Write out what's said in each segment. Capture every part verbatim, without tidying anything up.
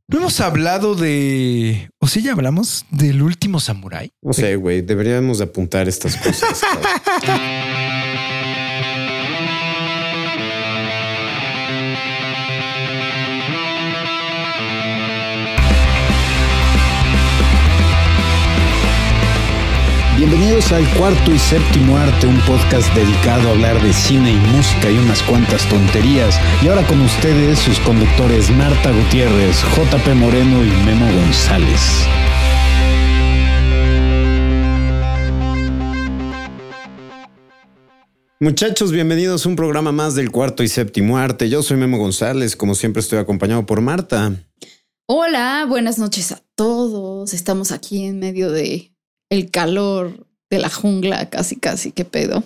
No hemos hablado de... ¿O sí ya hablamos del último samurái? No sé, güey. Deberíamos de apuntar estas cosas. Bienvenidos al Cuarto y Séptimo Arte, un podcast dedicado a hablar de cine y música y unas cuantas tonterías. Y ahora con ustedes sus conductores Marta Gutiérrez, J P Moreno y Memo González. Muchachos, bienvenidos a un programa más del Cuarto y Séptimo Arte. Yo soy Memo González, como siempre estoy acompañado por Marta. Hola, buenas noches a todos. Estamos aquí en medio de el calor de la jungla, casi, casi, qué pedo.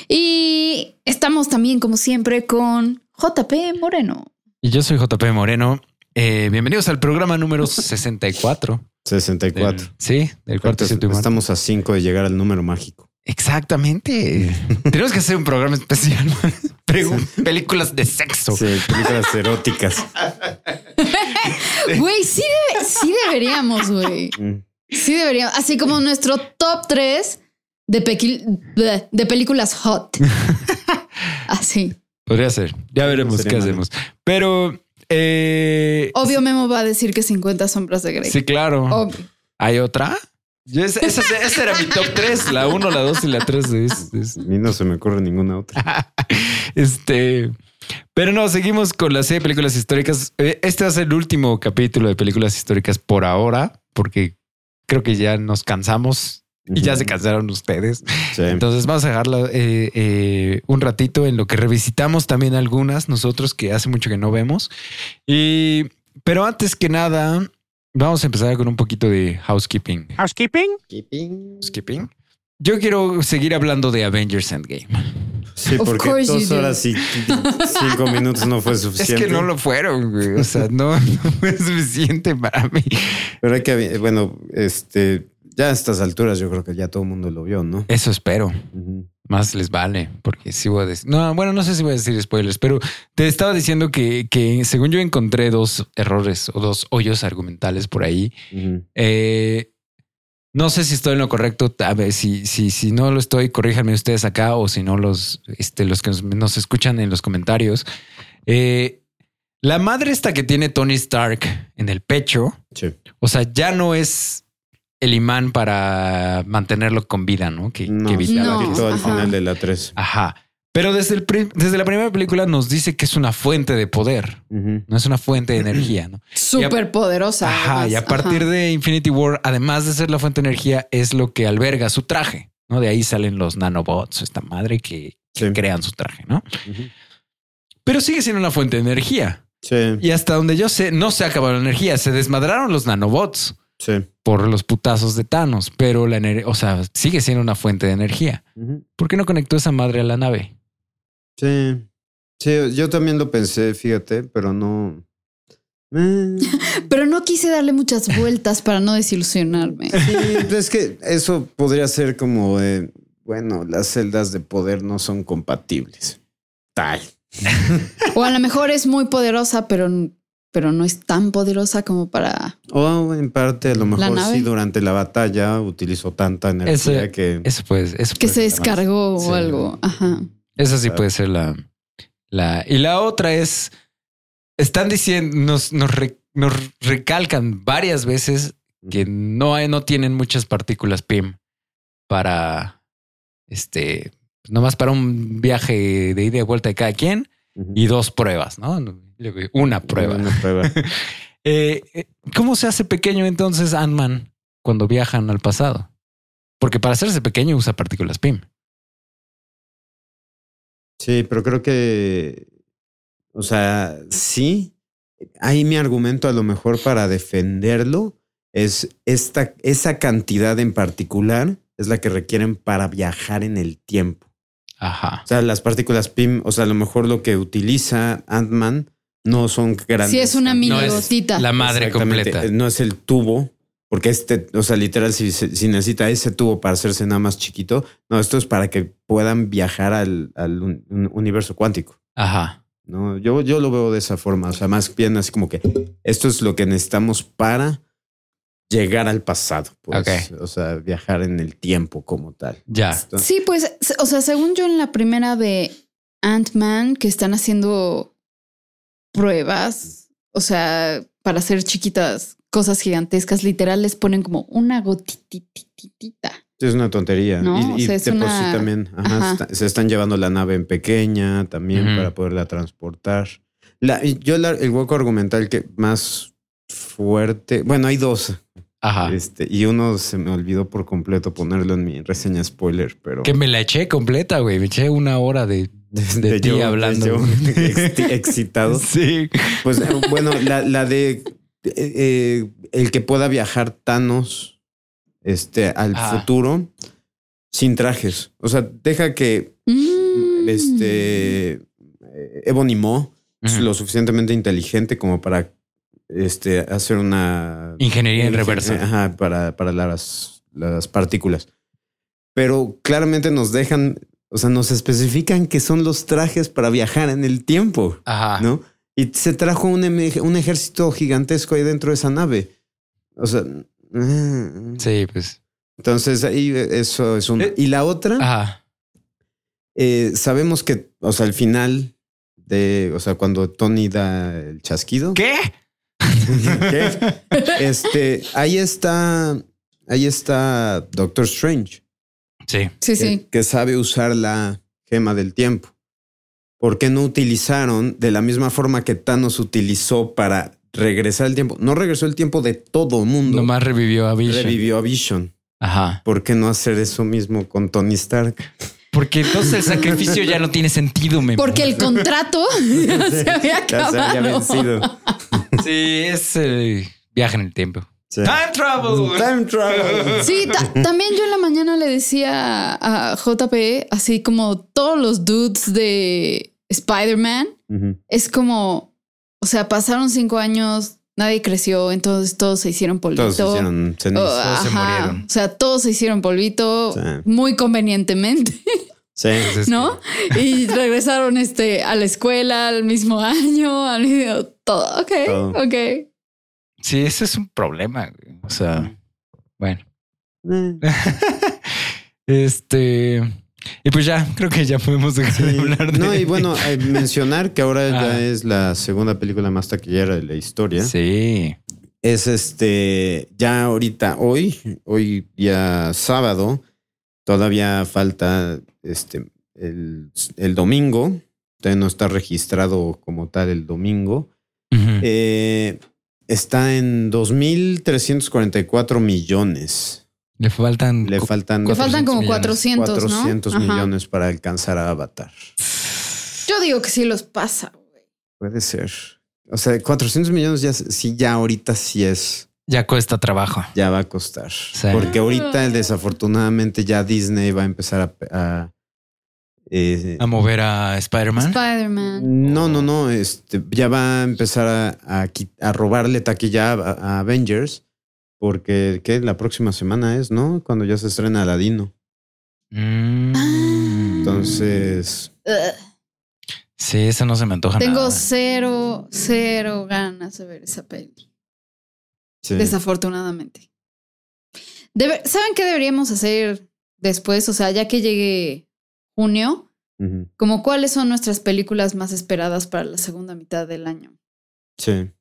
Y estamos también, como siempre, con J P Moreno. Y yo soy J P Moreno. Eh, bienvenidos al programa número sesenta y cuatro. sesenta y cuatro. Del, sí, del Cuarto y Séptimo Arte. Estamos a cinco de llegar al número mágico. Exactamente. Tenemos que hacer un programa especial. Películas de sexo. Sí, películas eróticas. Güey, sí, debe, sí deberíamos, güey. Sí deberíamos. Así como nuestro top tres de, pequi- de películas hot. Así. Podría ser. Ya veremos qué hacemos. Pero... Eh, Obvio, Memo va a decir que cincuenta sombras de Grey. Sí, claro. Obvio. ¿Hay otra? Yo esa, esa, esa era mi top tres. La uno, la dos y la tres. Es, es... A mí no se me ocurre ninguna otra. este... Pero no, seguimos con la serie de películas históricas. Este va a ser el último capítulo de películas históricas por ahora, porque creo que ya nos cansamos y ya se cansaron ustedes. Sí. Entonces vamos a dejarla eh, eh, un ratito en lo que revisitamos también algunas nosotros que hace mucho que no vemos. Y, pero antes que nada, vamos a empezar con un poquito de housekeeping. Housekeeping. Housekeeping. Yo quiero seguir hablando de Avengers Endgame. Sí, porque dos horas y cinco minutos no fue suficiente. Es que no lo fueron, güey. O sea, no, no fue suficiente para mí. Pero hay que, bueno, este, ya a estas alturas yo creo que ya todo el mundo lo vio, ¿no? Eso espero. Uh-huh. Más les vale, porque sí voy a decir... No, bueno, no sé si voy a decir spoilers, pero te estaba diciendo que, que según yo encontré dos errores o dos hoyos argumentales por ahí. Uh-huh. Eh... No sé si estoy en lo correcto. A ver, si, si, si no lo estoy, corríjanme ustedes acá o si no, los, este, los que nos, nos escuchan en los comentarios. Eh, la madre esta que tiene Tony Stark en el pecho, sí. O sea, ya no es el imán para mantenerlo con vida, ¿no? Que, no, que evitaba no. que... al final de la tres. Ajá. Pero desde, el, desde la primera película nos dice que es una fuente de poder, uh-huh. No es una fuente de energía, ¿no? Súper poderosa. Ajá, además. Y a partir ajá. de Infinity War, además de ser la fuente de energía, es lo que alberga su traje, ¿no? De ahí salen los nanobots, esta madre que, que sí. crean su traje, ¿no? Uh-huh. Pero sigue siendo una fuente de energía. Sí. Y hasta donde yo sé, no se acabó la energía, se desmadraron los nanobots. Sí. Por los putazos de Thanos, pero la energía, o sea, sigue siendo una fuente de energía. Uh-huh. ¿Por qué no conectó esa madre a la nave? Sí, sí, yo también lo pensé, fíjate, pero no. Eh. Pero no quise darle muchas vueltas para no desilusionarme. Sí, es que eso podría ser como, eh, bueno, las celdas de poder no son compatibles. Tal. O a lo mejor es muy poderosa, pero, pero no es tan poderosa como para. O en parte, a lo mejor sí, durante la batalla utilizó tanta energía eso, que. Eso puede, eso que puede se descargó sí. o algo. Ajá. Esa sí puede ser la, la... Y la otra es... Están diciendo... Nos, nos, re, nos recalcan varias veces que no, hay, no tienen muchas partículas P I M para... Este... Nomás para un viaje de ida y vuelta de cada quien. Uh-huh. Y dos pruebas, ¿no? Una prueba. Una prueba. eh, ¿Cómo se hace pequeño entonces Ant-Man cuando viajan al pasado? Porque para hacerse pequeño usa partículas P I M. Sí, pero creo que, o sea, sí, ahí mi argumento a lo mejor para defenderlo es esta, esa cantidad en particular es la que requieren para viajar en el tiempo. Ajá. O sea, las partículas P I M, o sea, a lo mejor lo que utiliza Ant-Man no son grandes. Sí, es una mini no gotita. La madre completa. No es el tubo. Porque este, o sea, literal, si, si necesita ese tubo para hacerse nada más chiquito, no, esto es para que puedan viajar al, al un, un universo cuántico. Ajá. ¿no? Yo, yo lo veo de esa forma. O sea, más bien así como que esto es lo que necesitamos para llegar al pasado. Pues, okay. O sea, viajar en el tiempo como tal. Ya. Esto. Sí, pues, o sea, según yo en la primera de Ant-Man, que están haciendo pruebas, o sea, para hacer chiquitas cosas gigantescas, literal les ponen como una gotititita. Es una tontería. No, y y o sea, es de por sí una... también. Ajá, Ajá. Está, se están llevando la nave en pequeña también Ujú. para poderla transportar. La, yo la, el hueco argumental que más fuerte... Bueno, hay dos. Ajá. Este, y uno se me olvidó por completo ponerlo en mi reseña spoiler, pero... Que me la eché completa, güey. Me eché una hora de, de, de ti yo, hablando. de yo ex- excitado. Sí. Pues eh, bueno, la, la de eh, eh, el que pueda viajar Thanos este, al Ah. futuro sin trajes. O sea, deja que Mm. este eh, Ebony Maw es Ujú. lo suficientemente inteligente como para este, hacer una Ingeniería en reversa. Ajá, para, para las, las partículas. Pero claramente nos dejan, o sea, nos especifican que son los trajes para viajar en el tiempo, Ajá. ¿no? Y se trajo un, em- un ejército gigantesco ahí dentro de esa nave. O sea, mm, Sí, pues. entonces ahí eso es una. Eh. Y la otra, Ajá. eh, sabemos que, o sea, al final de, o sea, cuando Tony da el chasquido. ¿Qué? ¿Qué? Este, ahí está, ahí está Doctor Strange, Sí. Sí, que, sí. que sabe usar la gema del tiempo. ¿Por qué no utilizaron de la misma forma que Thanos utilizó para regresar el tiempo? No regresó el tiempo de todo mundo. Nomás revivió a Vision. Revivió a Vision. Ajá. ¿Por qué no hacer eso mismo con Tony Stark? Porque entonces el sacrificio ya no tiene sentido, me. Porque el contrato ya se había Ya se había acabado. vencido. Sí, es eh, viaje en el tiempo. Sí. Time travel. Time travel. Sí, ta- también yo en la mañana le decía a J P, así como todos los dudes de Spider-Man, Ujú. es como, o sea, pasaron cinco años, nadie creció, entonces todos se hicieron polvito. Todos se hicieron Oh, cenizas. Todos se ajá. murieron. O sea, todos se hicieron polvito Sí. muy convenientemente, Sí. Entonces, ¿no? Y regresaron este, a la escuela al mismo año, al mismo, todo. Ok, Todo. ok. Sí, ese es un problema, güey. O sea, bueno. Eh. Este. Y pues ya, creo que ya podemos dejar de Sí. hablar de. No, y bueno, eh, mencionar que ahora Ah. ya es la segunda película más taquillera de la historia. Sí. Es este, ya ahorita, hoy, hoy día sábado, todavía falta este, el, el domingo. Todavía no está registrado como tal el domingo. Ujú. Eh, está en dos mil trescientos cuarenta y cuatro millones. Le faltan. Le co- faltan, Le faltan como millones. cuatrocientos, ¿no? cuatrocientos Ajá. millones para alcanzar a Avatar. Yo digo que sí los pasa, güey. Puede ser. O sea, cuatrocientos millones ya, sí, ya ahorita sí es, Ya cuesta trabajo. ya va a costar. Sí. Porque ahorita desafortunadamente ya Disney va a empezar a... a, eh, A mover a Spider-Man. Spider-Man. no, no, no. Este, ya va a empezar a, a, qui- a robarle taquilla a, a Avengers. Porque, ¿qué? La próxima semana es, ¿no? Cuando ya se estrena Aladino. Mm. Entonces... Ugh. Sí, eso no se me antoja Tengo nada. cero, cero ganas de ver esa peli. Sí. Desafortunadamente. Debe- ¿Saben qué deberíamos hacer después? O sea, ya que llegue junio, Ujú. como cuáles son nuestras películas más esperadas para la segunda mitad del año. Sí.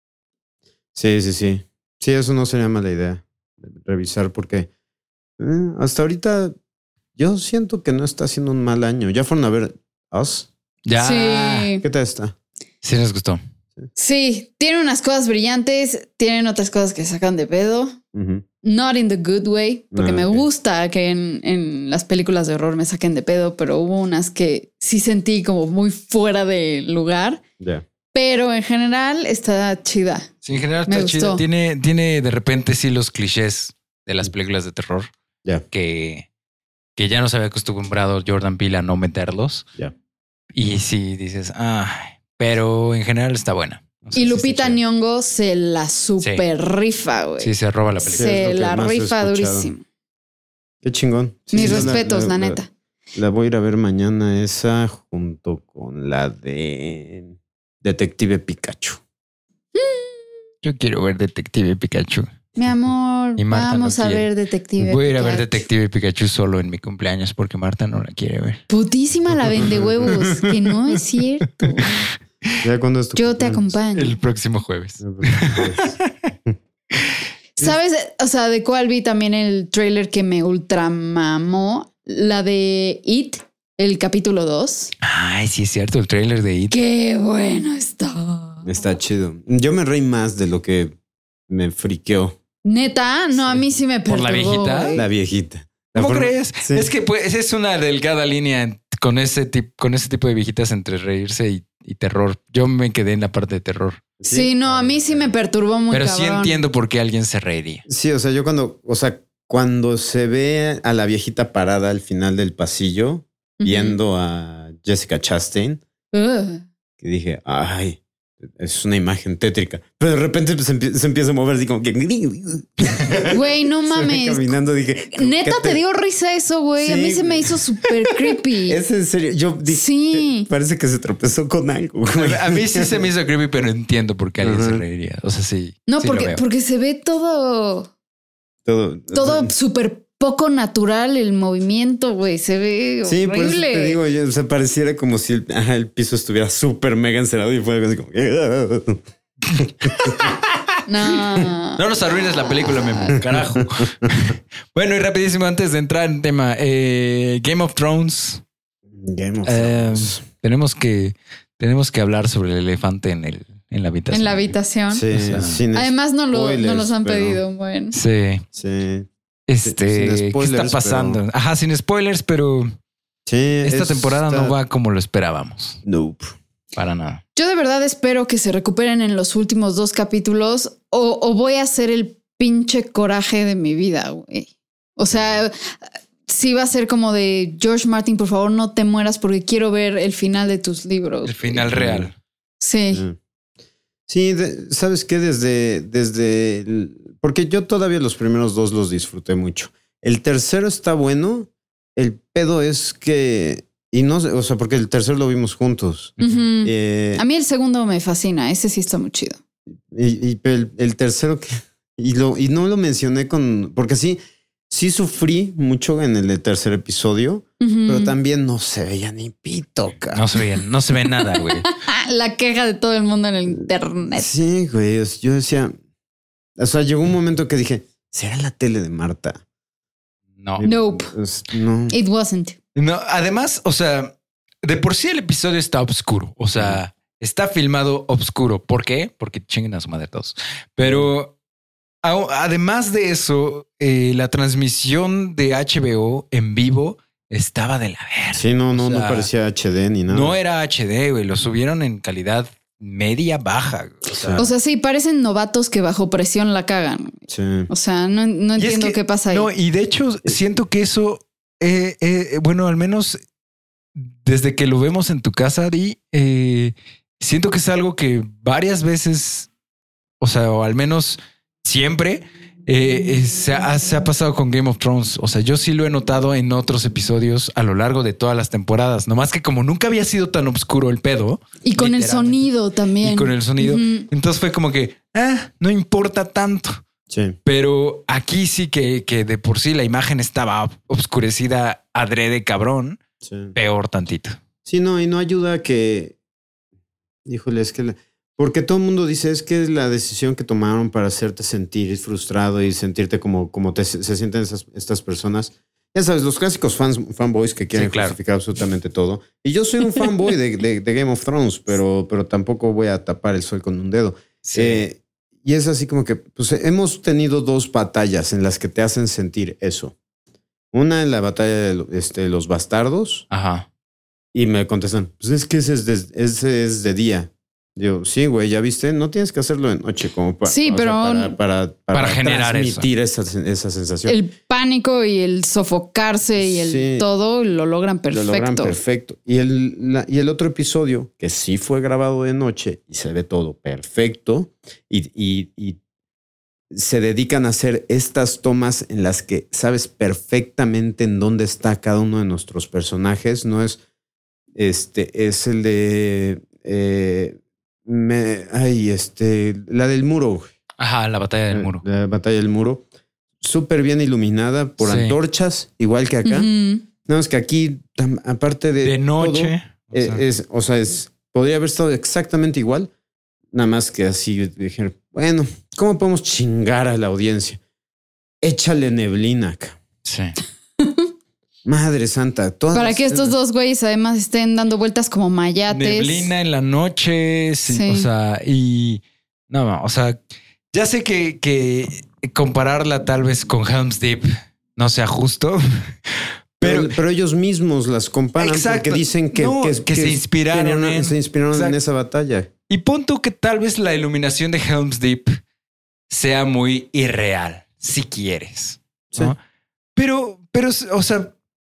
Sí, sí, sí. Sí, eso no sería mala idea. Revisar porque eh, hasta ahorita yo siento que no está siendo un mal año. ¿Ya fueron a ver Us? Ya. Sí. ¿Qué tal está? Sí nos gustó. Sí, tiene unas cosas brillantes, tienen otras cosas que sacan de pedo. Ujú. Not in the good way, porque Ah, me ok. gusta que en, en las películas de horror me saquen de pedo, pero hubo unas que sí sentí como muy fuera de lugar. Ya. Pero en general está chida. Sí, en general Me está chido. gustó. Tiene, tiene de repente sí los clichés de las películas de terror Ya. que, que ya no se había acostumbrado Jordan Peele a no meterlos. Ya. Y sí dices, ah, pero en general está buena. O sea, Y sí Lupita está chida. Nyong'o se la super rifa, güey. Sí, se roba la película. Sí, es se lo que la más he rifa escuchado. durísimo. Qué chingón. Sí, Mis sí, la- respetos, la, la- neta. La voy a ir a ver mañana esa junto con la de Detective Pikachu. Yo quiero ver Detective Pikachu. Mi amor, Y Marta vamos no a quiere. ver Detective Voy a ir a ver Pikachu. Detective Pikachu solo en mi cumpleaños porque Marta no la quiere ver. Putísima la vende huevos, que no es cierto. ¿Ya cuándo es tu Yo te cumpleaños? acompaño. El próximo jueves. ¿Sabes? O sea, ¿de cuál vi también el trailer que me ultramamó? La de It, el capítulo dos. Ay, sí es cierto, el tráiler de It. ¡Qué bueno está! Está chido. Yo me reí más de lo que me friqueó Neta, no, a mí sí me ¿Por perturbó. la viejita? güey. la viejita. La ¿Cómo forma- crees? Sí. Es que pues, es una delgada línea en- con ese, tip, con ese tipo de viejitas entre reírse y, y terror. Yo me quedé en la parte de terror. Sí, no, a mí sí me perturbó muy Pero cabrón. sí entiendo por qué alguien se reiría. Sí, o sea, yo cuando, o sea, cuando se ve a la viejita parada al final del pasillo, Ujú. viendo a Jessica Chastain, Ugh. que dije, ay, es una imagen tétrica. Pero de repente pues, se, empie- se empieza a mover así como que... Güey, no Se ve mames. caminando, dije... Neta, ¿qué te dio risa eso, güey. a Sí, mí se me güey. hizo súper creepy. Es en serio. Yo dije, Sí. parece que se tropezó con algo. güey. A mí sí se me hizo creepy, pero entiendo por qué alguien se Ajá. reiría. O sea, sí. No, sí lo porque, veo. porque se ve todo, Todo, todo súper poco natural el movimiento, güey. Se ve Sí, por eso horrible. te digo, yo, o sea, pareciera como si el, ajá, el piso estuviera súper mega encerado y fue algo así como... No. No nos arruines la película, Memo. Carajo. Bueno, y rapidísimo, antes de entrar en tema, eh, Game of Thrones. Game of Eh, Thrones. tenemos que tenemos que hablar sobre el elefante en el en la habitación. En la habitación. Sí, o sea, sin Además, no lo, no spoilers, los han pero- pedido. Bueno. Sí. Sí, Este, sin ¿qué spoilers, está pasando? pero- Ajá, sin spoilers, pero sí. esta es- temporada está- no va como lo esperábamos. Nope. Para nada. Yo de verdad espero que se recuperen en los últimos dos capítulos o, o voy a hacer el pinche coraje de mi vida, güey. O sea, sí va a ser como de George Martin, por favor, no te mueras porque quiero ver el final de tus libros. El final real. Sí. Sí, Sí, de- ¿sabes qué? Desde, desde... el- porque yo todavía los primeros dos los disfruté mucho. El tercero está bueno. El pedo es que... Y no sé, o sea, porque el tercero lo vimos juntos. Ujú. Eh, A mí el segundo me fascina. Ese sí está muy chido. y y el, el tercero que... Y, lo, y no lo mencioné con... Porque sí, sí sufrí mucho en el tercer episodio, Ujú. pero también no se veía ni pito, cara. No se ve, no se ve nada, güey. Ah, la queja de todo el mundo en el internet. Sí, güey. o sea, Yo decía... O sea, llegó un momento que dije, ¿será la tele de Marta? No. Nope. Pues, no. It wasn't. No, además, o sea, de por sí el episodio está oscuro. O sea, está filmado oscuro. ¿Por qué? Porque chinguen a su madre todos. Pero a- además de eso, eh, la transmisión de H B O en vivo estaba de la verga. Sí, no, no, O sea, no parecía H D ni nada. No era H D, güey. Lo subieron en calidad media baja. O sea, O sea, sí, parecen novatos que bajo presión la cagan. Sí. O sea, no, no y es entiendo que- qué pasa ahí. No, y de hecho siento que eso, eh, eh, bueno, al menos desde que lo vemos en tu casa, Di, eh, siento que es algo que varias veces, o sea, o al menos siempre eh, eh, se, ha, se ha pasado con Game of Thrones. O sea, yo sí lo he notado en otros episodios a lo largo de todas las temporadas. Nomás que como nunca había sido tan oscuro el pedo y con el literalmente. sonido también. y con el sonido, Ujú. entonces fue como que ah, no importa tanto. Sí. Pero aquí sí que, que de por sí la imagen estaba obscurecida adrede cabrón, Sí. peor tantito. Sí, no, y no ayuda que. Híjole, es que. la- Porque todo el mundo dice es que es la decisión que tomaron para hacerte sentir frustrado y sentirte como, como te, se sienten esas, estas personas. Ya sabes, los clásicos fans, fanboys que quieren Sí, claro. justificar absolutamente todo. Y yo soy un fanboy de, de, de Game of Thrones, pero, pero tampoco voy a tapar el sol con un dedo. Sí. Eh, y es así como que pues, hemos tenido dos batallas en las que te hacen sentir eso. Una en la batalla de lo- este, los bastardos Ajá. y me contestan, pues es que ese es de, ese es de día. Digo, sí, güey, ya viste, no tienes que hacerlo de noche como para, Sí, pero- para, para, para, Para generar transmitir esa, esa sensación. El pánico y el sofocarse y el Sí. todo lo logran Lo perfecto. logran perfecto. Y el, la- y el otro episodio, que sí fue grabado de noche y se ve todo perfecto, y, y, y se dedican a hacer estas tomas en las que sabes perfectamente en dónde está cada uno de nuestros personajes. No es este, es el de eh, me, ay, este, la del muro. Ajá, la batalla del muro. La, la batalla del muro. Súper bien iluminada por sí. antorchas, igual que acá. Uh-huh. No, es que aquí, aparte de. De noche. Todo, o, sea. Es, o sea, es, podría haber estado exactamente igual. Nada más que así dijeron, bueno, ¿cómo podemos chingar a la audiencia? Échale neblina acá. Sí. Madre santa. Todas Para que estos dos güeyes además estén dando vueltas como mayates. Neblina en la noche. Sí, sí. O sea, y no, o sea, ya sé que, que compararla tal vez con Helm's Deep no sea justo. Pero, pero, pero ellos mismos las comparan exacto. porque dicen que, no, que, que, que se inspiraron, en, se inspiraron en esa batalla. Y pon tú que tal vez la iluminación de Helm's Deep sea muy irreal, si quieres. ¿no? Sí. Pero, pero, o sea,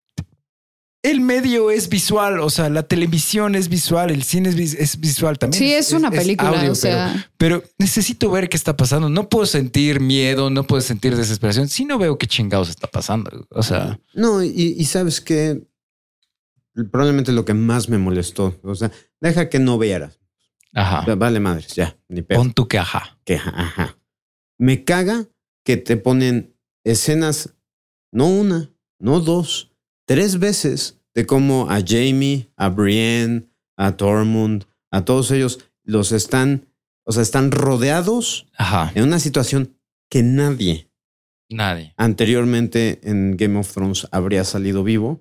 el medio es visual, o sea, la televisión es visual, el cine es, vis es visual también. Sí, es, es una película, es audio, o sea. Pero, pero necesito ver qué está pasando. No puedo sentir miedo, no puedo sentir desesperación si no veo qué chingados está pasando. O sea. No, y, y sabes que probablemente lo que más me molestó, o sea, deja que no vieras. Ajá. Vale madres, ya, ni pedo. Pon tu que ajá. Que ajá. Me caga que te ponen escenas, no una, no dos, tres veces de cómo a Jamie, a Brienne, a Tormund, a todos ellos los están, o sea, están rodeados ajá. en una situación que nadie, nadie anteriormente en Game of Thrones habría salido vivo.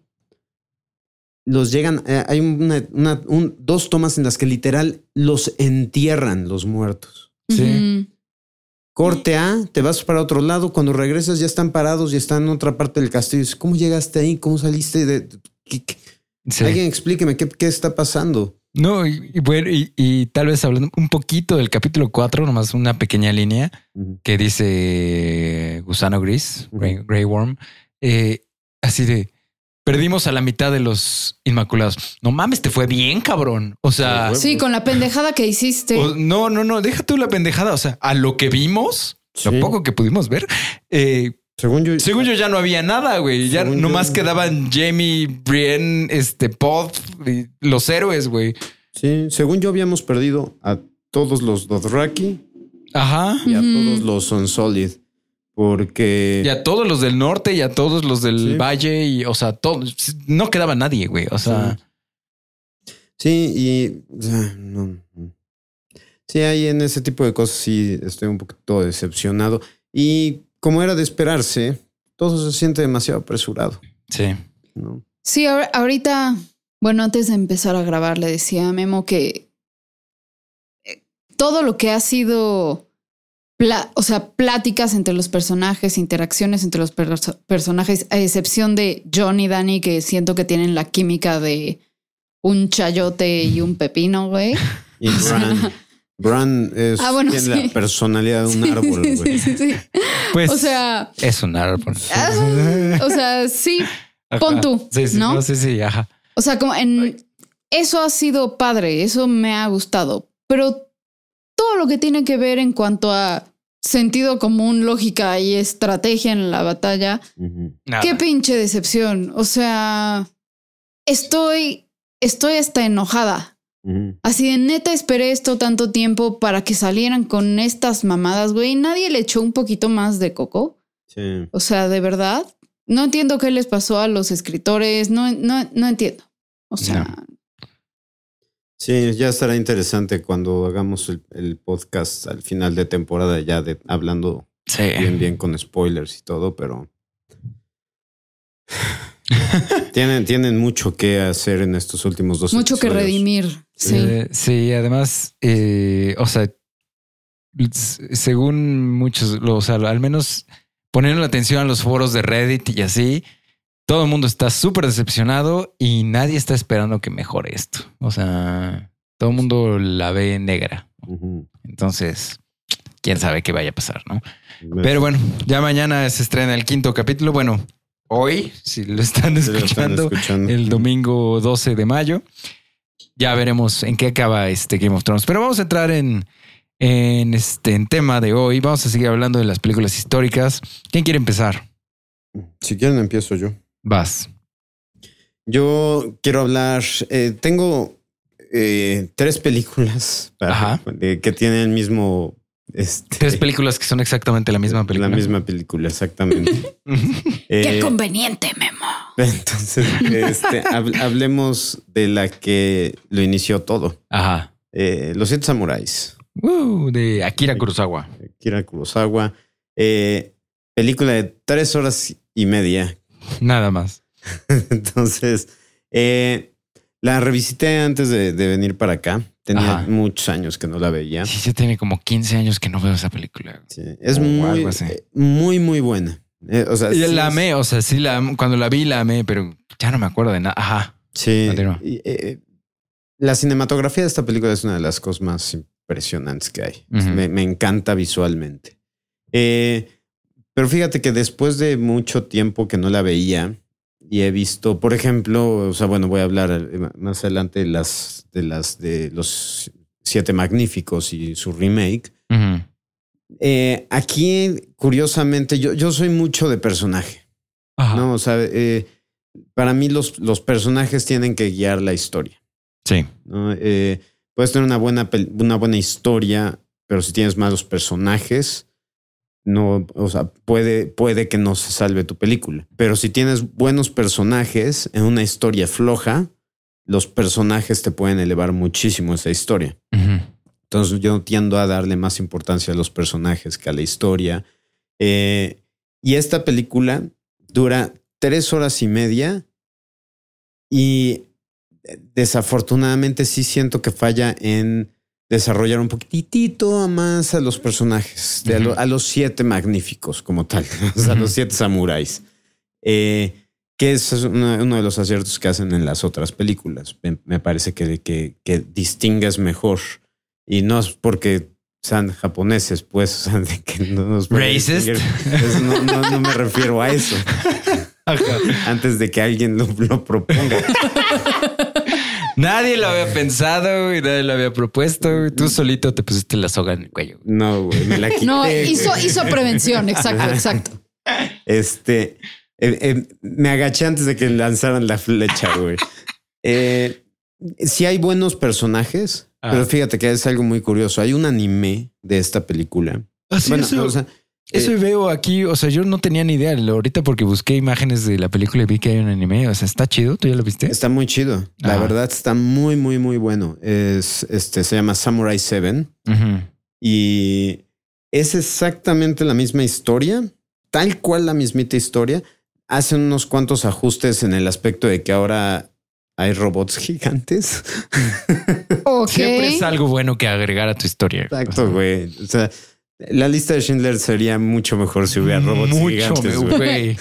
Los llegan, eh, hay una, una, un, dos tomas en las que literal los entierran los muertos. Sí. Uh-huh. Corte A, te vas para otro lado. Cuando regresas ya están parados y están en otra parte del castillo. ¿Cómo llegaste ahí? ¿Cómo saliste de...? ¿Qué, qué? Sí. Alguien explíqueme qué, qué está pasando. No, y, y bueno, y, y tal vez hablando un poquito del capítulo cuatro, nomás una pequeña línea uh-huh. que dice Gusano Gris, uh-huh. Grey, Grey Worm, eh, así de... Perdimos a la mitad de los Inmaculados. No mames, te fue bien, cabrón. O sea... Sí, con la pendejada que hiciste. O, no, no, no. Deja tú la pendejada. O sea, a lo que vimos, sí. lo poco que pudimos ver, eh, según yo, según yo ya no había nada, güey. Ya nomás yo... quedaban Jamie, Brienne, este, Pod, y los héroes, güey. Sí, según yo habíamos perdido a todos los Dothraki. Ajá. Y a uh-huh. todos los Unsullied. Porque... Y a todos los del norte y a todos los del sí. valle y, o sea, todos, no quedaba nadie, güey. O sea... Sí, y... O sea, no. Sí, ahí en ese tipo de cosas sí estoy un poquito decepcionado. Y como era de esperarse, todo se siente demasiado apresurado. Sí. ¿No? Sí, ahorita... Bueno, antes de empezar a grabar le decía a Memo que todo lo que ha sido... Pla- o sea, pláticas entre los personajes, interacciones entre los per- personajes, a excepción de Jon y Dany, que siento que tienen la química de un chayote y un pepino, güey. Y Bran. Bran es, ah, bueno, tiene sí. la personalidad de un sí, árbol, güey. Sí, sí, sí. Pues o sea, es un árbol. Uh, o sea, sí, ajá. Pon tú, sí, sí, ¿no? no, sí, sí, ajá. O sea, como en eso ha sido padre, eso me ha gustado, pero todo lo que tiene que ver en cuanto a sentido común, lógica y estrategia en la batalla, uh-huh. qué pinche decepción. O sea, estoy, estoy hasta enojada. Uh-huh. Así de neta esperé esto tanto tiempo para que salieran con estas mamadas, güey. ¿Nadie le echó un poquito más de coco? Sí. O sea, ¿de verdad? No entiendo qué les pasó a los escritores. No, no, no entiendo. O sea... No. Sí, ya estará interesante cuando hagamos el, el podcast al final de temporada, ya de hablando sí. bien, bien con spoilers y todo, pero tienen, tienen mucho que hacer en estos últimos dos Mucho episodios. que redimir. Sí, eh, sí además, eh, o sea, según muchos, o sea, al menos poniendo la atención a los foros de Reddit y así, todo el mundo está súper decepcionado y nadie está esperando que mejore esto. O sea, todo el mundo la ve negra. Uh-huh. Entonces, quién sabe qué vaya a pasar, ¿no? Me Pero bueno, ya mañana se estrena el quinto capítulo. Bueno, hoy, si lo están escuchando, lo están escuchando. El domingo doce de mayo, ya veremos en qué acaba este Game of Thrones. Pero vamos a entrar en, en este en tema de hoy. Vamos a seguir hablando de las películas históricas. ¿Quién quiere empezar? Si quieren, empiezo yo. Vas. Yo quiero hablar. Eh, tengo eh, tres películas para, eh, que tienen el mismo. Este, tres películas que son exactamente la misma película. La misma película, exactamente. Qué eh, conveniente, Memo. Entonces, este, hablemos de la que lo inició todo. Ajá. Eh, Los Siete Samuráis. Uh, de Akira Kurosawa. Akira Kurosawa. Eh, película de tres horas y media. Nada más. Entonces, eh, la revisité antes de, de venir para acá. Tenía Ajá. muchos años que no la veía. Sí, ya tiene como quince años que no veo esa película. Sí, es O muy, algo así. muy, muy buena. Eh, o sea, Y sí la es- amé, o sea, sí la am- cuando la vi la amé, pero ya no me acuerdo de nada. Ajá. Sí. Continúa. Y, eh, la cinematografía de esta película es una de las cosas más impresionantes que hay. Ujú. me, me encanta visualmente. Eh, pero fíjate que después de mucho tiempo que no la veía y he visto, por ejemplo, o sea, bueno, voy a hablar más adelante de las de las de los Siete Magníficos y su remake. Ujú. Eh, aquí, curiosamente, yo, yo soy mucho de personaje. Ajá. ¿No? O sea, eh, para mí los, los personajes tienen que guiar la historia. Sí. ¿No? Eh, puedes tener una buena, pel- una buena historia, pero si tienes malos personajes, no, o sea, puede, puede que no se salve tu película. Pero si tienes buenos personajes en una historia floja, los personajes te pueden elevar muchísimo esa historia. Ujú. Entonces yo tiendo a darle más importancia a los personajes que a la historia. Eh, y esta película dura tres horas y media y desafortunadamente sí siento que falla en desarrollar un poquitito más a los personajes, de a, lo- a los siete magníficos como tal, o sea, a los siete samuráis. Eh, que es uno, uno de los aciertos que hacen en las otras películas. Me, me parece que, que, que distingues mejor. Y no es porque sean japoneses, pues, o sea, de que no nos pueden Racist. distinguir. Es- no, no, no me refiero a eso. Antes de que alguien lo, lo proponga. Nadie lo había pensado y nadie lo había propuesto. güey. Tú solito te pusiste la soga en el cuello. No, güey, me la quité. No, güey. hizo, hizo prevención. Exacto, exacto. Este, eh, eh, me agaché antes de que lanzaran la flecha, güey. Eh, sí hay buenos personajes, Ah. pero fíjate que es algo muy curioso. Hay un anime de esta película. Así Bueno, eso, o sea, eso eh, veo aquí. O sea, yo no tenía ni idea. Ahorita porque busqué imágenes de la película y vi que hay un anime. O sea, está chido. ¿Tú ya lo viste? está muy chido. La Ajá. verdad está muy, muy, muy bueno. Es, este, se llama Samurai Seven Ujú. y es exactamente la misma historia, tal cual la mismita historia. Hacen unos cuantos ajustes en el aspecto de que ahora hay robots gigantes. Ok. Siempre es algo bueno que agregar a tu historia. Exacto, güey. O sea, la lista de Schindler sería mucho mejor si hubiera robots Mucho, gigantes, me- güey. güey.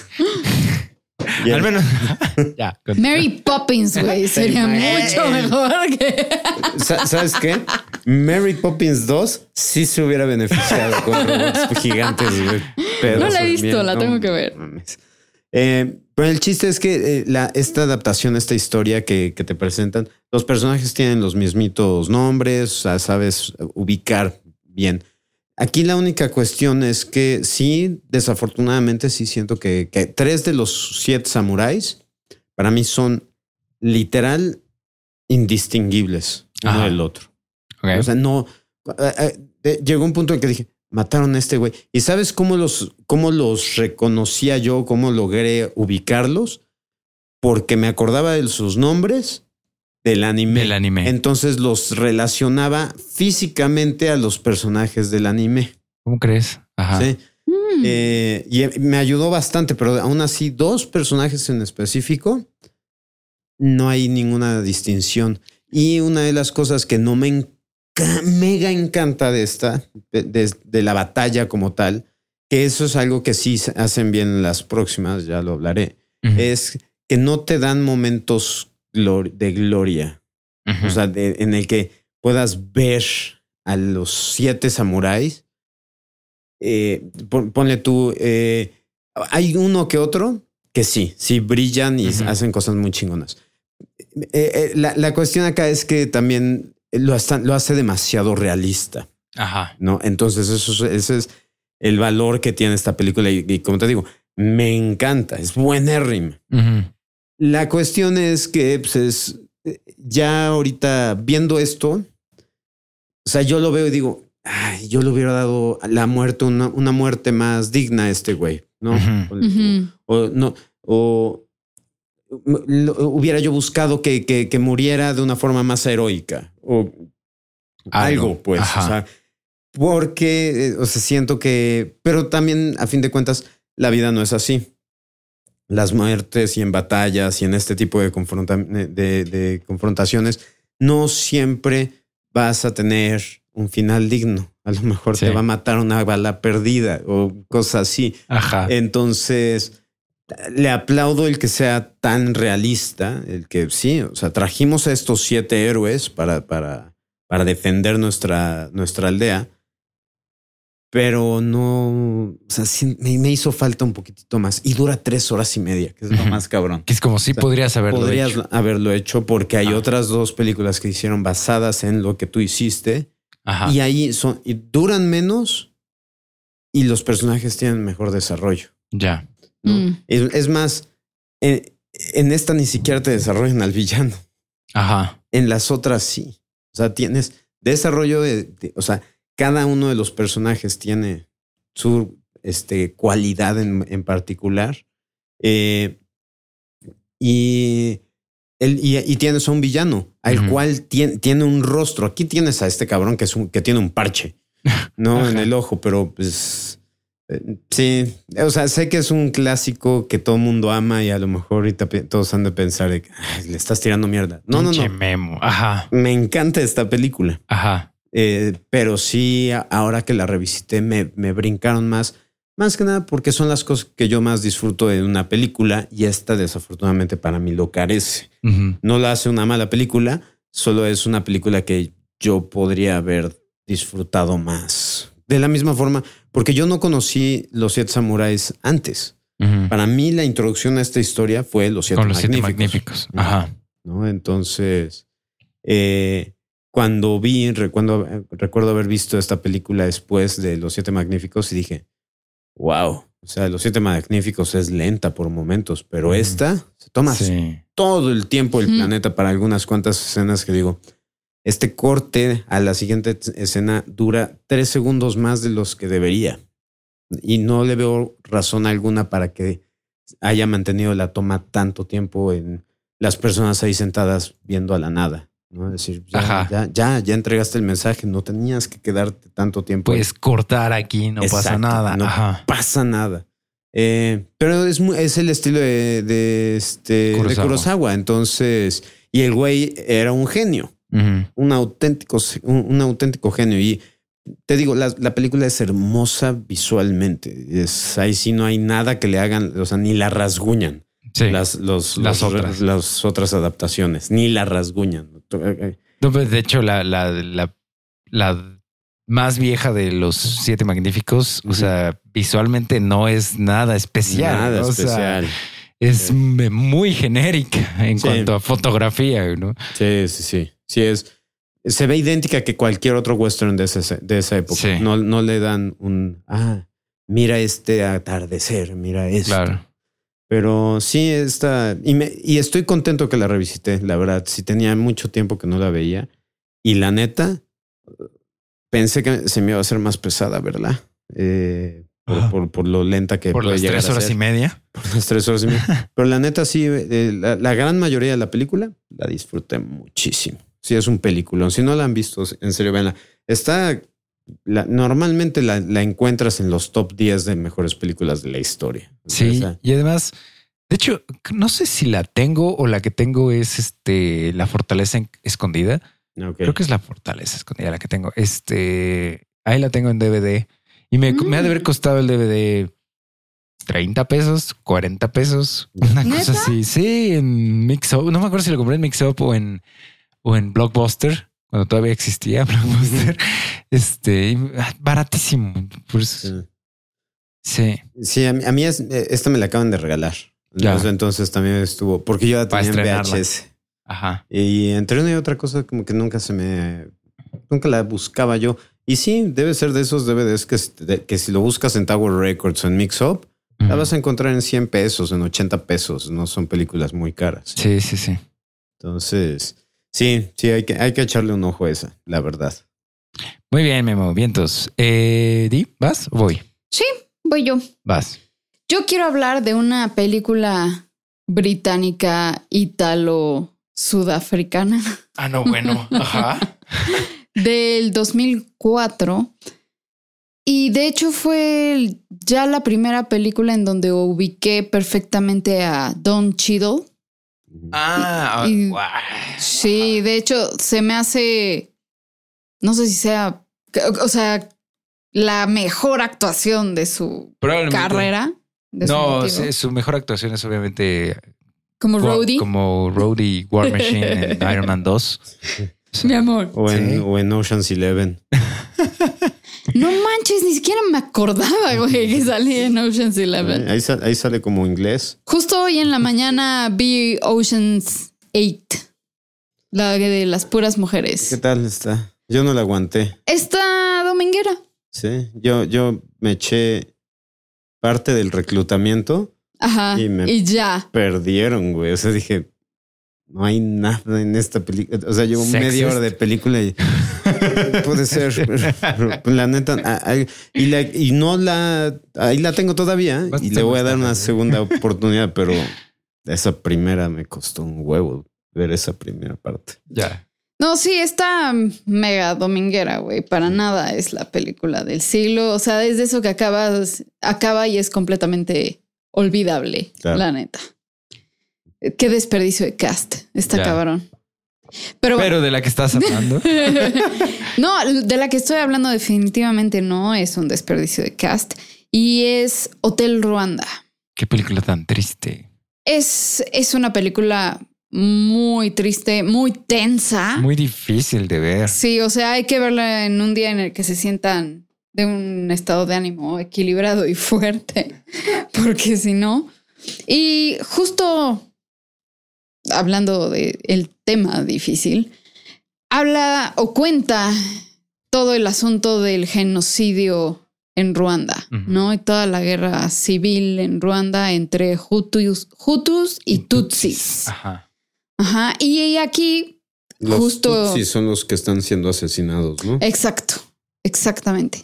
Y Al el- menos. ya. continúa. Mary Poppins, güey. Sería mucho mejor que. Sa- ¿Sabes qué? Mary Poppins dos sí se hubiera beneficiado con robots gigantes, güey. Pero No la he son visto, la tengo que ver. mames. Eh, pero el chiste es que eh, la, esta adaptación, esta historia que, que te presentan, los personajes tienen los mismitos nombres, o sea, sabes ubicar bien. Aquí la única cuestión es que sí, desafortunadamente sí siento que, que tres de los siete samuráis para mí son literal indistinguibles uno Ajá. del otro. Ok. O sea, no. eh, eh, de- llegó un punto en que dije, mataron a este güey. ¿Y sabes cómo los, cómo los reconocía yo? ¿Cómo logré ubicarlos? Porque me acordaba de sus nombres del anime. Del anime. Entonces los relacionaba físicamente a los personajes del anime. ¿Cómo crees? Ajá. ¿Sí? Mm. Eh, y me ayudó bastante, pero aún así, dos personajes en específico, no hay ninguna distinción. Y una de las cosas que no me enca- mega encanta de esta, de, de- de la batalla como tal, que eso es algo que sí hacen bien en las próximas, ya lo hablaré, Ujú. es que no te dan momentos glor- de gloria. Ujú. O sea, de- en el que puedas ver a los siete samuráis. Eh, pon- ponle tú, eh, hay uno que otro que sí, sí brillan y Ujú. hacen cosas muy chingonas. Eh, eh, la, la cuestión acá es que también lo, hasta- lo hace demasiado realista. Ajá. ¿no? Entonces eso, ese es el valor que tiene esta película y, y como te digo, me encanta, es buenérrima. Uh-huh. La cuestión es que pues, es, ya ahorita viendo esto, o sea, yo lo veo y digo, ay, yo le hubiera dado la muerte, una, una muerte más digna a este güey, ¿no? Uh-huh. Uh-huh. O, o no, o lo, hubiera yo buscado que, que, que muriera de una forma más heroica o algo, algo pues, Ajá. o sea, porque, o sea, siento que, pero también a fin de cuentas, la vida no es así. Las muertes y en batallas y en este tipo de, confronta de, de confrontaciones, no siempre vas a tener un final digno. A lo mejor sí. te va a matar una bala perdida o cosas así. Ajá. Entonces, le aplaudo el que sea tan realista, el que sí, o sea, trajimos a estos siete héroes para, para, para defender nuestra, nuestra aldea. Pero no, o sea, sí, me, me hizo falta un poquitito más. Y dura tres horas y media, que es lo más cabrón. Que es como si o sea, podrías haberlo podrías hecho. Podrías haberlo hecho porque hay ah. otras dos películas que hicieron basadas en lo que tú hiciste. Ajá. Y ahí son, y duran menos y los personajes tienen mejor desarrollo. Ya. ¿no? Mm. Es, es más, en, en esta ni siquiera te desarrollan al villano. Ajá. En las otras sí. O sea, tienes desarrollo de, de o sea, cada uno de los personajes tiene su este, cualidad en, en particular. Eh, y, el, y, y tienes a un villano, al uh-huh. cual tiene, tiene un rostro. Aquí tienes a este cabrón que, es un, que tiene un parche, ¿no? en el ojo, pero pues eh, sí. O sea, sé que es un clásico que todo el mundo ama y a lo mejor ahorita todos han de pensar de que le estás tirando mierda. No, no, no. Memo. Ajá. Me encanta esta película. Ajá. Eh, pero sí, ahora que la revisité, me, me brincaron más. Más que nada porque son las cosas que yo más disfruto de una película y esta desafortunadamente para mí lo carece. Uh-huh. No la hace una mala película, solo es una película que yo podría haber disfrutado más. De la misma forma, porque yo no conocí Los Siete Samuráis antes. Uh-huh. Para mí la introducción a esta historia fue Los Siete Con los Magníficos. Siete Magníficos. Ajá. ¿No? Entonces... Eh, Cuando vi, recuerdo, recuerdo haber visto esta película después de Los Siete Magníficos y dije, wow, o sea, Los Siete Magníficos es lenta por momentos, pero mm. esta se toma sí. todo el tiempo del mm. planeta para algunas cuantas escenas que digo, este corte a la siguiente escena dura tres segundos más de los que debería y no le veo razón alguna para que haya mantenido la toma tanto tiempo en las personas ahí sentadas viendo a la nada. ¿no? Es decir, ya, ya, ya, ya entregaste el mensaje, no tenías que quedarte tanto tiempo. Puedes cortar aquí, no Exacto, pasa nada. No Ajá. pasa nada. Eh, pero es, muy, es el estilo de, de, este, Kurosawa. de Kurosawa. Entonces, y el güey era un genio, uh-huh. un, auténtico, un, un auténtico genio. Y te digo, la, la película es hermosa visualmente. Es, ahí sí no hay nada que le hagan, o sea, ni la rasguñan. Sí. Las, los, las, los, otras. las otras adaptaciones, ni la rasguñan. No, pues de hecho, la, la, la, la más vieja de Los Siete Magníficos, uh-huh. o sea, visualmente no es nada especial. Nada ¿no? especial. O sea, es sí. muy genérica en sí. cuanto a fotografía, ¿no? Sí, sí, sí. Sí, es. Se ve idéntica que cualquier otro western de, ese, de esa época. Sí. No, no le dan un. Ah, mira este atardecer, mira esto. Claro. Pero sí está, y, me, y estoy contento que la revisité, la verdad. Sí tenía mucho tiempo que no la veía. Y la neta, pensé que se me iba a hacer más pesada, ¿verdad? Eh, por, oh. por, por lo lenta que por puede las llegar tres a horas ser. y media. Por las tres horas y media. Pero la neta sí, eh, la, la gran mayoría de la película la disfruté muchísimo. Sí, es un peliculón. Si no la han visto, en serio, véanla. Está... La, normalmente la, la encuentras en los top diez de mejores películas de la historia. Sí, o sea, y además, de hecho, no sé si la tengo o la que tengo es este La Fortaleza Escondida. Okay. Creo que es La Fortaleza Escondida la que tengo. Este, ahí la tengo en D V D y me, mm. me ha de haber costado el D V D treinta pesos, cuarenta pesos, una ¿Neta? cosa así. Sí, en Mix Up. No me acuerdo si lo compré en Mix Up o en, o en Blockbuster. Cuando todavía existía Blockbuster, este, baratísimo. Pues, sí. Sí. Sí, a mí, a mí es, esta me la acaban de regalar. Entonces, entonces también estuvo, porque yo la tenía en V H S. Ajá. Y entre una y otra cosa, como que nunca se me, nunca la buscaba yo. Y sí, debe ser de esos D V Ds que, de, que si lo buscas en Tower Records o en Mix Up, uh-huh. la vas a encontrar en cien pesos, en ochenta pesos. No son películas muy caras. Sí, sí, sí. Entonces, sí, sí, hay que, hay que echarle un ojo a esa, la verdad. Muy bien, Memo. Vientos. Eh, ¿Di? ¿Vas o voy? Sí, voy yo. Vas. Yo quiero hablar de una película británica italo-sudafricana. Ah, no, bueno. Ajá. Del dos mil cuatro. Y de hecho fue ya la primera película en donde ubiqué perfectamente a Don Cheadle. Ah, y, wow. Sí, de hecho se me hace, no sé si sea, o sea, la mejor actuación de su carrera. De no, su, sí, su mejor actuación es obviamente como Rhodey. Como Rhodey War Machine en Iron Man dos. Mi amor. O en, sí. o en Ocean's Eleven. No manches, ni siquiera me acordaba, güey, que salía en Ocean's Eleven. Ahí, ahí sale como inglés. Justo hoy en la mañana vi Ocean's Eight, la de las puras mujeres. ¿Qué tal está? Yo no la aguanté. Está dominguera. Sí, yo, yo me eché parte del reclutamiento. Ajá, y, me y ya. Perdieron, güey. O sea, dije, no hay nada en esta película. O sea, llevo Sexist. media hora de película y puede ser. La neta, y, la, y no la, ahí la tengo todavía y le voy a dar una segunda oportunidad, pero esa primera me costó un huevo ver esa primera parte. Ya. No, sí, está mega dominguera, güey. Para nada es la película del siglo. O sea, es de eso que acabas, acaba y es completamente olvidable, claro. La neta. Qué desperdicio de cast. Está ya. Cabrón. Pero, Pero de la que estás hablando. No, de la que estoy hablando definitivamente no es un desperdicio de cast. Y es Hotel Ruanda. Qué película tan triste. Es, es una película muy triste, muy tensa. Muy difícil de ver. Sí, o sea, hay que verla en un día en el que se sientan de un estado de ánimo equilibrado y fuerte. Porque si no... Y justo... hablando de el tema difícil, habla o cuenta todo el asunto del genocidio en Ruanda, uh-huh. ¿no? Y toda la guerra civil en Ruanda entre Hutus, Hutus y, y Tutsis. Tutsis. Ajá. Ajá. Y aquí los justo... Tutsis son los que están siendo asesinados, ¿no? Exacto, exactamente.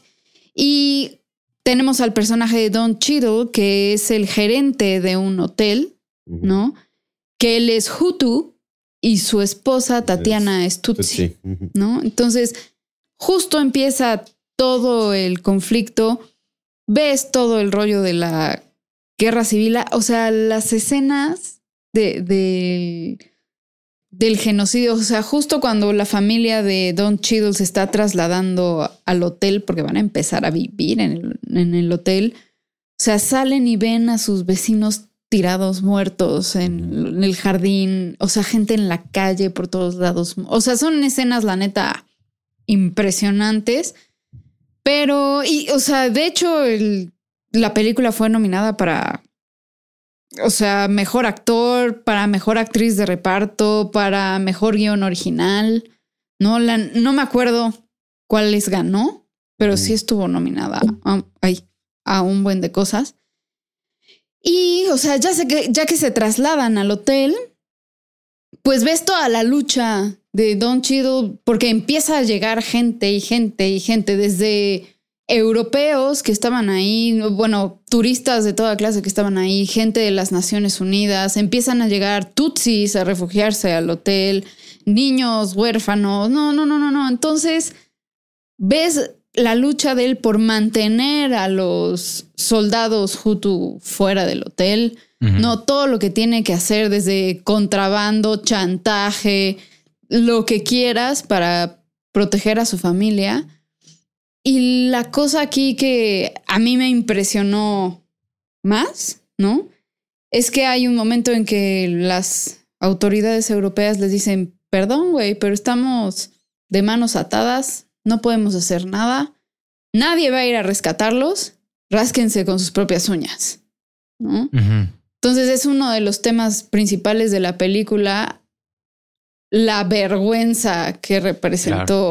Y tenemos al personaje de Don Cheadle, que es el gerente de un hotel, uh-huh. ¿no? Que él es Hutu y su esposa Tatiana es, es Tutsi, Tutsi. Uh-huh. ¿no? Entonces, justo empieza todo el conflicto, ves todo el rollo de la guerra civil, o sea, las escenas de, de, del genocidio, o sea, justo cuando la familia de Don Cheadle se está trasladando al hotel porque van a empezar a vivir en el, en el hotel, o sea, salen y ven a sus vecinos tirados muertos en, en el jardín, o sea, gente en la calle por todos lados. O sea, son escenas, la neta, impresionantes. Pero, y, o sea, de hecho, el, la película fue nominada para, o sea, mejor actor, para mejor actriz de reparto, para mejor guión original. No, la, no me acuerdo cuál les ganó, pero sí estuvo nominada a, ay, a un buen de cosas. Y, o sea, ya sé que, ya que se trasladan al hotel, pues ves toda la lucha de Don Cheadle, porque empieza a llegar gente y gente y gente, desde europeos que estaban ahí, bueno, turistas de toda clase que estaban ahí, gente de las Naciones Unidas, empiezan a llegar tutsis a refugiarse al hotel, niños huérfanos, no, no, no, no, no. Entonces, ves la lucha de él por mantener a los soldados Hutu fuera del hotel, uh-huh. no, todo lo que tiene que hacer desde contrabando, chantaje, lo que quieras para proteger a su familia. Y la cosa aquí que a mí me impresionó más, ¿no? Es que hay un momento en que las autoridades europeas les dicen, perdón, güey, pero estamos de manos atadas, no podemos hacer nada. Nadie va a ir a rescatarlos. Rásquense con sus propias uñas, ¿no? Uh-huh. Entonces es uno de los temas principales de la película. La vergüenza que representó claro.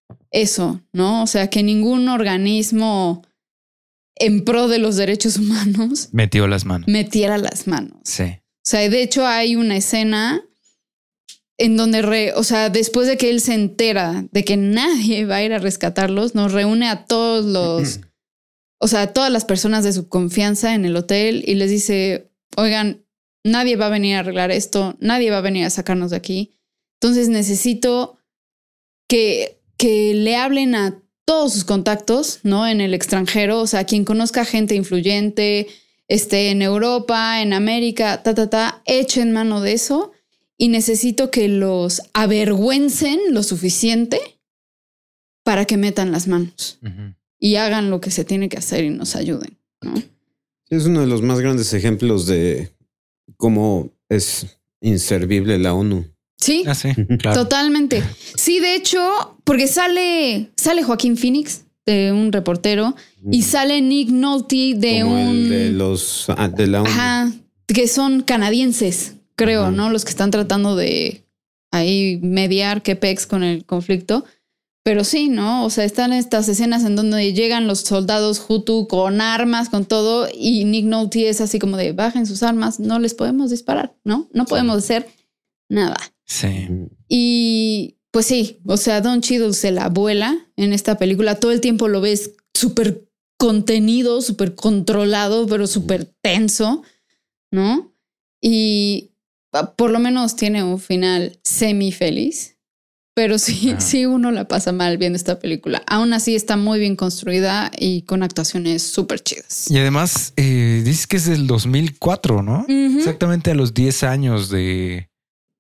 eso, ¿no? O sea, que ningún organismo en pro de los derechos humanos metió las manos. Metiera las manos. Sí. O sea, de hecho hay una escena en donde, re, o sea, después de que él se entera de que nadie va a ir a rescatarlos, nos reúne a todos los, o sea, a todas las personas de su confianza en el hotel y les dice, oigan, nadie va a venir a arreglar esto, nadie va a venir a sacarnos de aquí. Entonces necesito que, que le hablen a todos sus contactos, ¿no? En el extranjero, o sea, quien conozca gente influyente, este, en Europa, en América, ta, ta, ta, echen mano de eso. Y necesito que los avergüencen lo suficiente para que metan las manos uh-huh. y hagan lo que se tiene que hacer y nos ayuden, ¿no? Es uno de los más grandes ejemplos de cómo es inservible la ONU. Sí, ah, sí claro. Totalmente. Sí, de hecho, porque sale, sale Joaquín Phoenix, de un reportero, uh-huh. y sale Nick Nolte de Como un... el de los de la ONU. Ajá, que son canadienses. Creo, uh-huh. ¿no? Los que están tratando de ahí mediar qué pex con el conflicto. Pero sí, ¿no? O sea, están estas escenas en donde llegan los soldados Hutu con armas, con todo, y Nick Nolte es así como de bajen sus armas, no les podemos disparar, ¿no? No podemos sí. hacer nada. Sí. Y pues sí, o sea, Don Cheadle se la vuela en esta película. Todo el tiempo lo ves súper contenido, súper controlado, pero súper tenso, ¿no? Y por lo menos tiene un final semi feliz, pero sí, ah. sí uno la pasa mal viendo esta película. Aún así está muy bien construida y con actuaciones súper chidas. Y además eh, dices que es del dos mil cuatro, ¿no? Uh-huh. Exactamente a los diez años de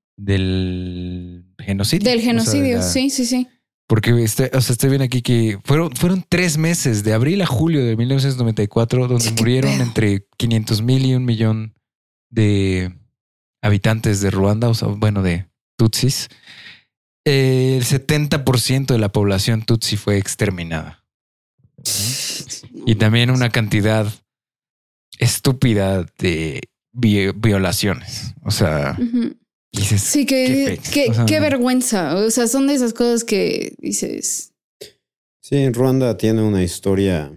del genocidio. Del genocidio, o sea, la, sí, sí, sí. Porque este, o sea, estoy viendo aquí que fueron, fueron tres meses de abril a julio de mil novecientos noventa y cuatro donde sí, murieron pedo. entre quinientos mil y un millón de habitantes de Ruanda, o sea, bueno, de Tutsis. Eh, el setenta por ciento de la población Tutsi fue exterminada. Y también una cantidad estúpida de vi- violaciones. O sea, uh-huh. dices, sí, que qué, qué, o sea, qué vergüenza. O sea, son de esas cosas que dices. Sí, Ruanda tiene una historia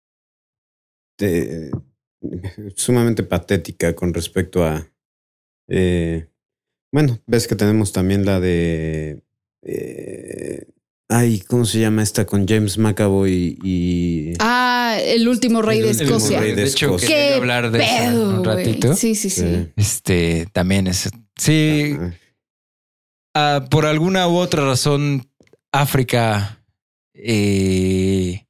de, sumamente patética con respecto a Eh, bueno, ves que tenemos también la de eh, ay, ¿cómo se llama esta? Con James McAvoy y ah, el último rey de Escocia. Rey de, de hecho, Escocia. quería hablar de pedo, eso un ratito. Sí, sí, sí, sí. Este también es sí. Uh, por alguna u otra razón, África eh,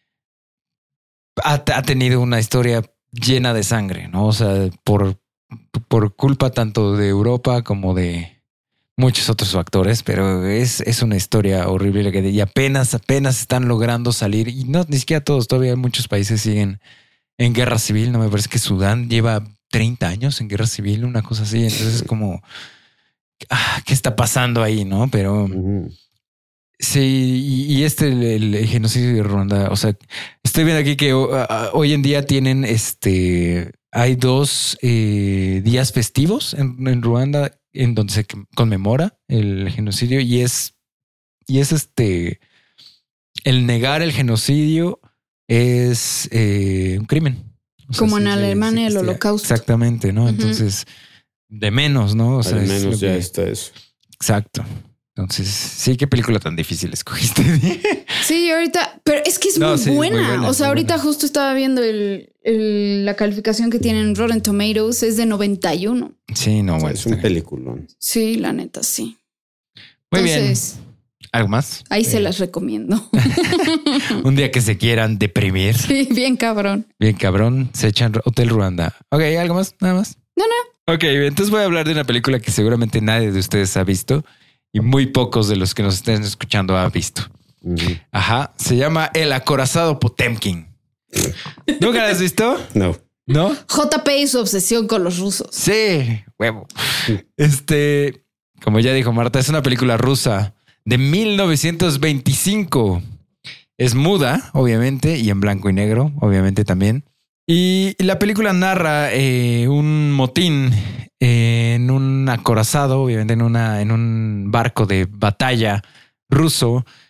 ha, ha tenido una historia llena de sangre, ¿no? O sea, por por culpa tanto de Europa como de muchos otros factores, pero es, es una historia horrible que y apenas, apenas están logrando salir y no, ni siquiera todos, todavía muchos países siguen en guerra civil. No me parece que Sudán lleva treinta años en guerra civil, una cosa así. Entonces es como, ah, ¿qué está pasando ahí? No, pero uh-huh. sí, y, y este, el, el genocidio de Ruanda, o sea, estoy viendo aquí que uh, hoy en día tienen este, hay dos eh, días festivos en, en Ruanda en donde se conmemora el genocidio y es, y es este, el negar el genocidio es eh, un crimen. O sea, como sí, en Alemania el holocausto. Exactamente, ¿no? Uh-huh. Entonces, de menos, ¿no? O sea, al menos ya que, está eso. Exacto. Entonces, sí, qué película tan difícil escogiste. Sí, ahorita, pero es que es no, muy, sí, buena. muy buena. O sea, ahorita buena. justo estaba viendo el, el, la calificación que tienen Rotten Tomatoes, es de noventa y uno. Sí, no, o sea, bueno. Es un peliculón. Sí, la neta, sí. Muy Entonces, bien. ¿Algo más? Ahí eh. se las recomiendo. Un día que se quieran deprimir. Sí, bien cabrón. Bien cabrón, se echan Hotel Ruanda. Ok, ¿algo más? ¿Nada más? No, no. Ok, entonces voy a hablar de una película que seguramente nadie de ustedes ha visto y muy pocos de los que nos estén escuchando ha visto. Uh-huh. Ajá, se llama El acorazado Potemkin. ¿Nunca la has visto? No. ¿No? J P y su obsesión con los rusos. Sí, huevo. Este, como ya dijo Marta, es una película rusa de mil novecientos veinticinco. Es muda, obviamente, y en blanco y negro, obviamente también. Y la película narra eh, un motín eh, en un acorazado, obviamente en, una, en un barco de batalla ruso,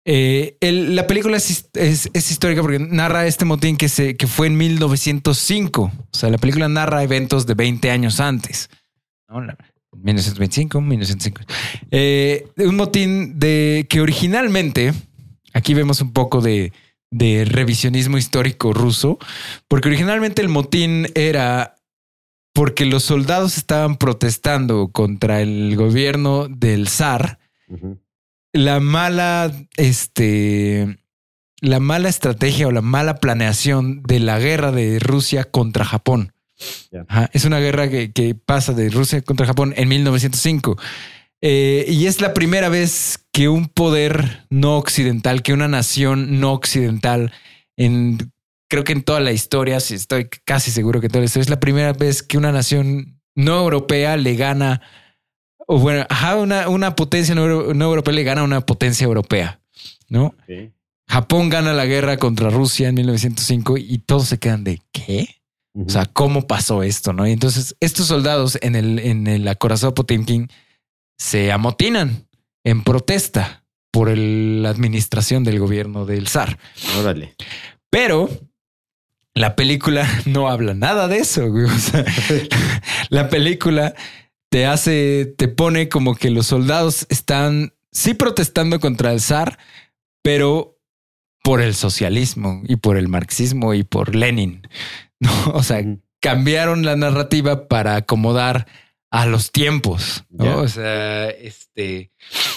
Eh, el, la película es, es, es histórica porque narra este motín que, se, que fue en mil novecientos cinco. O sea, la película narra eventos de veinte años antes. ¿No? La, mil novecientos veinticinco, mil novecientos cinco. Eh, un motín de que originalmente, aquí vemos un poco de, de revisionismo histórico ruso, porque originalmente el motín era porque los soldados estaban protestando contra el gobierno del zar. Uh-huh. La mala, este, la mala estrategia o la mala planeación de la guerra de Rusia contra Japón. Yeah. Ajá, es una guerra que, que pasa de Rusia contra Japón en mil novecientos cinco. Eh, y es la primera vez que un poder no occidental, que una nación no occidental, en, creo que en toda la historia, si estoy casi seguro que toda la historia, es la primera vez que una nación no europea le gana. O bueno, ajá, una, una potencia no, no europea le gana a una potencia europea, ¿no? Okay. Japón gana la guerra contra Rusia en mil novecientos cinco y todos se quedan de ¿qué? Uh-huh. O sea, ¿cómo pasó esto? ¿No? Y entonces estos soldados en el, en el acorazado Potemkin se amotinan en protesta por el, la administración del gobierno del zar. Órale. Pero la película no habla nada de eso, güey. O sea, la película te hace, te pone como que los soldados están sí protestando contra el zar, pero por el socialismo y por el marxismo y por Lenin. ¿No? O sea, cambiaron la narrativa para acomodar a los tiempos, ¿no? Yeah. O sea, este,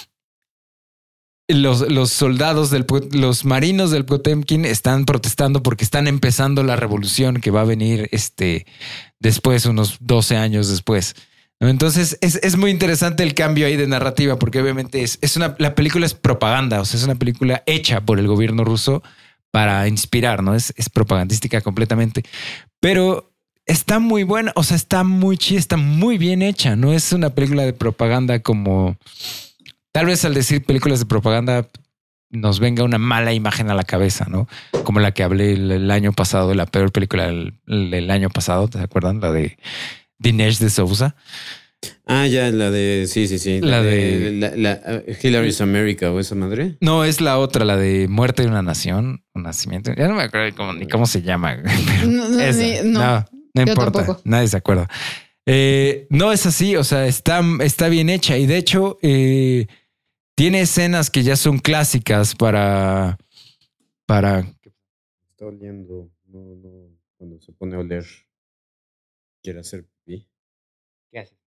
los, los soldados del, los marinos del Potemkin están protestando porque están empezando la revolución que va a venir este, después, unos doce años después. Entonces es, es muy interesante el cambio ahí de narrativa, porque obviamente es, es una, la película es propaganda, o sea, es una película hecha por el gobierno ruso para inspirar, ¿no? Es, es propagandística completamente, pero está muy buena, o sea, está muy chida, está muy bien hecha, no es una película de propaganda como, tal vez al decir películas de propaganda nos venga una mala imagen a la cabeza, ¿no? Como la que hablé el, el año pasado, la peor película del, del año pasado, ¿te acuerdan? La de Dinesh de Souza. Ah, ya, la de... Sí, sí, sí. La, la de... de la, la, Hillary's America o esa madre. No, es la otra, la de Muerte de una Nación, un nacimiento. Ya no me acuerdo cómo, ni cómo se llama. No, no, esa, sí, no, no, no importa. Tampoco. Nadie se acuerda. Eh, no es así, o sea, está, está bien hecha. Y de hecho, eh, tiene escenas que ya son clásicas para... para... Está oliendo. No, no, cuando se pone a oler, quiere hacer pipí. ¿Qué hace?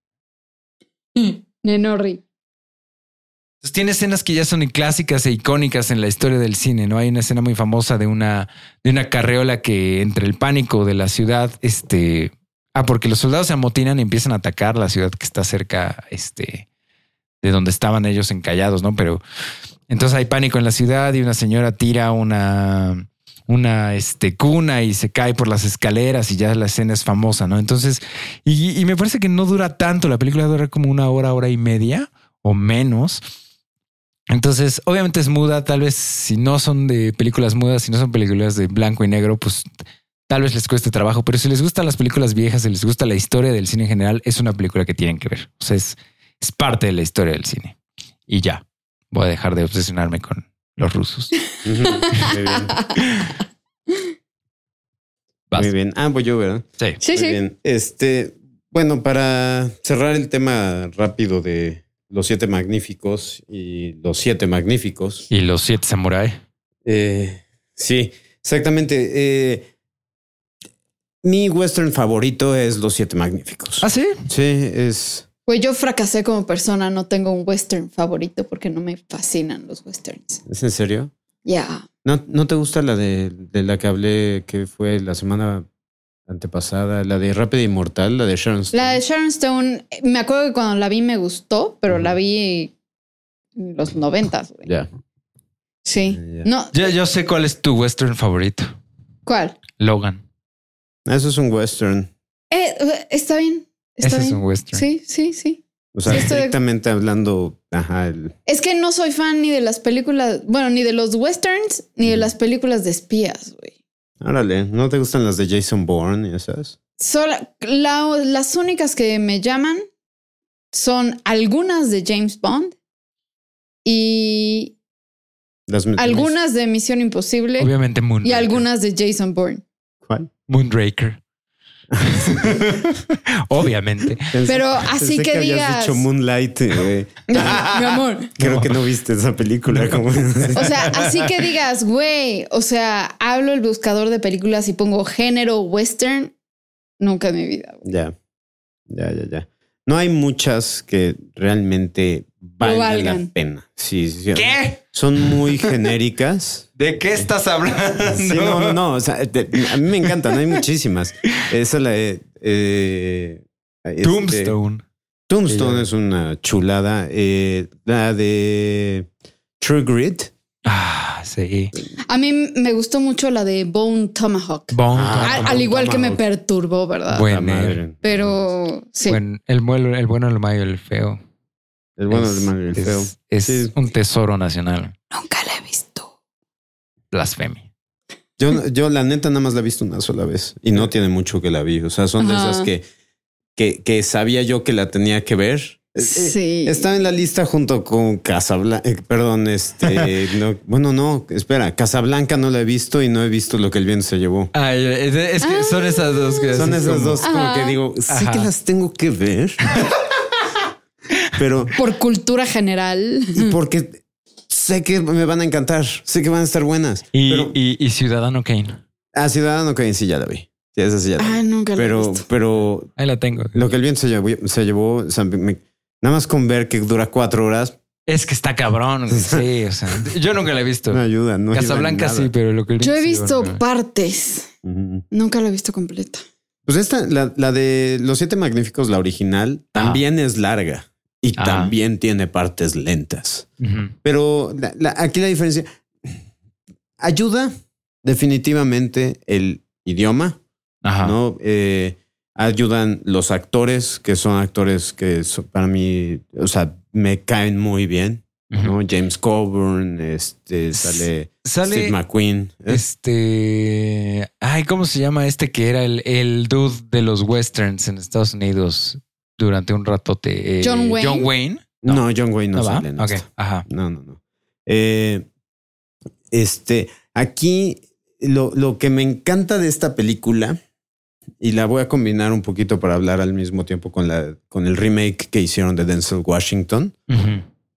Nenorri. Entonces tiene escenas que ya son clásicas e icónicas en la historia del cine, ¿no? Hay una escena muy famosa de una, de una carriola que entre el pánico de la ciudad, este... Ah, porque los soldados se amotinan y empiezan a atacar la ciudad que está cerca, este... de donde estaban ellos encallados, ¿no? Pero entonces hay pánico en la ciudad y una señora tira una... una este, cuna y se cae por las escaleras y ya la escena es famosa, ¿no? Entonces, y, y me parece que no dura tanto, la película dura como una hora, hora y media o menos. Entonces, obviamente es muda, tal vez si no son de películas mudas, si no son películas de blanco y negro, pues tal vez les cueste trabajo, pero si les gustan las películas viejas, si les gusta la historia del cine en general, es una película que tienen que ver. O sea, es, es parte de la historia del cine. Y ya, voy a dejar de obsesionarme con los rusos. Muy bien. Muy bien. Ah, pues yo, ¿verdad? Sí. Sí, Muy sí. bien. Este, bueno, para cerrar el tema rápido de los siete magníficos y los siete magníficos. Y los siete samuráis. Eh, sí, exactamente. Eh, mi western favorito es Los Siete Magníficos. ¿Ah, sí? Sí, es... Pues yo fracasé como persona, no tengo un western favorito porque no me fascinan los westerns. ¿Es en serio? Ya. Yeah. ¿No, ¿No te gusta la de, de la que hablé, que fue la semana antepasada, la de Rápida y Mortal, la de Sharon Stone? La de Sharon Stone, me acuerdo que cuando la vi me gustó, pero uh-huh. la vi en los noventas, güey. Ya. Yeah. Sí. Uh, yeah. No. Yo, yo sé cuál es tu western favorito. ¿Cuál? Logan. Eso es un western. Eh, está bien. Está Ese bien. es un western. Sí, sí, sí. O sea, sí, estrictamente estoy... hablando, ajá. El... Es que no soy fan ni de las películas, bueno, ni de los westerns, ni de las películas de espías, güey. Órale, ¿no te gustan las de Jason Bourne y esas? Solo, la, las únicas que me llaman son algunas de James Bond y Las algunas de Misión Imposible. Obviamente Moonraker. Y algunas de Jason Bourne. ¿Cuál? Moonraker. Obviamente. Pero así Pensé que, que digas... habías dicho Moonlight, güey. Mi amor. Creo No. que no viste esa película. Como... O sea, así que digas, güey, o sea, hablo el buscador de películas y pongo género western. Nunca en mi vida. Güey. Ya, ya, ya, ya. No hay muchas que realmente valgan, valgan. la pena. Sí, sí. ¿Qué? Son muy genéricas. ¿De qué estás hablando? Sí, no, no, no. O sea, te- a mí me encantan. Hay muchísimas. Esa la de... Eh, este, Tombstone. Tombstone Sí. es una chulada. Eh, la de True Grit. Ah, sí. A mí me gustó mucho la de Bone Tomahawk. Bone Ah, al, Tomahawk. al igual que me Tomahawk. perturbó, ¿verdad? Bueno. La madre. Pero sí. Buen- el, bueno, el bueno, el malo y el feo. El bueno, es, el malo y el es- feo. Es Sí. un tesoro nacional. Nunca la he visto. Blasfemia. Yo, yo la neta nada más la he visto una sola vez y no tiene mucho que la vi. O sea, son de Ajá. esas que, que, que sabía yo que la tenía que ver. Eh, Sí. eh, Estaba en la lista junto con Casablanca. eh, perdón, este. no, bueno, no, espera. Casablanca no la he visto y no he visto Lo que el viento se llevó. Ay, es, es que Ah. son esas dos que Son así esas como- dos como Ajá. que digo, sí Ajá. que las tengo que ver. Pero Por cultura general. y porque sé que me van a encantar, sé que van a estar buenas. Y, pero y, y Ciudadano Kane. a Ciudadano Kane sí ya la vi. Sí, esa sí ya la vi. Ah, nunca la he Pero, visto. pero Ahí la tengo. lo que el viento se llevó, se llevó o sea, me- nada más con ver que dura cuatro horas, Es que está cabrón. güey. Sí, o sea, yo nunca la he visto. no ayuda. No ayuda en Casablanca nada. sí, pero lo que el Yo he viento se visto llevó, no. partes. Ujú. Nunca la he visto completa. Pues esta, la, la de Los Siete Magníficos, la original, Ajá. también es larga y Ajá. también tiene partes lentas. Ujú. Pero la- la- aquí la diferencia ayuda definitivamente el idioma, Ajá. ¿no? Eh, ayudan los actores, que son actores que so- para mí, o sea, me caen muy bien, Ujú. ¿no? James Coburn, este, sale, Sale Steve McQueen. ¿eh? este. Ay, ¿cómo se llama este que era el, el dude de los westerns en Estados Unidos durante un ratote? Eh, John Wayne. John Wayne. No, John Wayne no, ¿No va? sale en Ok. esta. Ajá. No, no, no. Eh, este, aquí lo, lo que me encanta de esta película, y la voy a combinar un poquito para hablar al mismo tiempo con, la, con el remake que hicieron de Denzel Washington, Ujú.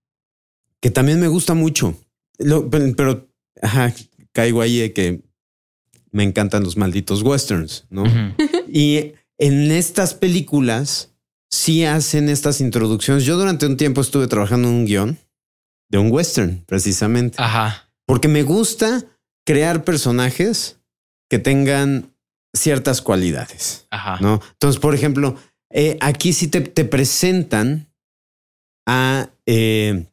que también me gusta mucho. Lo- pero, pero, ajá, caigo ahí de que me encantan los malditos westerns, ¿no? Ujú. Y en estas películas sí hacen estas introducciones. Yo durante un tiempo estuve trabajando en un guión de un western, precisamente. Ajá. Porque me gusta crear personajes que tengan ciertas cualidades, Ajá. ¿no? Entonces, por ejemplo, eh, aquí sí te, te presentan a, eh,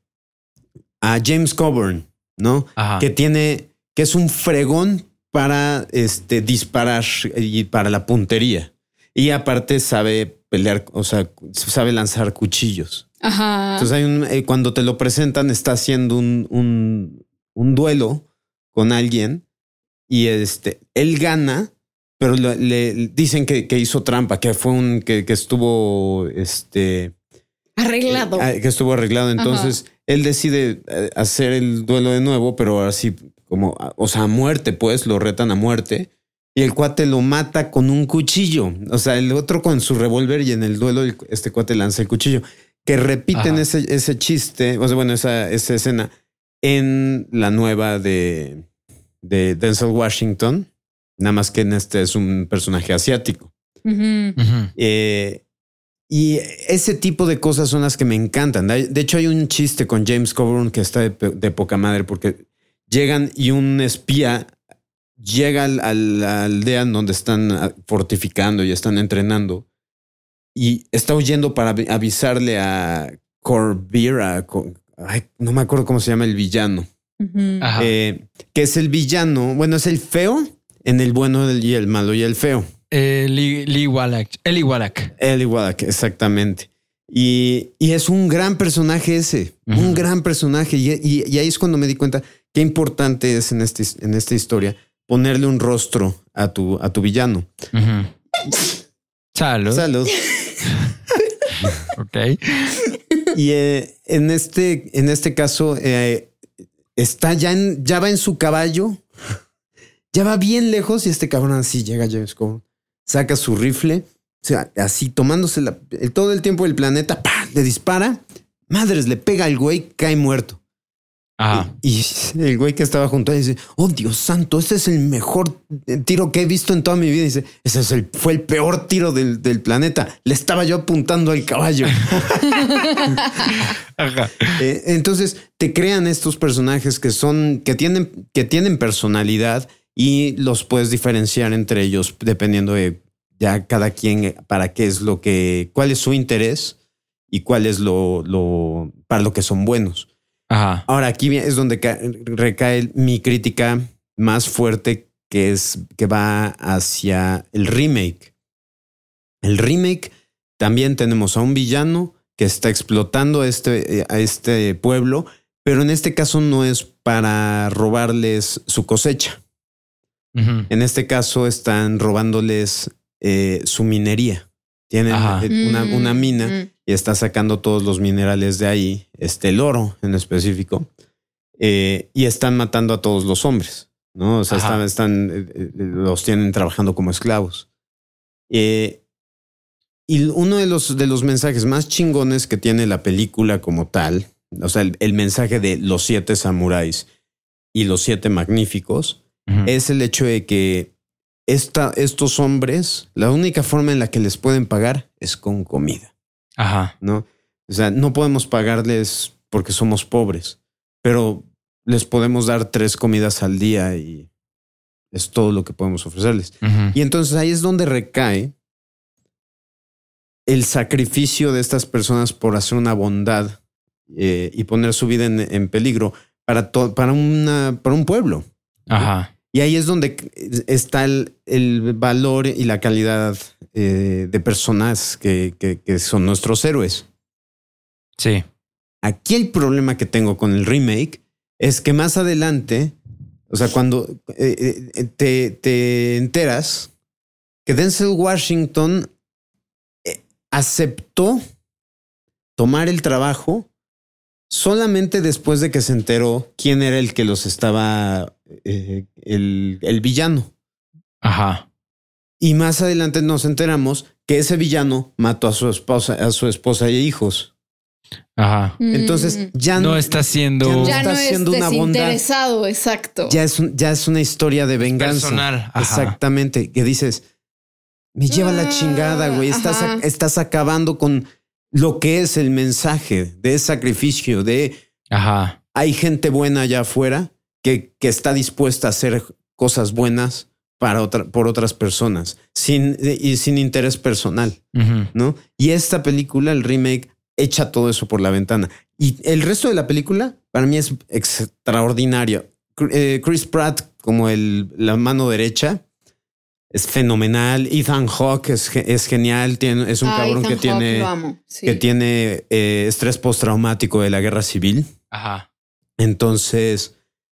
a James Coburn, ¿no? Ajá. Que tiene, que es un fregón para este, disparar y para la puntería. Y aparte sabe pelear, o sea, sabe lanzar cuchillos. Ajá. Entonces hay un, eh, cuando te lo presentan, está haciendo un, un, un duelo con alguien y este, él gana, pero le, le dicen que, que hizo trampa, que fue un, que, que estuvo, este, Arreglado. eh, que estuvo arreglado. Entonces él decide eh, hacer el duelo de nuevo, pero ahora sí, como, o sea, a muerte, pues lo retan a muerte. Y el cuate lo mata con un cuchillo. O sea, el otro con su revólver y en el duelo el- este cuate lanza el cuchillo. Que repiten Ajá. ese, ese chiste, o sea, bueno, esa, esa escena en la nueva de, de Denzel Washington. Nada más que en este es un personaje asiático. Ujú. Ujú. Eh, y ese tipo de cosas son las que me encantan. De de hecho, hay un chiste con James Coburn que está de, pe- de poca madre porque llegan y un espía llega al- a la aldea en donde están fortificando y están entrenando y está huyendo para avi- avisarle a Corbier, a Co- ay, no me acuerdo cómo se llama el villano, Ujú. Ajá. eh, que es el villano, bueno, es el feo en el bueno y el malo y el feo. Eh, Lee, Lee Wallach. Eli Wallach. Eli Wallach, exactamente. Y, y es un gran personaje ese, Ujú. un gran personaje. Y, y- y ahí es cuando me di cuenta qué importante es en, este, en esta historia ponerle un rostro a tu, a tu villano. Ujú. Salud. Salud. Ok. Y eh, en, este, en este caso, eh, está ya, en, ya va en su caballo, ya va bien lejos y este cabrón así llega James Cameron, saca su rifle, o sea, así tomándose la, el, todo el tiempo del planeta, ¡pah! Le dispara, madres, le pega al güey, cae muerto. Ajá. Y, y el güey que estaba junto a él dice, oh Dios santo, este es el mejor tiro que he visto en toda mi vida. Y dice, ese es el, fue el peor tiro del, del planeta. Le estaba yo apuntando al caballo. Ajá. Eh, entonces te crean estos personajes que son, que tienen, que tienen personalidad y los puedes diferenciar entre ellos dependiendo de ya cada quien para qué es lo que, cuál es su interés y cuál es lo, lo para lo que son buenos. Ajá. Ahora, aquí es donde recae mi crítica más fuerte, que es que va hacia el remake. El remake también tenemos a un villano que está explotando a este, a este pueblo, pero en este caso no es para robarles su cosecha. Uh-huh. En este caso están robándoles eh, su minería. Tienen una, una mina mm. y está sacando todos los minerales de ahí, este, el oro en específico, eh, y están matando a todos los hombres, ¿no? O sea, están, están, eh, los tienen trabajando como esclavos. Eh, y uno de los, de los mensajes más chingones que tiene la película como tal, o sea, el, el mensaje de los siete samuráis y los siete magníficos, uh-huh. es el hecho de que Esta, estos hombres, la única forma en la que les pueden pagar es con comida. Ajá. ¿No? O sea, no podemos pagarles porque somos pobres, pero les podemos dar tres comidas al día y es todo lo que podemos ofrecerles. Uh-huh. Y entonces ahí es donde recae el sacrificio de estas personas por hacer una bondad eh, y poner su vida en, en peligro para, to- para, una, para un pueblo. Ajá. Y ahí es donde está el, el valor y la calidad eh, de personas que, que, que son nuestros héroes. Sí. Aquí el problema que tengo con el remake es que más adelante, o sea, cuando eh, eh, te, te enteras que Denzel Washington eh, aceptó tomar el trabajo solamente después de que se enteró quién era el que los estaba... Eh, el, el villano. Ajá. Y más adelante nos enteramos que ese villano mató a su esposa, a su esposa y hijos. Ajá. Entonces ya no, no está haciendo, ya no, ya está no haciendo es una desinteresado, bondad. Exacto. Ya es, un, ya es una historia de venganza. Personal. Ajá. Exactamente. Que dices, me lleva ah, la chingada, güey. Estás, estás acabando con lo que es el mensaje de sacrificio, de Ajá. hay gente buena allá afuera Que, que está dispuesta a hacer cosas buenas para otra, por otras personas sin, y sin interés personal, uh-huh. ¿no? Y esta película, el remake, echa todo eso por la ventana. Y el resto de la película, para mí, es extraordinario. Eh, Chris Pratt, como el, la mano derecha, es fenomenal. Ethan Hawke es, es genial. Tiene, es un ah, cabrón Ethan que, tiene, lo amo. Sí. que tiene eh, estrés postraumático de la guerra civil. Ajá. Entonces...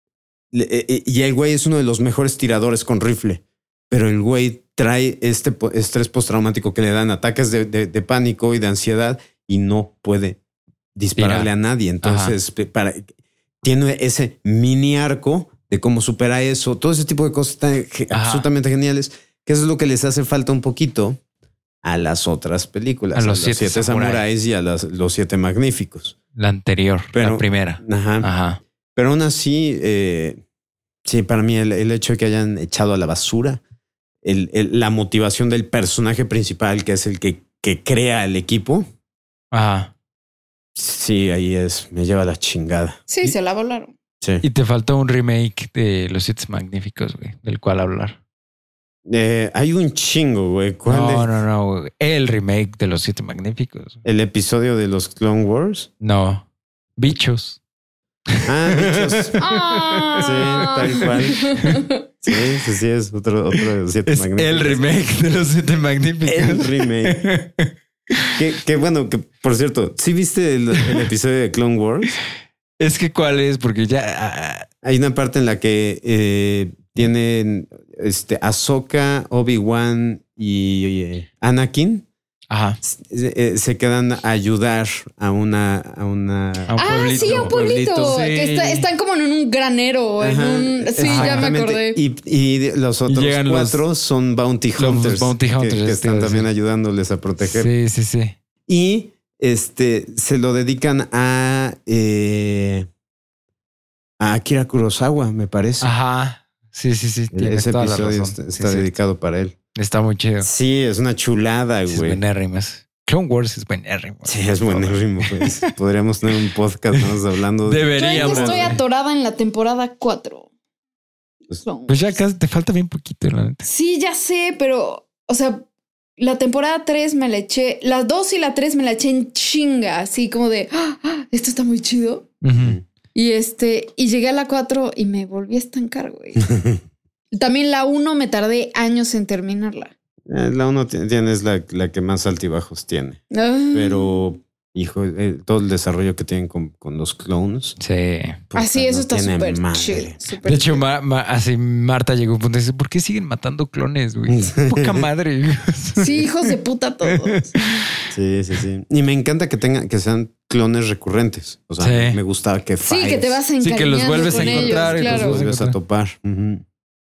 Y el güey es uno de los mejores tiradores con rifle, pero el güey trae este estrés postraumático que le dan ataques de, de, de pánico y de ansiedad y no puede dispararle Tira. a nadie. Entonces para, tiene ese mini arco de cómo supera eso, todo ese tipo de cosas tan Ajá. absolutamente geniales, que eso es lo que les hace falta un poquito a las otras películas, a los, a los siete, siete samuráis y a las, los siete magníficos. La anterior, pero, la primera. Ajá. Ajá. Pero aún así, eh, sí, para mí el, el hecho de que hayan echado a la basura el, el, la motivación del personaje principal, que es el que, que crea el equipo. Ajá. Sí, ahí es, me lleva la chingada. Sí, y, se la volaron. Sí. Y te faltó un remake de Los Siete Magníficos, güey, del cual hablar. Eh, hay un chingo, güey. ¿Cuál no, es? no, no. El remake de Los Siete Magníficos. ¿El episodio de los Clone Wars? No. Bichos. Ah, bichos. Ah. Sí, tal cual. Sí, sí, sí, es otro, otro de los siete es magníficos. El remake de los siete magníficos. El remake. que, que bueno, que por cierto, ¿sí viste el, el episodio de Clone Wars? Es que cuál es, porque ya hay una parte en la que eh, tienen este Ahsoka, Obi-Wan y eh, Anakin. Ajá. Se, se quedan a ayudar a una... A, una, a un ah, pueblito. sí, a un pueblito. pueblito. Que Sí. está, están como en un granero. En Ajá, un, sí, ya me acordé. Y, y los otros Llegan cuatro los- son bounty los hunters. bounty hunters, que, que este, están también sí. ayudándoles a proteger. Sí, sí, sí. Y este se lo dedican a... Eh, a Akira Kurosawa, me parece. Ajá. Sí, sí, sí. Tienes Ese toda la episodio razón. está, Sí, está sí. dedicado para él. Está muy chido. Sí, es una chulada, Sí, es güey. buenérrimas. Clone Wars es buenérrimo. Sí, es buenísimo. Pues. Podríamos tener un podcast más hablando de... Yo Deberíamos. estoy güey. atorada en la temporada cuatro. Pues ya casi te falta bien poquito, la neta. Sí, ya sé, pero, o sea, la temporada tres me la eché, las dos y la tres me la eché en chinga, así como de, "Ah, ah, esto está muy chido". Ujú. Y este, y llegué a la cuatro y me volví a estancar, güey. También la uno me tardé años en terminarla. Eh, La uno t- tiene, es la, la que más altibajos tiene. Ah. Pero, hijo, eh, todo el desarrollo que tienen con, con los clones. Sí. puta, Así, eso no está tiene súper madre. chido. súper De hecho, chido. Ma- Ma- así Marta llegó a un punto y dice, ¿por qué siguen matando clones, güey? Poca madre. Sí, hijos de puta todos. Sí, sí, sí. Y me encanta que tengan, que sean clones recurrentes. O sea, Sí. me gustaba que Sí, que te vas Sí, que los encariñando vuelves a con encontrar y ellos, los claro. vuelves vuelves a topar. Ujú.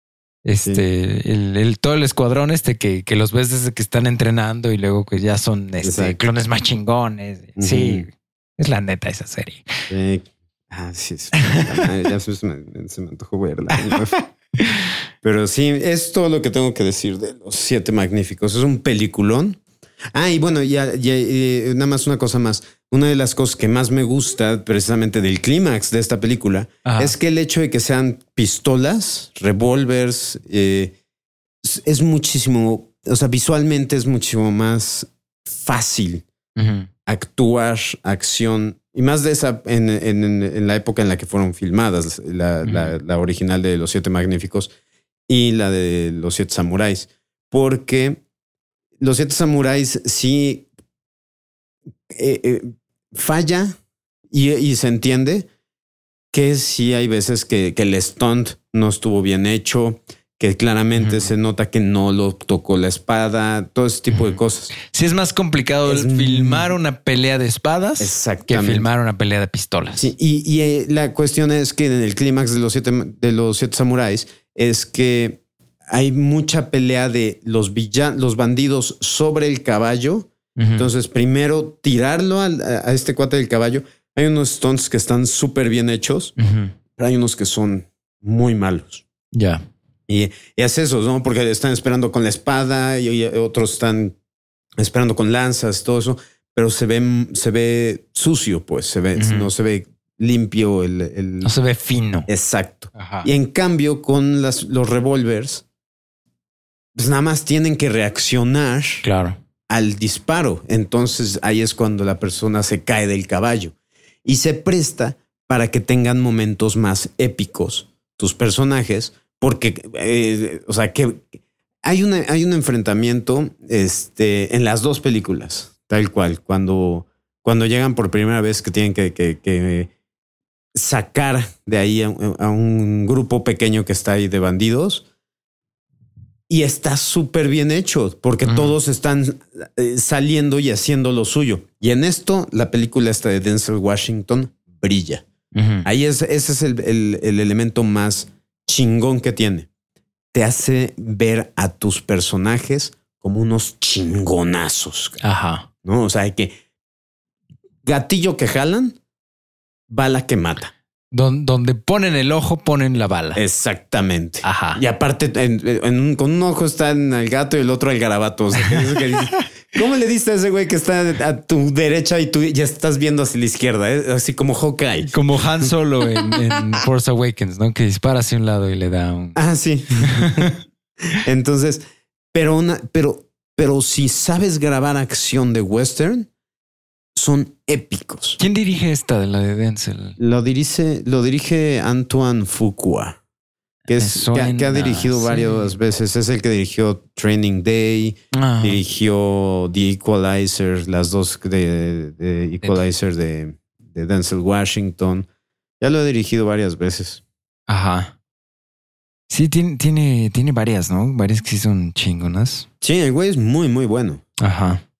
Este, el, el- todo el escuadrón este que, que los ves desde que están entrenando y luego que ya son este, Exacto. clones más chingones. Sí, Ujú. es la neta esa serie. Sí. Ah, sí, es- ya se me, se me antojó verla. Pero sí, es todo lo que tengo que decir de Los Siete Magníficos. Es un peliculón. Ah, y bueno, ya, ya eh, nada más una cosa más. Una de las cosas que más me gusta precisamente del clímax de esta película Ajá. es que el hecho de que sean pistolas, revólvers, eh, es, es muchísimo, o sea, visualmente es muchísimo más fácil Ujú. actuar, acción, y más de esa en, en- en la época en la que fueron filmadas, la, Ujú. la- la original de Los Siete Magníficos y la de Los Siete Samuráis, porque Los Siete Samuráis sí eh, eh, falla y, y se entiende que sí hay veces que, que el stunt no estuvo bien hecho, que claramente Ujú. se nota que no lo tocó la espada, todo ese tipo de Ujú. cosas. Sí, es más complicado Es- filmar una pelea de espadas que Exactamente. filmar una pelea de pistolas. Sí, y, y, eh, la cuestión es que en el clímax de los siete de los siete samuráis es que hay mucha pelea de los villanos, los bandidos sobre el caballo. Ujú. Entonces, primero tirarlo al- a, a este cuate del caballo. Hay unos stunts que están súper bien hechos, Ujú. pero hay unos que son muy malos. Ya. Y, y es eso, ¿no? Porque están esperando con la espada y, y otros están esperando con lanzas, todo eso, pero se ve, se ve sucio, pues se ve, Ujú. no se ve limpio el, el- No se ve fino. exacto. Ajá. Y en cambio, con las, los revólvers, pues nada más tienen que reaccionar Claro. al disparo. Entonces ahí es cuando la persona se cae del caballo y se presta para que tengan momentos más épicos tus personajes, porque, eh, o sea, que hay, una, hay un enfrentamiento este, en las dos películas, tal cual, cuando, cuando llegan por primera vez que tienen que, que, que sacar de ahí a, a un grupo pequeño que está ahí de bandidos. Y está súper bien hecho porque Ujú. todos están eh, saliendo y haciendo lo suyo. Y en esto, la película esta de Denzel Washington brilla. Ujú. Ahí es, ese es el, el- el elemento más chingón que tiene. Te hace ver a tus personajes como unos chingonazos, Ajá. ¿no? O sea, que gatillo que jalan, bala que mata. Don- donde ponen el ojo, ponen la bala. Exactamente. Ajá. Y aparte, en- en un- con un ojo está en el gato y el otro el garabato. O sea, que es que dices, ¿cómo le diste a ese güey que está a tu derecha y tú ya estás viendo hacia la izquierda? ¿Eh? Así como Hawkeye. Como Han Solo en, en Force Awakens, ¿no? Que dispara hacia un lado y le da un... Ah, sí. Entonces, pero una, pero, pero si sabes grabar acción de western, son épicos. ¿Quién dirige esta de la de Denzel? Lo dirige, lo dirige Antoine Fuqua, que, Me es, que, ha- que ha suena, dirigido sí. varias veces. Es el que dirigió Training Day, Ah, dirigió The Equalizer, las dos de, de Equalizer de, de Denzel Washington. Ya lo he dirigido varias veces. ajá. Sí, tiene, tiene, tiene varias, ¿no? Varias que sí son chingonas. Sí, el güey es muy, muy bueno. Ajá.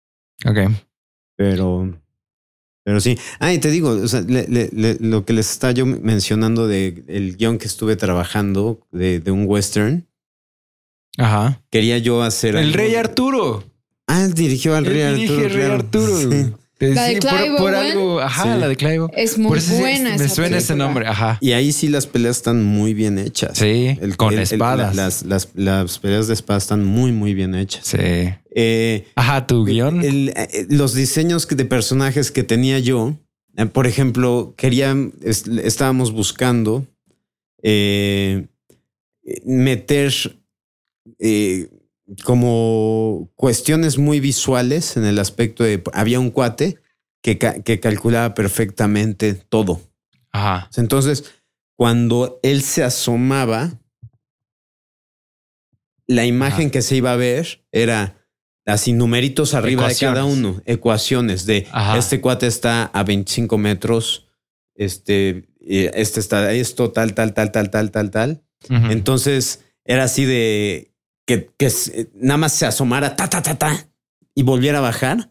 Ok. Pero, pero sí. Ah, y te digo, o sea, le, le, le, lo que les estaba yo mencionando de el guión que estuve trabajando de, de un western. Ajá. Quería yo hacer El algo Rey de... Arturo. Ah, él dirigió al Él Rey dirige Arturo. el Rey claro. Arturo. Sí. La de Sí, Clive por, por Owen. algo, ajá, Sí. la de Clive. Es muy Por eso sí, buena me esa suena ese película. nombre, ajá. Y ahí sí las peleas están muy bien hechas. Sí, con la- espadas. las, las, las peleas de espadas están muy, muy bien hechas. Sí. Eh, Ajá, tu guión. el- eh, los diseños que- de personajes que tenía yo, eh, por ejemplo, quería, es- estábamos buscando eh, meter eh, como cuestiones muy visuales en el aspecto de, había un cuate que, ca- que calculaba perfectamente todo. Ajá. Entonces, cuando él se asomaba, la imagen Ajá. que se iba a ver era así numeritos arriba Ecuaciones. de cada uno, ecuaciones de Ajá. este cuate está a veinticinco metros, este, eh, este está esto, tal, tal, tal, tal, tal, tal, tal. Ujú. Entonces era así de que, que s- nada más se asomara, ta, ta, ta, ta, y volviera a bajar.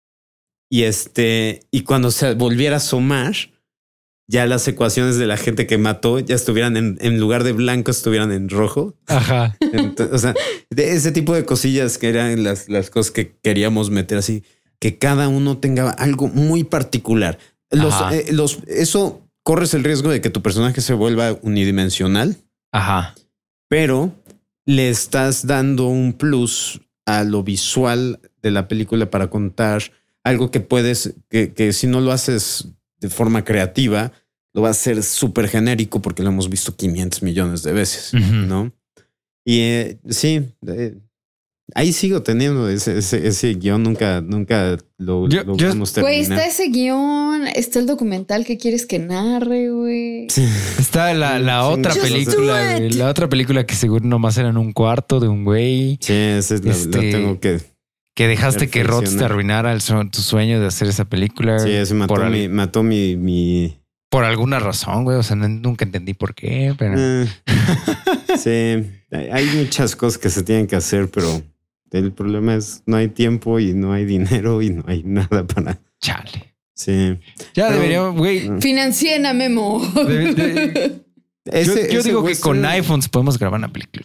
Y este, y cuando se volviera a asomar, ya las ecuaciones de la gente que mató ya estuvieran en, en lugar de blanco, estuvieran en rojo. Ajá. Entonces, o sea, de ese tipo de cosillas que eran las, las cosas que queríamos meter así, que cada uno tenga algo muy particular. Los, Ajá. eh, los, eso corres el riesgo de que tu personaje se vuelva unidimensional, Ajá. pero le estás dando un plus a lo visual de la película para contar algo que puedes, que, que si no lo haces de forma creativa, lo va a hacer súper genérico porque lo hemos visto quinientos millones de veces, Ujú. ¿no? Y eh, sí, eh, ahí sigo teniendo ese, ese, ese guión, nunca, nunca lo, Yo- lo yo- vamos a Güey, terminar. está ese guión, está el documental que quieres que narre, güey. Sí. Está la, la Sí, otra just película, do güey, it. la otra película que seguro nomás era en un cuarto de un güey Sí, ese es la, Este, la tengo que. que dejaste que Rots te Perfeccionar. arruinara el su- tu sueño de hacer esa película. Sí, ese mató por, al- mi, mató mi, mi por alguna razón, güey. O sea, no- nunca entendí por qué, pero eh, sí, hay hay muchas cosas que se tienen que hacer, pero el problema es no hay tiempo y no hay dinero y no hay nada para. chale. Sí. Ya Pero- debería, güey. Financien a Memo. de- de- yo Ese- yo ese digo que con western- iPhones podemos grabar una película.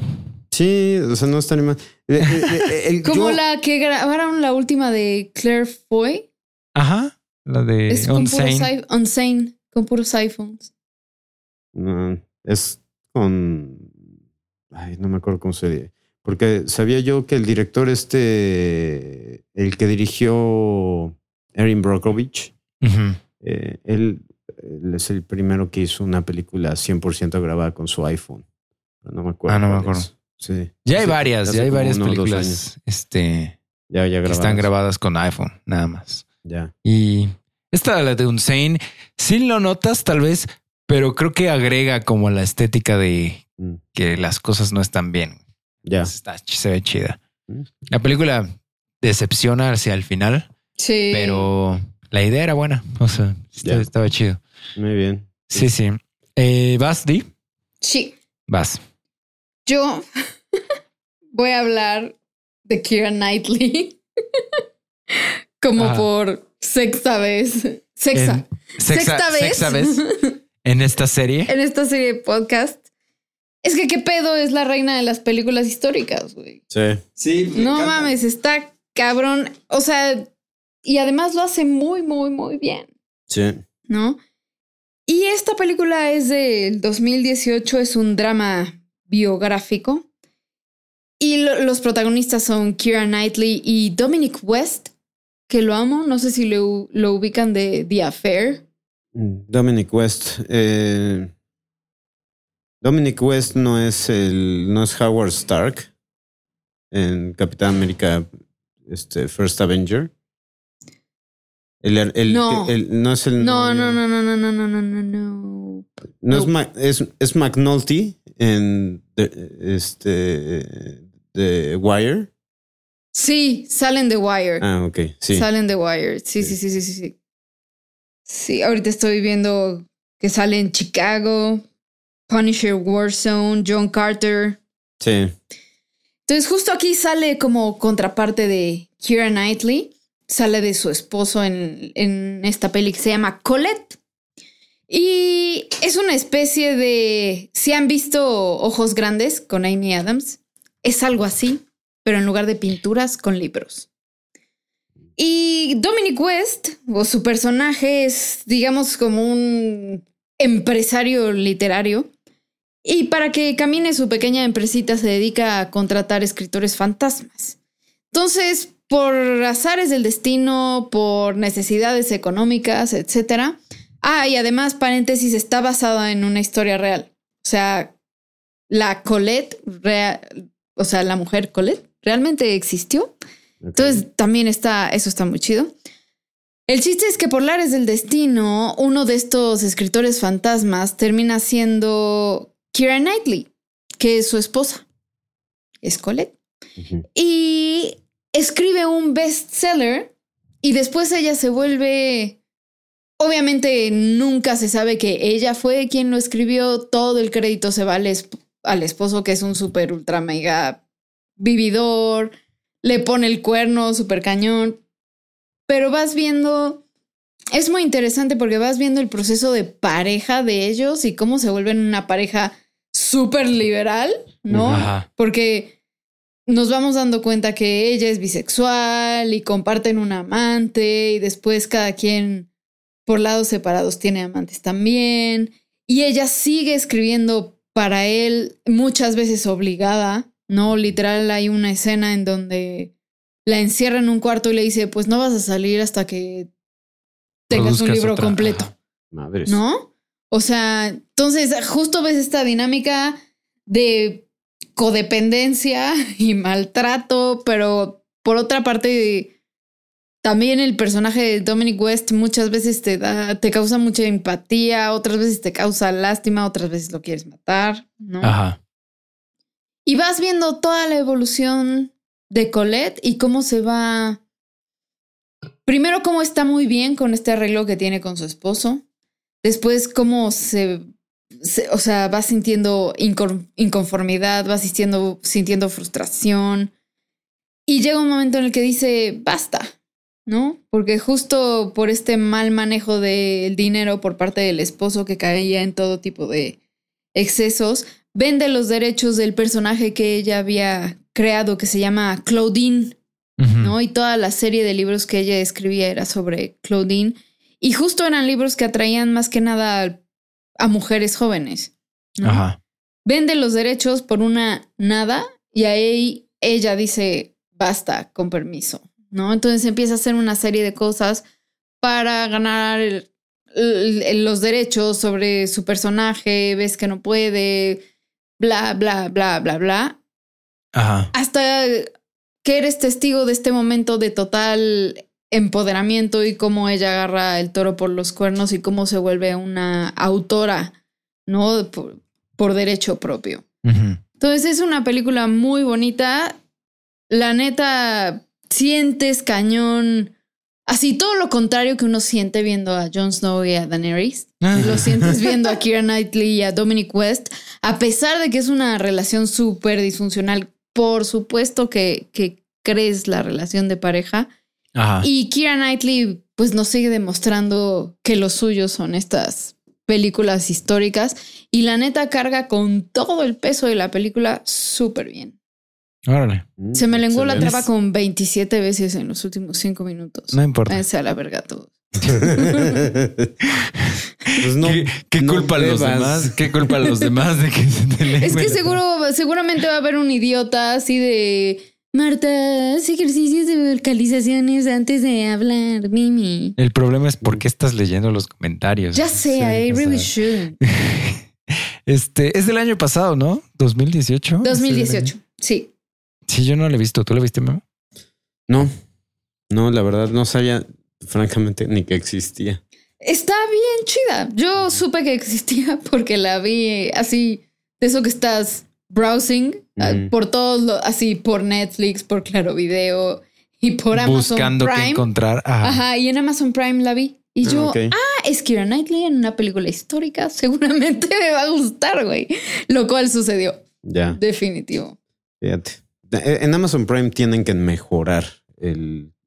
Sí, o sea, no está ni mal. Eh, eh, eh, el- Como yo- la que grabaron la última de Claire Foy. Ajá. La de Es con puros, Unsane. i- Unsane, con puros iPhones. No, es con. Ay, no me acuerdo cómo se dice. Porque sabía yo que el director este, el que dirigió Erin Brockovich, Ujú. eh, él, él es el primero que hizo una película cien por ciento grabada con su iPhone. No me acuerdo. Ah, no me cuál acuerdo. es. Sí. Ya hay Hace- varias, hace ya hay como varias uno o dos años. películas este, Ya, ya que grabadas. están grabadas con iPhone, nada más. Ya. Y esta, la de Unsane, sí lo notas tal vez, pero creo que agrega como la estética de Mm, que las cosas no están bien. ya. Está, se ve chida. Mm. La película decepciona hacia el final, Sí. pero la idea era buena. O sea, estaba, Ya. estaba chido. Muy bien. Sí, sí. Eh, ¿Vas, Di? Sí. Vas. Yo voy a hablar de Keira Knightley como Ah. por sexta vez. Sexta. En- Sexta vez. Sexta vez en esta serie. En esta serie de podcast. Es que qué pedo es la reina de las películas históricas, güey. Sí. Sí. me No encanta. mames, está cabrón. O sea, y además lo hace muy, muy, muy bien, Sí. ¿no? Y esta película es del dos mil dieciocho, es un drama biográfico. Y lo- los protagonistas son Keira Knightley y Dominic West, que lo amo. No sé si lo, lo ubican de The Affair. Dominic West. Eh, Dominic West no es el. No es Howard Stark en Capitán América este, First Avenger. El, el- No. el- no es el. No, novio. no, no, no, no, no, no, no, no, no. No es, No. Ma- es, es McNulty en The- este, The Wire. Sí, salen de Wire. Ah, ok. Sí. Salen de Wire. Sí, sí, sí, sí, sí, sí. Sí, ahorita estoy viendo que sale en Chicago, Punisher, Warzone, John Carter. Sí. Entonces, justo aquí sale como contraparte de Keira Knightley. sale de su esposo en, en esta peli que se llama Colette. Y es una especie de... Si han visto Ojos Grandes con Amy Adams, es algo así, pero en lugar de pinturas, con libros. Y Dominic West, o su personaje, es, digamos, como un empresario literario. Y para que camine su pequeña empresita se dedica a contratar escritores fantasmas. Entonces, por azares del destino, por necesidades económicas, etcétera. Ah, y además, paréntesis, está basada en una historia real. O sea, la Colette, real, o sea, la mujer Colette, realmente existió. Okay. Entonces, también está, eso está muy chido. El chiste es que por lares del destino, uno de estos escritores fantasmas termina siendo Keira Knightley, que es su esposa. Es Colette. Uh-huh. Y escribe un bestseller y después ella se vuelve... Obviamente nunca se sabe que ella fue quien lo escribió. Todo el crédito se va al, esp- al esposo, que es un súper ultra mega vividor. Le pone el cuerno súper cañón. Pero vas viendo... Es muy interesante porque vas viendo el proceso de pareja de ellos y cómo se vuelven una pareja súper liberal, ¿no? Ajá. Porque nos vamos dando cuenta que ella es bisexual y comparten un amante y después cada quien... por lados separados tiene amantes también. Y ella sigue escribiendo para él, muchas veces obligada, ¿no? Literal, hay una escena en donde la encierra en un cuarto y le dice, pues no vas a salir hasta que tengas un libro otra. completo. Madres. ¿No? O sea, entonces justo ves esta dinámica de codependencia y maltrato, pero por otra parte... También el personaje de Dominic West muchas veces te da, te causa mucha empatía, otras veces te causa lástima, otras veces lo quieres matar, ¿no? Ajá. Y vas viendo toda la evolución de Colette y cómo se va... Primero, cómo está muy bien con este arreglo que tiene con su esposo. Después, cómo se... se o sea, va sintiendo incon- inconformidad, va sintiendo, sintiendo frustración. Y llega un momento en el que dice, basta. ¿No? Porque justo por este mal manejo del dinero por parte del esposo que caía en todo tipo de excesos, vende los derechos del personaje que ella había creado, que se llama Claudine, uh-huh. ¿no? Y toda la serie de libros que ella escribía era sobre Claudine. Y justo eran libros que atraían más que nada a, a mujeres jóvenes, ¿no? Ajá. Vende los derechos por una nada y ahí ella dice, basta, con permiso. ¿No? Entonces empieza a hacer una serie de cosas para ganar el, el, los derechos sobre su personaje. Ves que no puede, bla, bla, bla, bla, bla. Ajá. Hasta que eres testigo de este momento de total empoderamiento y cómo ella agarra el toro por los cuernos y cómo se vuelve una autora, ¿no? Por, por derecho propio. Uh-huh. Entonces es una película muy bonita. La neta... Sientes cañón, así todo lo contrario que uno siente viendo a Jon Snow y a Daenerys. Lo sientes viendo a Keira Knightley y a Dominic West, a pesar de que es una relación súper disfuncional. Por supuesto que, que crees la relación de pareja. Ajá. Y Keira Knightley pues nos sigue demostrando que los suyos son estas películas históricas y la neta carga con todo el peso de la película súper bien. Órale. Se me lenguó la traba con veintisiete veces en los últimos cinco minutos. No importa. Esa a la verga todo. Pues no, ¿Qué, qué no culpa a los demás? ¿Qué culpa a los demás de que se te lengue? Es que seguro, seguramente va a haber un idiota así de Marta, haz ejercicios de vocalizaciones antes de hablar, Mimi. El problema es por qué estás leyendo los comentarios. Ya sé, sí, I really should. Este es del año pasado, ¿no? dos mil dieciocho. dos mil dieciocho, sí. Sí, yo no la he visto. ¿Tú la viste, Memo? No, no, la verdad no sabía francamente ni que existía. Está bien chida. Yo supe que existía porque la vi así, de eso que estás browsing mm. por todos los, así por Netflix, por Claro Video y por Amazon Buscando Prime. Qué encontrar. Ajá. Ajá, y en Amazon Prime la vi. Y yo, ah, okay. ah, es Keira Knightley en una película histórica. Seguramente me va a gustar, güey. Lo cual sucedió. Ya. Definitivo. Fíjate. En Amazon Prime tienen que mejorar el,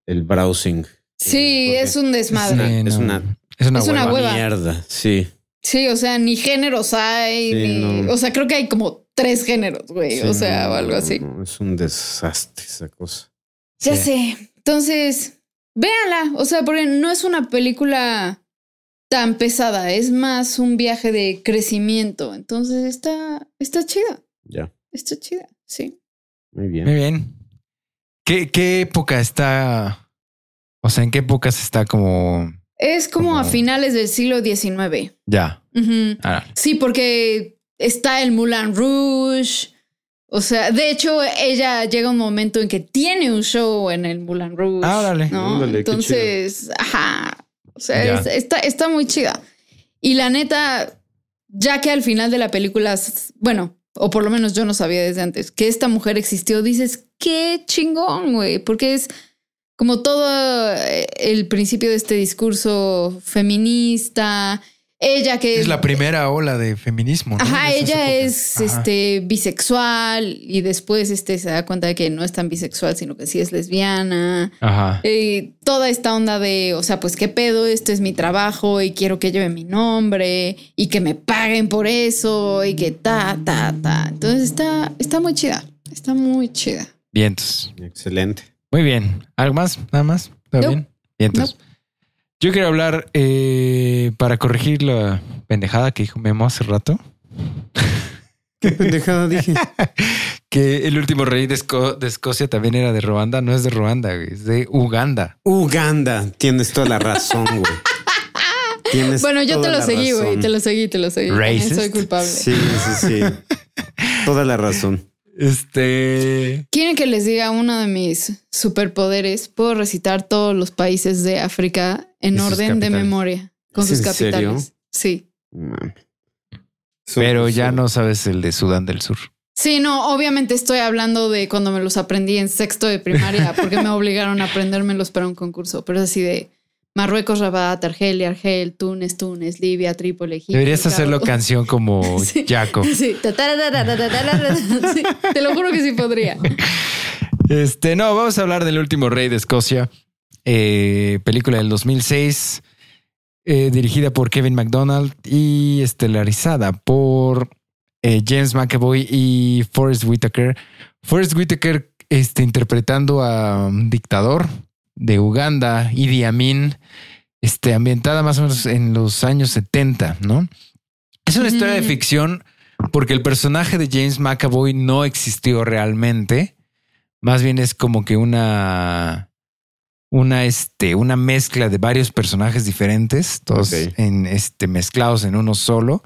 el browsing. Sí, Porque es un desmadre. Sí, es no. una, Es una Es una hueva. hueva. mierda, sí. Sí, o sea, ni géneros hay, Sí, ni... no. O sea, creo que hay como tres géneros, güey. Sí, o sea, no, o algo no, así. no, es un desastre esa cosa. Ya Sí. sé. Entonces, véanla. O sea, porque no es una película tan pesada. Es más un viaje de crecimiento. Entonces, está, está chida. Ya, Está chida, sí. muy bien. Muy bien. ¿Qué, qué época está? O sea, ¿en qué épocas está como Es como, Como- a finales del siglo diecinueve. ya? Ujú. Ah, Sí, porque está el Moulin Rouge. O sea, de hecho, ella llega un momento en que tiene un show en el Moulin Rouge. Ah, órale. ¿no? Órale, qué Entonces, ajá. O sea, Ya. es- está, está muy chida. Y la neta, ya que al final de la película, s- bueno, o por lo menos yo no sabía desde antes, que esta mujer existió, dices, qué chingón, güey, porque es como todo eh, el principio de este discurso feminista. Ella que es la primera ola de feminismo, ¿no? Ajá, De esas ella épocas. es Ajá. este bisexual y después este se da cuenta de que no es tan bisexual, sino que sí es lesbiana. Ajá. Y toda esta onda de, o sea, pues qué pedo, esto es mi trabajo y quiero que lleve mi nombre y que me paguen por eso y que ta, ta, ta. Entonces está, está muy chida, está muy chida. Vientos. Excelente. Muy bien. ¿Algo más? ¿Nada más? ¿Está No. bien? Vientos. Yo quiero hablar eh, para corregir la pendejada que dijo Memo hace rato. ¿Qué pendejada dije? Que el último rey de, Esco- de Escocia también era de Ruanda. No es de Ruanda, güey, es de Uganda. Uganda. Tienes toda la razón, güey. Tienes Bueno, yo te toda lo la seguí, güey, razón. te lo seguí, te lo seguí. También Racist. soy culpable. Sí, sí, sí. Toda la razón. Este. ¿Quieren que les diga uno de mis superpoderes? Puedo recitar todos los países de África en ¿Y sus orden de capitales? memoria, con ¿Es sus en capitales. serio? Sí. Mames. Pero ya Son- no sabes el de Sudán del Sur. Sí, no, obviamente estoy hablando de cuando me los aprendí en sexto de primaria, porque me obligaron a aprendérmelos para un concurso. Pero es así de Marruecos, Rabat, Argelia, Argel, Túnez, Túnez, Libia, Trípoli, Egipto. Deberías Cabo. hacerlo canción como Sí. Jaco. Sí. Ta, ta, ra, ra, ra, ra, ra, ra, ra. Sí, te lo juro que sí podría. Este, no, vamos a hablar del último rey de Escocia. Eh, película del dos mil seis, eh, dirigida por Kevin MacDonald y estelarizada por eh, James McAvoy y Forrest Whitaker. Forrest Whitaker este, interpretando a un dictador de Uganda, Idi Amin, este, ambientada más o menos en los años setenta, ¿no? Es una historia de Mm. ficción porque el personaje de James McAvoy no existió realmente. Más bien es como que una, una, este, una mezcla de varios personajes diferentes, todos Ok. en, este, mezclados en uno solo.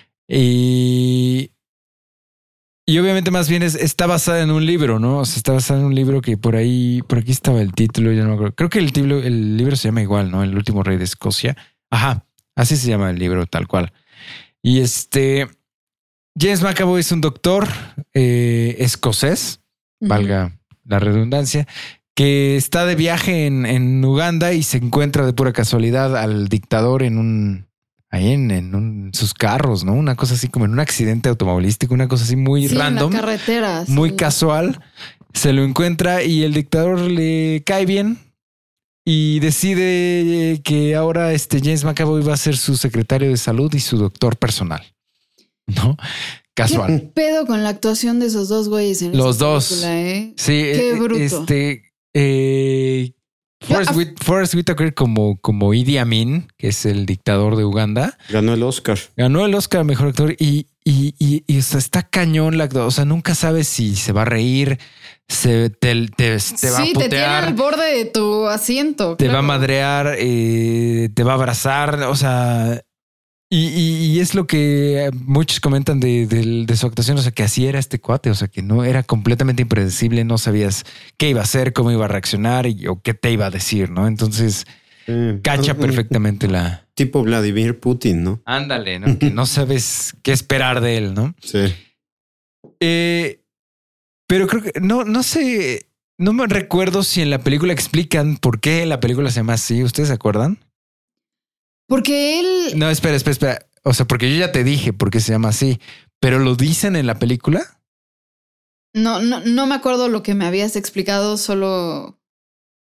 Y, y obviamente más bien es, está basada en un libro, ¿no? O sea, está basada en un libro que por ahí, por aquí estaba el título, yo no me acuerdo. Creo que el, título, el libro se llama igual, ¿no? El último rey de Escocia. Ajá, así se llama el libro, tal cual. Y este, James McAvoy es un doctor eh, escocés, valga la redundancia, que está de viaje en, en Uganda y se encuentra de pura casualidad al dictador en un ahí en, en un- sus carros, ¿no? Una cosa así como en un accidente automovilístico, una cosa así muy Sí, random, en la carretera. muy sí. casual. Se lo encuentra y el dictador le cae bien y decide que ahora este James McAvoy va a ser su secretario de salud y su doctor personal, ¿no? Casual. ¿Qué pedo con la actuación de esos dos güeyes en Los esa dos. película, eh? Sí, Qué eh, bruto. este eh, Forrest, Yo- Whit- Forrest Whitaker como, como Idi Amin, que es el dictador de Uganda, Ganó el Oscar. ganó el Oscar a mejor actor y, y, y, y, o sea, está cañón la actuación. O sea, nunca sabes si se va a reír, se te, te, te va a Sí, te tiene al putear, borde de tu asiento. te va a claro. madrear, eh, te va a abrazar. O sea, y, y, y es lo que muchos comentan de, de, de su actuación. O sea, que así era este cuate. O sea, que no era completamente impredecible. No sabías qué iba a hacer, cómo iba a reaccionar y, o qué te iba a decir, ¿no? Entonces Eh, cacha un- perfectamente la... Tipo Vladimir Putin, ¿no? Ándale, ¿no? Que no sabes qué esperar de él, ¿no? Sí. Eh, pero creo que no, no sé, no me recuerdo si en la película explican por qué la película se llama así. ¿Ustedes se acuerdan? Porque él. No, espera, espera, espera. O sea, porque yo ya te dije por qué se llama así, pero lo dicen en la película. No, no, no me acuerdo lo que me habías explicado, solo.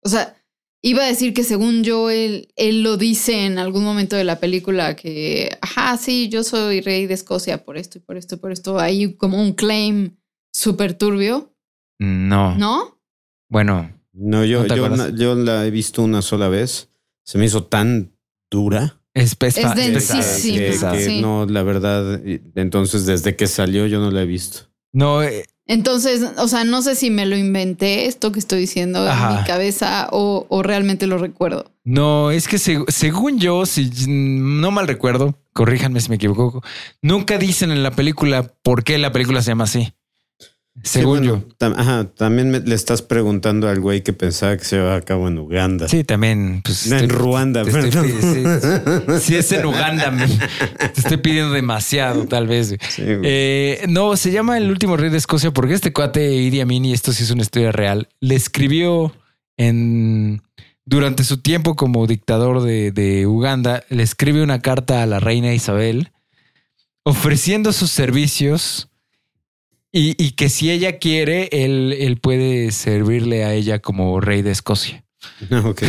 O sea, iba a decir que según yo, él, él lo dice en algún momento de la película que, ajá, sí, yo soy rey de Escocia por esto y por esto y por esto. Hay como un claim súper turbio. No. ¿No? Bueno. No, yo, ¿no yo, yo la he visto una sola vez. Se me hizo tan dura. Es, pes- es densísima. Que, que sí. no, la verdad, entonces desde que salió yo no la he visto. No, eh, Entonces, o sea, no sé si me lo inventé esto que estoy diciendo Ajá. en mi cabeza o, o realmente lo recuerdo. no, es que seg- según yo, si no mal recuerdo, corríjanme si me equivoco, nunca dicen en la película por qué la película se llama así. Según Sí, bueno, yo. tam- ajá, también me- le estás preguntando al güey que pensaba que se llevaba a cabo en Uganda. Sí, también. Pues, No, en estoy- Ruanda, te estoy perdón. pi- sí, sí es en Uganda. me- te estoy pidiendo demasiado, tal vez. Sí, güey. Eh, no, se llama El último rey de Escocia porque este cuate Idi Amin, y esto sí es una historia real, le escribió en durante su tiempo como dictador de, de Uganda, le escribe una carta a la reina Isabel ofreciendo sus servicios y, y que si ella quiere, él, él puede servirle a ella como rey de Escocia. Ok.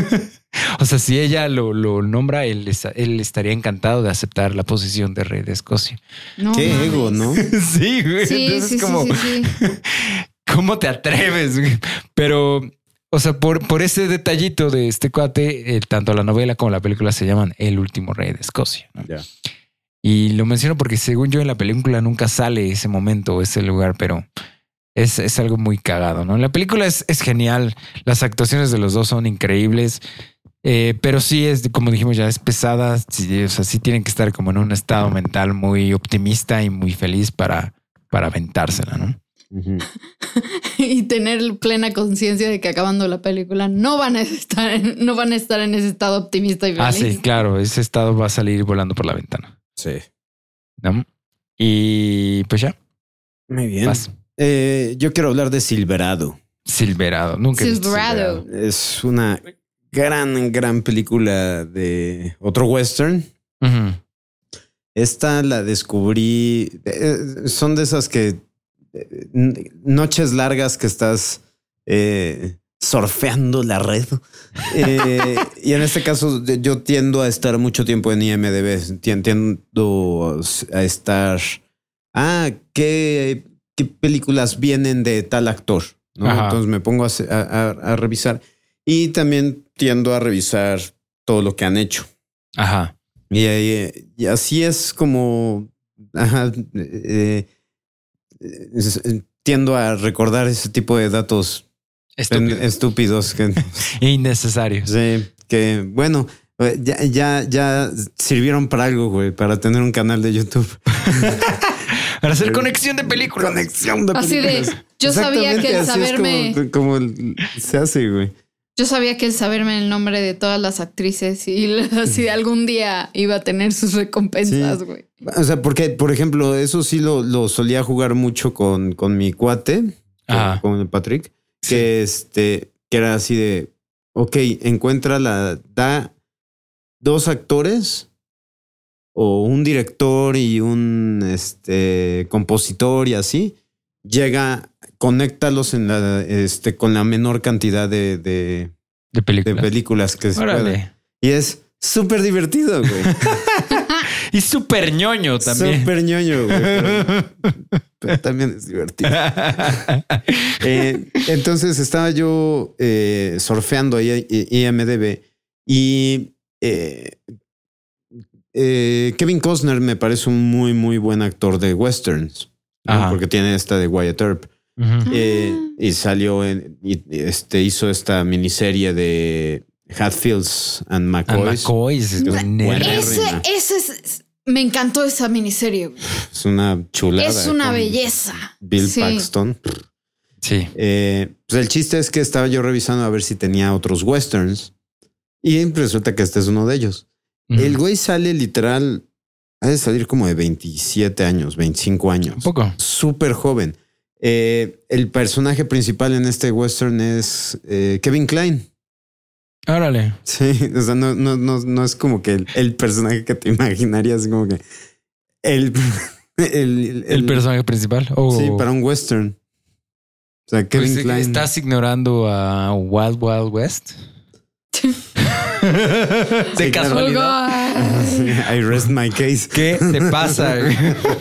O sea, si ella lo, lo nombra, él, es- él estaría encantado de aceptar la posición de rey de Escocia. No, Qué mames. ego, ¿no? Sí, güey. Sí, Entonces, sí, como, sí, sí, sí. ¿cómo te atreves? güey? Pero, o sea, por, por ese detallito de este cuate, eh, tanto la novela como la película se llaman El último rey de Escocia, ¿no? Ya. Y lo menciono porque según yo en la película nunca sale ese momento o ese lugar, pero es, es algo muy cagado, ¿no? La película es, es genial. Las actuaciones de los dos son increíbles. Eh, pero sí es, como dijimos ya, es pesada. Sí, o sea, sí tienen que estar como en un estado mental muy optimista y muy feliz para, para aventársela, ¿no? Ujú. Y tener plena conciencia de que acabando la película no van a estar en, no van a estar en ese estado optimista y feliz. Ah, sí, claro. Ese estado va a salir volando por la ventana, Sí. ¿no? Y pues ya, Muy bien. vas. Eh, yo quiero hablar de Silverado. Silverado. Nunca he visto Silverado. Es una gran, gran película de otro western. Ujú. Esta la descubrí. eh, son de esas que eh, n- noches largas que estás eh, surfeando la red. Eh, y en este caso, yo tiendo a estar mucho tiempo en I M D B. Tien- Tiendo a estar. Ah, ¿qué, qué películas vienen de tal actor? ¿No? Ajá. Entonces me pongo a, se- a- a- a revisar. Y también tiendo a revisar todo lo que han hecho. Ajá. Y, eh, y así es como ajá, eh, eh, es- eh, tiendo a recordar ese tipo de datos Estúpido. en- estúpidos que, Innecesarios. sí, que bueno, eh, ya, ya, ya sirvieron para algo, güey, para tener un canal de YouTube. Para hacer conexión de películas. Conexión de Así de, películas. yo sabía que el Exactamente, así saberme, es como, como el- se hace, güey. yo sabía que el saberme el nombre de todas las actrices y así algún día iba a tener sus recompensas, Sí. güey. O sea, porque, por ejemplo, eso sí lo, lo solía jugar mucho con, con mi cuate, Ajá. con, con el Patrick, Sí. que este, que era así de, ok, encuentra la, da dos actores o un director y un este compositor y así, llega, conéctalos en la, este, con la menor cantidad de, de, De de películas. películas que se pueda. Órale. Y es súper divertido, güey. Y súper ñoño también. Súper ñoño, güey. Pero, pero también es divertido. Eh, entonces estaba yo eh, surfeando ahí I M D B y eh, eh, Kevin Costner me parece un muy, muy buen actor de westerns, ¿no? Ajá. Porque tiene esta de Wyatt Earp. Ujú. Eh, Ah. y salió en, y este, hizo esta miniserie de Hatfields and And McCoys. McCoy es Buena. nerd. Ese, ese es, me encantó esa miniserie, güey. Es una chulada. Es una con belleza. Bill Sí. Paxton. Sí. Eh, pues el chiste es que estaba yo revisando a ver si tenía otros westerns y resulta que este es uno de ellos. Ujú. El güey sale literal, ha de salir como de veintisiete años, veinticinco años. Un poco. Súper joven. Eh, el personaje principal en este western es eh, Kevin Kline. Órale. Sí, o sea, no, no, no, no es como que el, el personaje que te imaginarías, como que el, el, El, personaje principal. Oh. Sí, para un western. O sea, Kevin Pues, Kline. ¿estás ignorando a Wild Wild West? De Sí, casualidad. Oh, I rest my case. ¿Qué te pasa? güey?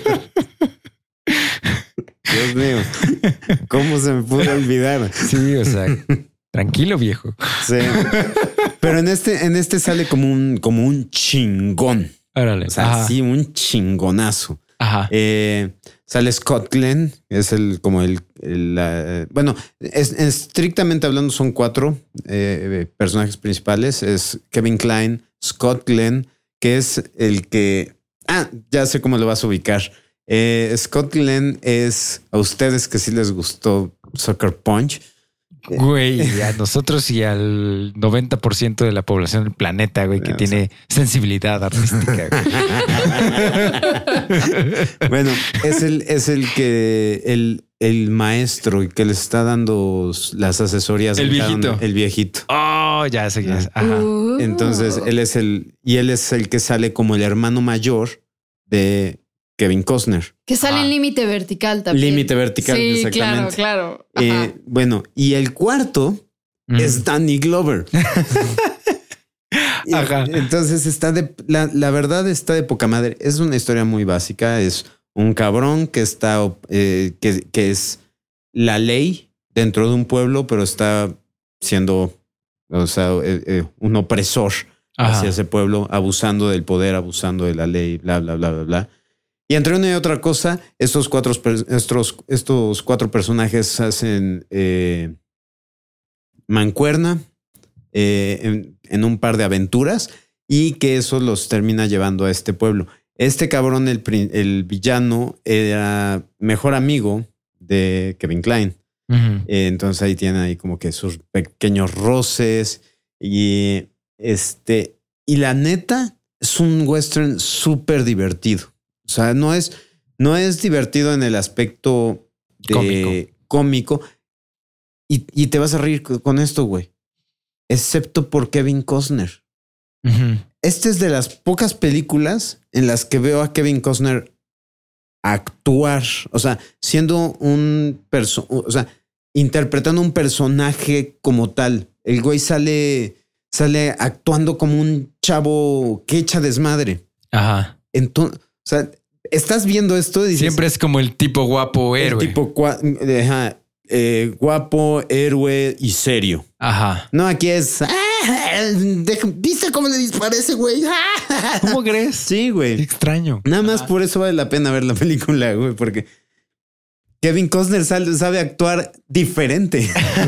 Dios mío. ¿Cómo se me pudo olvidar? Sí, o sea, tranquilo, viejo. Sí. Pero en este, en este sale como un, como un chingón. Órale. O sea, Ajá. sí, un chingonazo. Ajá. Eh, sale Scott Glenn, es el como el, el, la- bueno, es, estrictamente hablando son cuatro eh, personajes principales. Es Kevin Kline, Scott Glenn, que es el que, ah, ya sé cómo lo vas a ubicar. Eh, Scott Glenn es a ustedes que sí les gustó Sucker Punch. Güey, a nosotros y al noventa por ciento de la población del planeta, güey, que O tiene sensibilidad artística. Güey. Bueno, es el, es el que el, el maestro que le está dando las asesorías. El en cada viejito. uno- El viejito. Oh, ya sé quién es. Ajá. Uh. Entonces él es el y él es el que sale como el hermano mayor de Kevin Costner. Que sale Ah. en límite vertical también. Límite vertical, Sí, exactamente. claro, claro. Ajá. Eh, bueno, y el cuarto Mm. es Danny Glover. Y Ajá. Entonces está de la, la verdad está de poca madre. Es una historia muy básica. Es un cabrón que está eh, que, que es la ley dentro de un pueblo, pero está siendo, o sea, eh, eh, un opresor Ajá. hacia ese pueblo, abusando del poder, abusando de la ley, bla, bla, bla, bla, bla. Y entre una y otra cosa, estos cuatro, estos, estos cuatro personajes hacen eh, mancuerna eh, en, en un par de aventuras y que eso los termina llevando a este pueblo. Este cabrón, el, pri- el villano, era mejor amigo de Kevin Kline. Ujú. Eh, entonces ahí tiene ahí como que sus pequeños roces y este y la neta es un western súper divertido. O sea, no es, no es divertido en el aspecto de Cómico. cómico, y, y te vas a reír co- con esto, güey. Excepto por Kevin Costner. Ujú. Esta es de las pocas películas en las que veo a Kevin Costner actuar, o sea, siendo un perso, o sea, interpretando un personaje como tal. El güey sale, sale actuando como un chavo que echa desmadre. Ajá. Entonces, o sea, estás viendo esto y dices, Siempre es como el tipo guapo el héroe. tipo cua- ajá, eh, guapo, héroe y serio. Ajá. No, aquí es. "Ah, deja- ¿Viste cómo le dispara ese güey? ¿Cómo crees? Sí, Qué güey. extraño. Nada más por eso vale la pena ver la película, güey, porque Kevin Costner sal- sabe actuar diferente.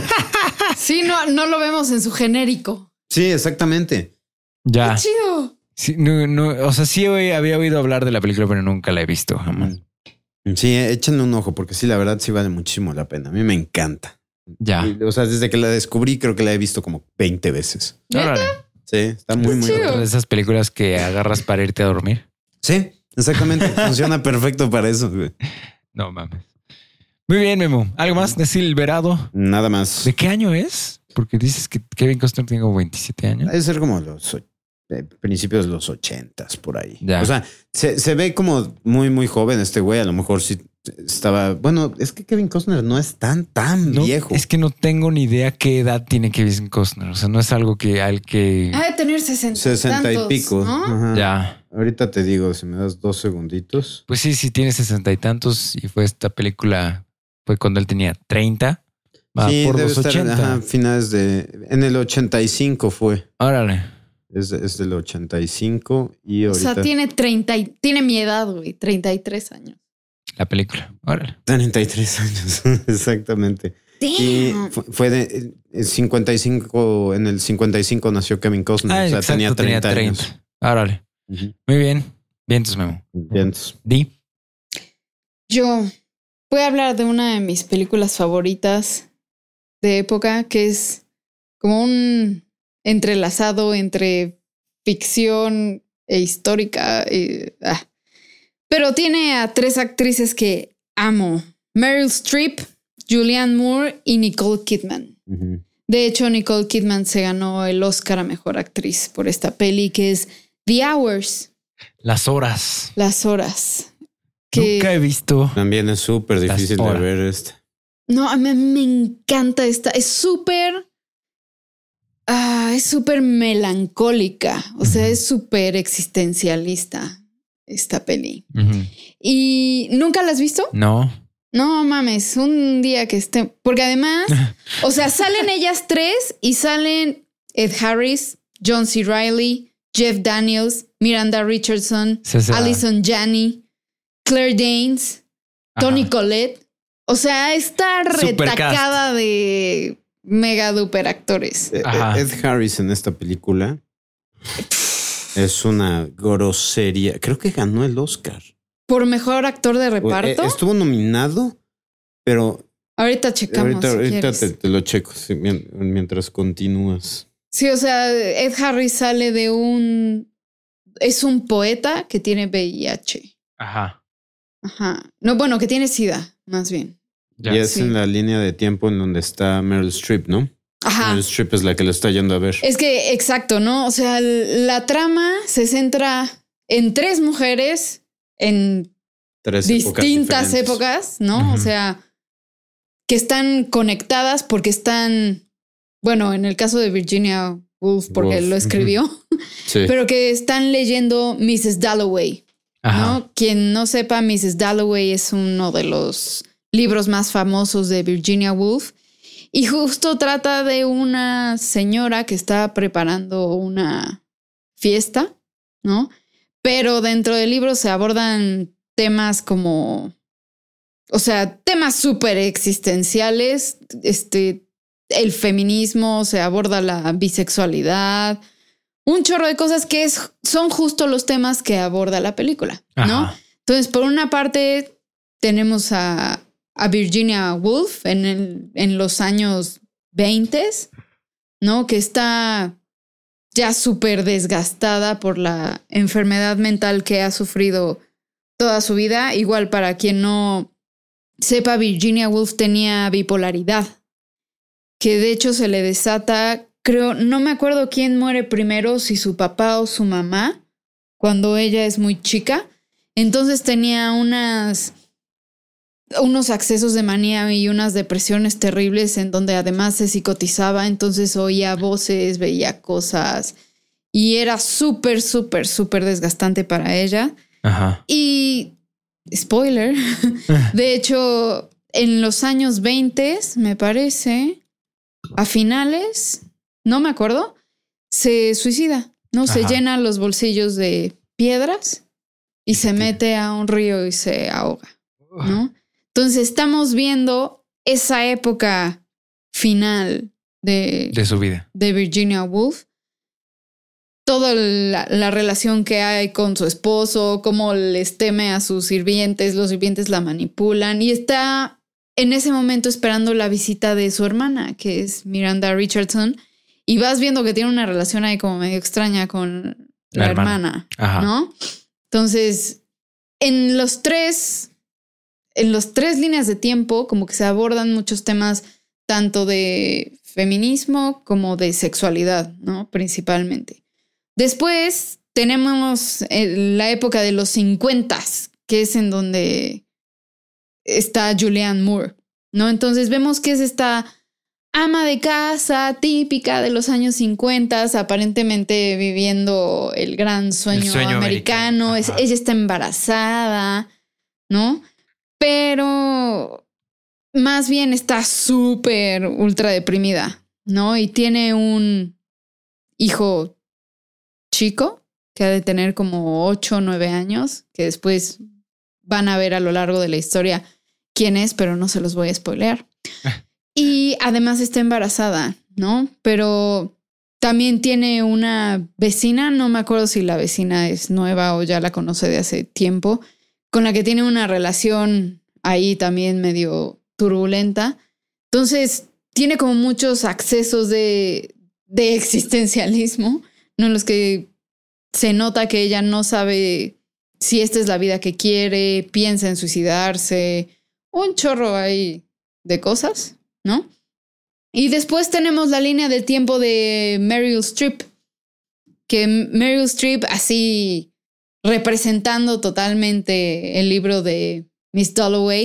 Sí, no, no lo vemos en su genérico. Sí, exactamente. Ya. ¡Qué chido! Sí, no, no, o sea, sí oí- había oído hablar de la película, pero nunca la he visto jamás. Sí, échenle un ojo, porque sí, la verdad sí vale muchísimo la pena. A mí me encanta. Ya. Y, o sea, desde que la descubrí, creo que la he visto como veinte veces. Órale. Sí, está muy, muy chido. buena. Otra de esas películas que agarras para irte a dormir. Sí, exactamente. Funciona perfecto para eso, güey. No mames. Muy bien, Memo. ¿Algo más de Silverado? Nada más. ¿De qué año es? Porque dices que Kevin Costner tiene como veintisiete años. Debe ser como los o- eh, principios de los ochentas, por ahí. Ya. O sea, se, se ve como muy, muy joven este güey. A lo mejor sí estaba. Bueno, es que Kevin Costner no es tan, tan No, viejo. es que no tengo ni idea qué edad tiene Kevin Costner. O sea, no es algo que al que Ha de tener sesenta. sesenta y tantos, pico. ¿no? Ajá. ya. Ahorita te digo, si me das dos segunditos. Pues sí, sí tiene sesenta y tantos y fue esta película, fue cuando él tenía treinta. Va sí, por debe los estar ochenta. ajá, finales de. En el ochenta y cinco fue. Órale. Es, es del ochenta y cinco y O ahorita. sea, tiene treinta y tiene mi edad, güey, treinta y tres años. La película. Órale. treinta y tres años. Exactamente. Y Damn. fue, fue de eh, cincuenta y cinco. En el cincuenta y cinco nació Kevin Costner. Ah, o sea, exacto, tenía treinta, años. Órale. Ujú. Muy bien. Bien, entonces, Memo. Bien, entonces, Di. Yo voy a hablar de una de mis películas favoritas de época, que es como un entrelazado entre ficción e histórica. y, ah. Pero tiene a tres actrices que amo: Meryl Streep, Julianne Moore y Nicole Kidman. ujú. De hecho, Nicole Kidman se ganó el Oscar a Mejor Actriz por esta peli, que es The Hours, Las horas. Las Horas. Que Nunca he visto. También es súper Las difícil de horas. ver este. No, a mí me encanta esta. Es súper... Ah, es súper melancólica. O sea, uh-huh. es súper existencialista esta peli. Uh-huh. ¿Y nunca la has visto? No. No mames, un día que esté... Porque además, o sea, salen ellas tres y salen Ed Harris, John C. Reilly, Jeff Daniels, Miranda Richardson, César. Allison Janney, Claire Danes, Toni Ajá. Collette. O sea, está retacada Supercast. De mega duper actores. Ajá. Ed Harris en esta película es una grosería. Creo que ganó el Oscar. ¿Por mejor actor de reparto? Estuvo nominado, pero... Ahorita checamos. Ahorita, si ahorita te, te lo checo sí, mientras continúas. Sí, o sea, Ed Harris sale de un... Es un poeta que tiene V I H. Ajá. Ajá. No, bueno, que tiene SIDA, más bien. Ya. Y es sí. en la línea de tiempo en donde está Meryl Streep, ¿no? Ajá. Meryl Streep es la que lo está yendo a ver. Es que, exacto, ¿no? O sea, la trama se centra en tres mujeres... en Tres distintas épocas, épocas ¿no? Uh-huh. O sea, que están conectadas porque están, bueno, en el caso de Virginia Woolf, porque Wolf. Lo escribió, uh-huh. sí. pero que están leyendo missus Dalloway, Ajá. ¿no? Quien no sepa, missus Dalloway es uno de los libros más famosos de Virginia Woolf y justo trata de una señora que está preparando una fiesta, ¿no? Pero dentro del libro se abordan temas como, o sea, temas súper existenciales, este, el feminismo, se aborda la bisexualidad, un chorro de cosas que es, son justo los temas que aborda la película, ¿no? Ajá. Entonces, por una parte, tenemos a, a Virginia Woolf en, el, en los años veinte, ¿no? Que está... ya súper desgastada por la enfermedad mental que ha sufrido toda su vida. Igual para quien no sepa, Virginia Woolf tenía bipolaridad, que de hecho se le desata, creo, no me acuerdo quién muere primero, si su papá o su mamá, cuando ella es muy chica. Entonces tenía unas... unos accesos de manía y unas depresiones terribles en donde además se psicotizaba, entonces oía voces, veía cosas y era súper, súper, súper desgastante para ella. Ajá. Y spoiler, de hecho, en los años veinte, me parece, a finales, no me acuerdo, se suicida, ¿no? Ajá. Se llena los bolsillos de piedras y se mete a un río y se ahoga, ¿no? Entonces estamos viendo esa época final de, de su vida. De Virginia Woolf. Toda la, la relación que hay con su esposo, cómo les teme a sus sirvientes, los sirvientes la manipulan y está en ese momento esperando la visita de su hermana, que es Miranda Richardson, y vas viendo que tiene una relación ahí como medio extraña con la, la hermana, hermana ¿no? Entonces, en los tres... En las tres líneas de tiempo, como que se abordan muchos temas tanto de feminismo como de sexualidad, ¿no? Principalmente. Después tenemos la época de los cincuentas, que es en donde está Julianne Moore, ¿no? Entonces vemos que es esta ama de casa típica de los años cincuenta, aparentemente viviendo el gran sueño, el sueño americano. americano. Es, ella está embarazada, ¿no? Pero más bien está súper ultra deprimida, ¿no? Y tiene un hijo chico que ha de tener como ocho o nueve años, que después van a ver a lo largo de la historia quién es, pero no se los voy a spoilear. Y además está embarazada, ¿no? Pero también tiene una vecina, no me acuerdo si la vecina es nueva o ya la conoce de hace tiempo, con la que tiene una relación ahí también medio turbulenta. Entonces, tiene como muchos accesos de, de existencialismo, ¿no? En los que se nota que ella no sabe si esta es la vida que quiere, piensa en suicidarse, un chorro ahí de cosas, ¿no? Y después tenemos la línea del tiempo de Meryl Streep, que Meryl Streep así... representando totalmente el libro de Miss Dalloway.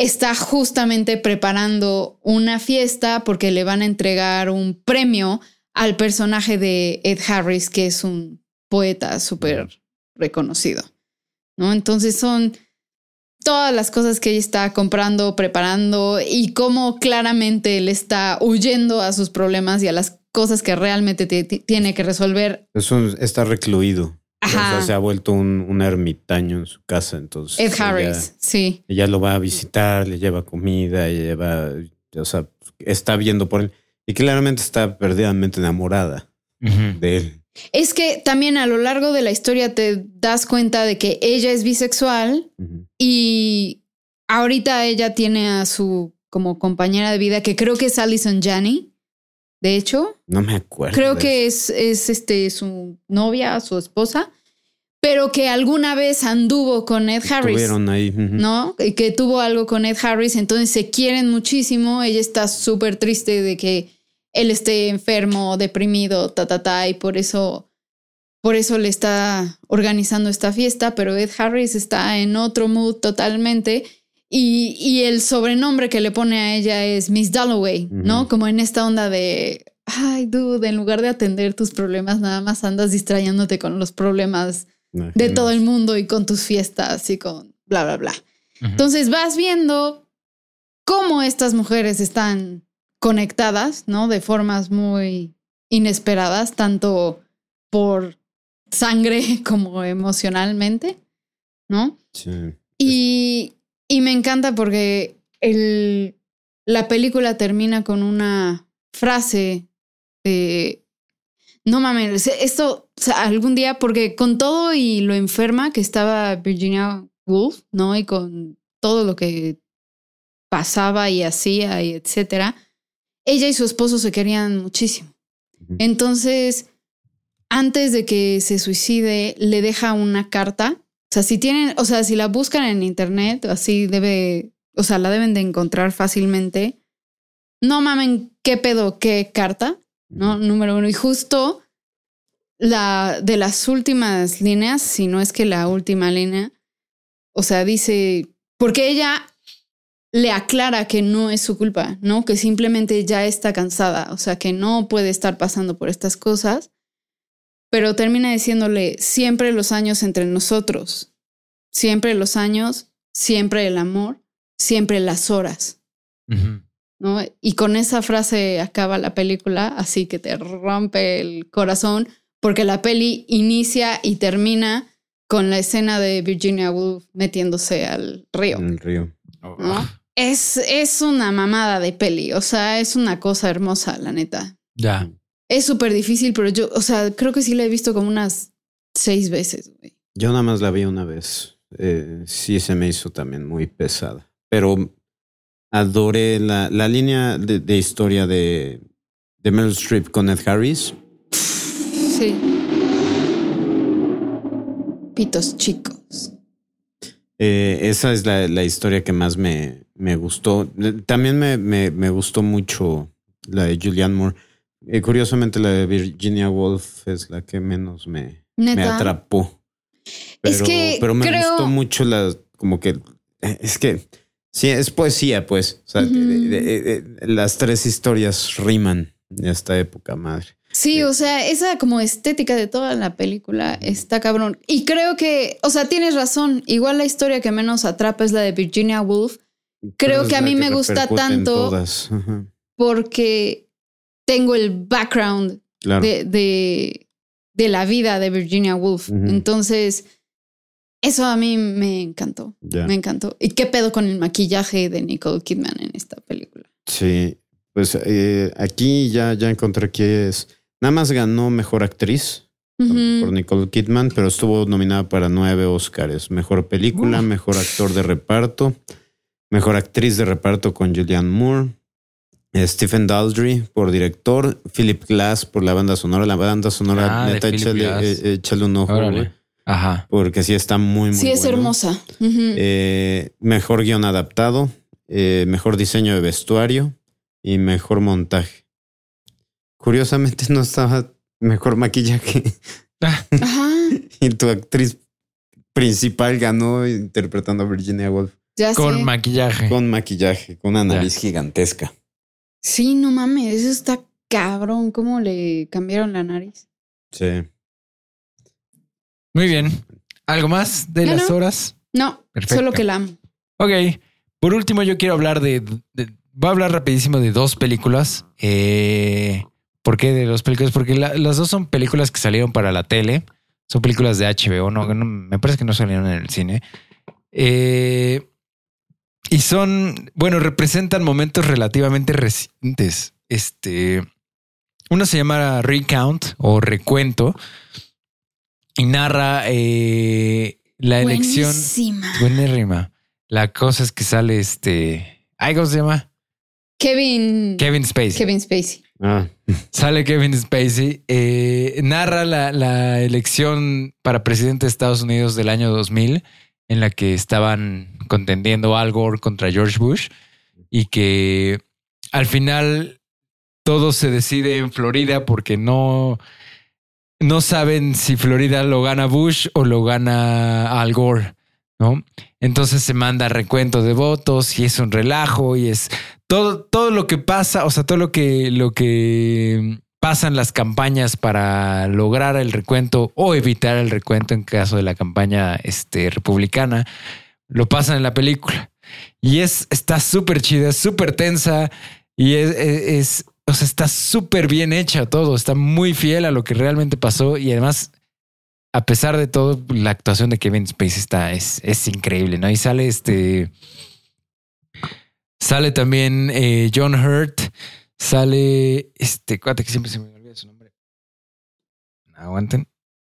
está justamente preparando una fiesta porque le van a entregar un premio al personaje de Ed Harris, que es un poeta súper reconocido, ¿no? Entonces son todas las cosas que ella está comprando, preparando y cómo claramente él está huyendo a sus problemas y a las cosas que realmente t- t- tiene que resolver. Es un, está recluido. Ajá. O sea, se ha vuelto un, un ermitaño en su casa. Entonces Ed Harris, ella, sí. Ella lo va a visitar, le lleva comida, le lleva, o sea, está viendo por él. Y claramente está perdidamente enamorada Uh-huh. de él. Es que también a lo largo de la historia te das cuenta de que ella es bisexual Uh-huh. y ahorita ella tiene a su como compañera de vida, que creo que es Allison Janney, de hecho. No me acuerdo. Creo que es, es este, su novia, su esposa, pero que alguna vez anduvo con Ed Harris. Estuvieron ahí. Uh-huh. ¿No? Y que tuvo algo con Ed Harris, entonces se quieren muchísimo. Ella está súper triste de que él esté enfermo, deprimido, ta, ta, ta, y por eso, por eso le está organizando esta fiesta, pero Ed Harris está en otro mood totalmente. Y, y el sobrenombre que le pone a ella es Miss Dalloway, uh-huh. ¿no? Como en esta onda de, ay, dude, en lugar de atender tus problemas, nada más andas distrayéndote con los problemas no, de no. todo el mundo y con tus fiestas y con bla, bla, bla. Uh-huh. Entonces vas viendo cómo estas mujeres están conectadas, ¿no? De formas muy inesperadas, tanto por sangre como emocionalmente, ¿no? Sí. Y, y me encanta porque el, la película termina con una frase de no mames, esto o sea, algún día, porque con todo y lo enferma que estaba Virginia Woolf, ¿no? Y con todo lo que pasaba y hacía y etcétera, ella y su esposo se querían muchísimo. Uh-huh. Entonces, antes de que se suicide, le deja una carta. O sea, si tienen, o sea, si la buscan en internet, así debe, o sea, la deben de encontrar fácilmente. No mamen, qué pedo, qué carta, ¿no? Uh-huh. Número uno. Y justo la de las últimas líneas, si no es que la última línea, o sea, dice, porque ella le aclara que no es su culpa, ¿no? Que simplemente ya está cansada, o sea, que no puede estar pasando por estas cosas, pero termina diciéndole siempre los años entre nosotros, siempre los años, siempre el amor, siempre las horas, uh-huh. ¿no? Y con esa frase acaba la película, así que te rompe el corazón, porque la peli inicia y termina con la escena de Virginia Woolf metiéndose al río. En el río. ¿No? Es, es una mamada de peli, o sea, es una cosa hermosa, la neta. Ya. Es súper difícil, pero yo, o sea, creo que sí la he visto como unas seis veces, güey. Yo nada más la vi una vez. Eh, sí se me hizo también muy pesada. Pero adoré la, la línea de, de historia de, de Meryl Streep con Ed Harris. Sí. Pitos chicos. Eh, esa es la, la historia que más me, me gustó. También me, me, me gustó mucho la de Julianne Moore. Eh, curiosamente, la de Virginia Woolf es la que menos me, me atrapó. Pero, es que pero me creo... gustó mucho la, como que, es que sí, es poesía, pues. O sea, uh-huh. de, de, de, de, las tres historias riman de esta época, madre. Sí, eh. o sea, esa como estética de toda la película está cabrón. Y creo que, o sea, tienes razón. Igual la historia que menos atrapa es la de Virginia Woolf. Creo que a mí que me gusta tanto uh-huh. porque tengo el background claro. de, de, de la vida de Virginia Woolf. Uh-huh. Entonces, eso a mí me encantó. Yeah. Me encantó. ¿Y qué pedo con el maquillaje de Nicole Kidman en esta película? Sí, pues eh, aquí ya, ya encontré que es... Nada más ganó Mejor Actriz uh-huh. por Nicole Kidman, pero estuvo nominada para nueve Óscares. Mejor Película, uh. Mejor Actor de Reparto, Mejor Actriz de Reparto con Julianne Moore, Stephen Daldry por Director, Philip Glass por la banda sonora. La banda sonora, ah, neta, échale, eh, échale un ojo, güey. Ajá. Porque sí está muy, muy Sí, es bueno. hermosa. Uh-huh. Eh, mejor Guión Adaptado, eh, Mejor Diseño de Vestuario y Mejor Montaje. Curiosamente no estaba Mejor Maquillaje. Ajá. Y tu actriz principal ganó interpretando a Virginia Woolf. Ya Con sé. maquillaje. Con maquillaje, con una nariz Ya. gigantesca. Sí, no mames, eso está cabrón. ¿Cómo le cambiaron la nariz? Sí. Muy bien. ¿Algo más de No, las no. horas? No, Perfecto. solo que la amo. Ok. Por último, yo quiero hablar de, de- voy a hablar rapidísimo de dos películas. Eh, ¿Por qué de dos películas? Porque la- las dos son películas que salieron para la tele. Son películas de H B O. No, no me parece que no salieron en el cine. Eh, y son, bueno, representan momentos relativamente recientes. Este, una se llama Recount o Recuento y narra eh, la elección. Buenísima. Buenérrima. La cosa es que sale este. Ay, ¿cómo se llama? Kevin. Kevin Spacey. Kevin Spacey. Ah, Sale Kevin Spacey. Eh, narra la, la elección para presidente de Estados Unidos del año dos mil, en la que estaban contendiendo Al Gore contra George Bush y que al final todo se decide en Florida porque no, no saben si Florida lo gana Bush o lo gana Al Gore, ¿no? Entonces se manda recuento de votos y es un relajo y es todo, todo lo que pasa, o sea, todo lo que, lo que pasa en las campañas para lograr el recuento o evitar el recuento en caso de la campaña este, republicana, lo pasan en la película. Y es, está súper chida, es súper tensa y es, es, es o sea, está súper bien hecha todo, está muy fiel a lo que realmente pasó y además, a pesar de todo, la actuación de Kevin Spacey está, es, es increíble, ¿no? Y sale este... Sale también eh, John Hurt, sale este cuate que siempre se me olvida su nombre. Aguanten.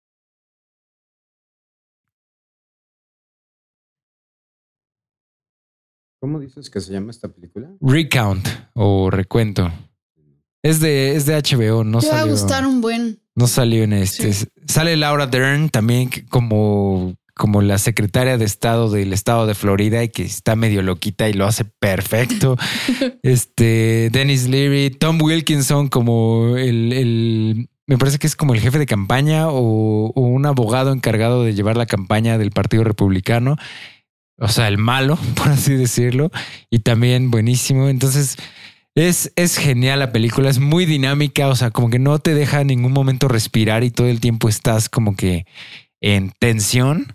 ¿cómo dices que se llama esta película? Recount o Recuento. Es de, es de H B O, no Te va a salió. gustar un buen. No salió en este. Sí. Sale Laura Dern también que como, como la secretaria de Estado del estado de Florida y que está medio loquita y lo hace perfecto. este Dennis Leary, Tom Wilkinson como el, el me parece que es como el jefe de campaña o, o un abogado encargado de llevar la campaña del Partido Republicano. O sea, el malo, por así decirlo. Y también buenísimo. Entonces es, es genial la película, es muy dinámica. O sea, como que no te deja en ningún momento respirar y todo el tiempo estás como que en tensión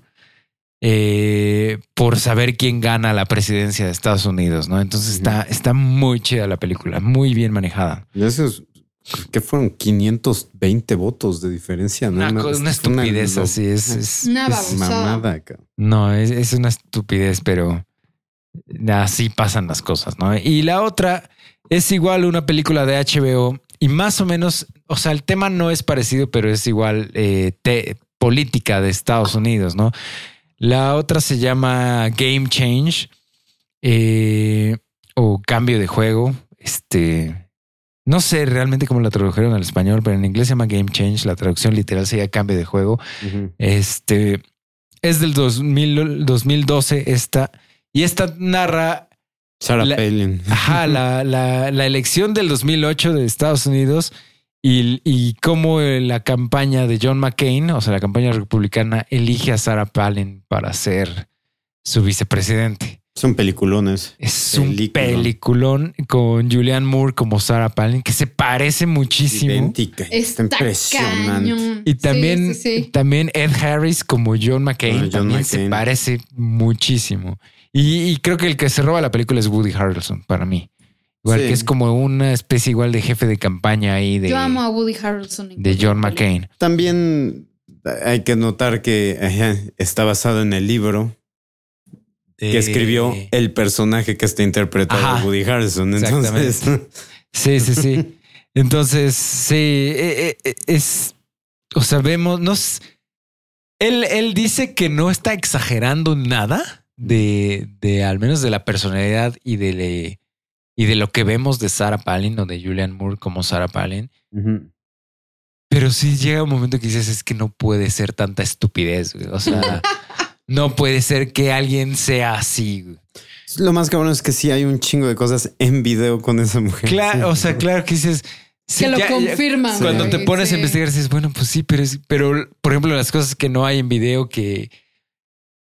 eh, por saber quién gana la presidencia de Estados Unidos, ¿no? Entonces está, está muy chida la película, muy bien manejada. Y esos, ¿qué fueron? quinientos veinte votos de diferencia, ¿no? Una, Una- co- una fue una estupidez lo- así, es, es, Una es- babosada. mamada, cabrón. no, es, es una estupidez, pero así pasan las cosas, ¿no? Y la otra es igual una película de H B O y más o menos, o sea, el tema no es parecido, pero es igual eh, te- política de Estados Unidos, ¿no? La otra se llama Game Change eh, o Cambio de Juego. Este, no sé realmente cómo la tradujeron al español, pero en inglés se llama Game Change. La traducción literal sería Cambio de Juego. Ujú. Este es del dos mil, dos mil doce esta y esta narra Sarah La- Palin. ajá, la, la, la elección del dos mil ocho de Estados Unidos y, y cómo la campaña de John McCain, o sea, la campaña republicana, elige a Sarah Palin para ser su vicepresidente. Son peliculones. Es un Película. peliculón con Julianne Moore como Sarah Palin, que se parece muchísimo. Idéntica. Está, Está impresionante. cañón. Y también, Sí, sí, sí. también Ed Harris como John McCain, Como John también se McCain. parece muchísimo. Y, y creo que el que se roba la película es Woody Harrelson para mí. Igual Sí. que es como una especie igual de jefe de campaña ahí de, Yo amo a Woody Harrelson. en de John cualquier McCain. También hay que notar que ajá, está basado en el libro que escribió el personaje que está interpretado Ajá. por Woody Harrelson. Entonces, Sí, sí, sí. Entonces, sí, eh, eh, es, o sea, vemos, nos, él, él dice que no está exagerando nada de, de al menos de la personalidad y de, le- y de lo que vemos de Sarah Palin o de Julianne Moore como Sarah Palin. ujú. Pero sí llega un momento que dices, es que no puede ser tanta estupidez, güey. O sea, no puede ser que alguien sea así, güey. Lo más cabrón es que sí hay un chingo de cosas en video con esa mujer. Claro, o sea, claro que dices... sí, Que lo ya- ya- confirman. Cuando güey, te pones sí. a investigar, dices, bueno, pues sí, pero, es- pero por ejemplo, las cosas que no hay en video que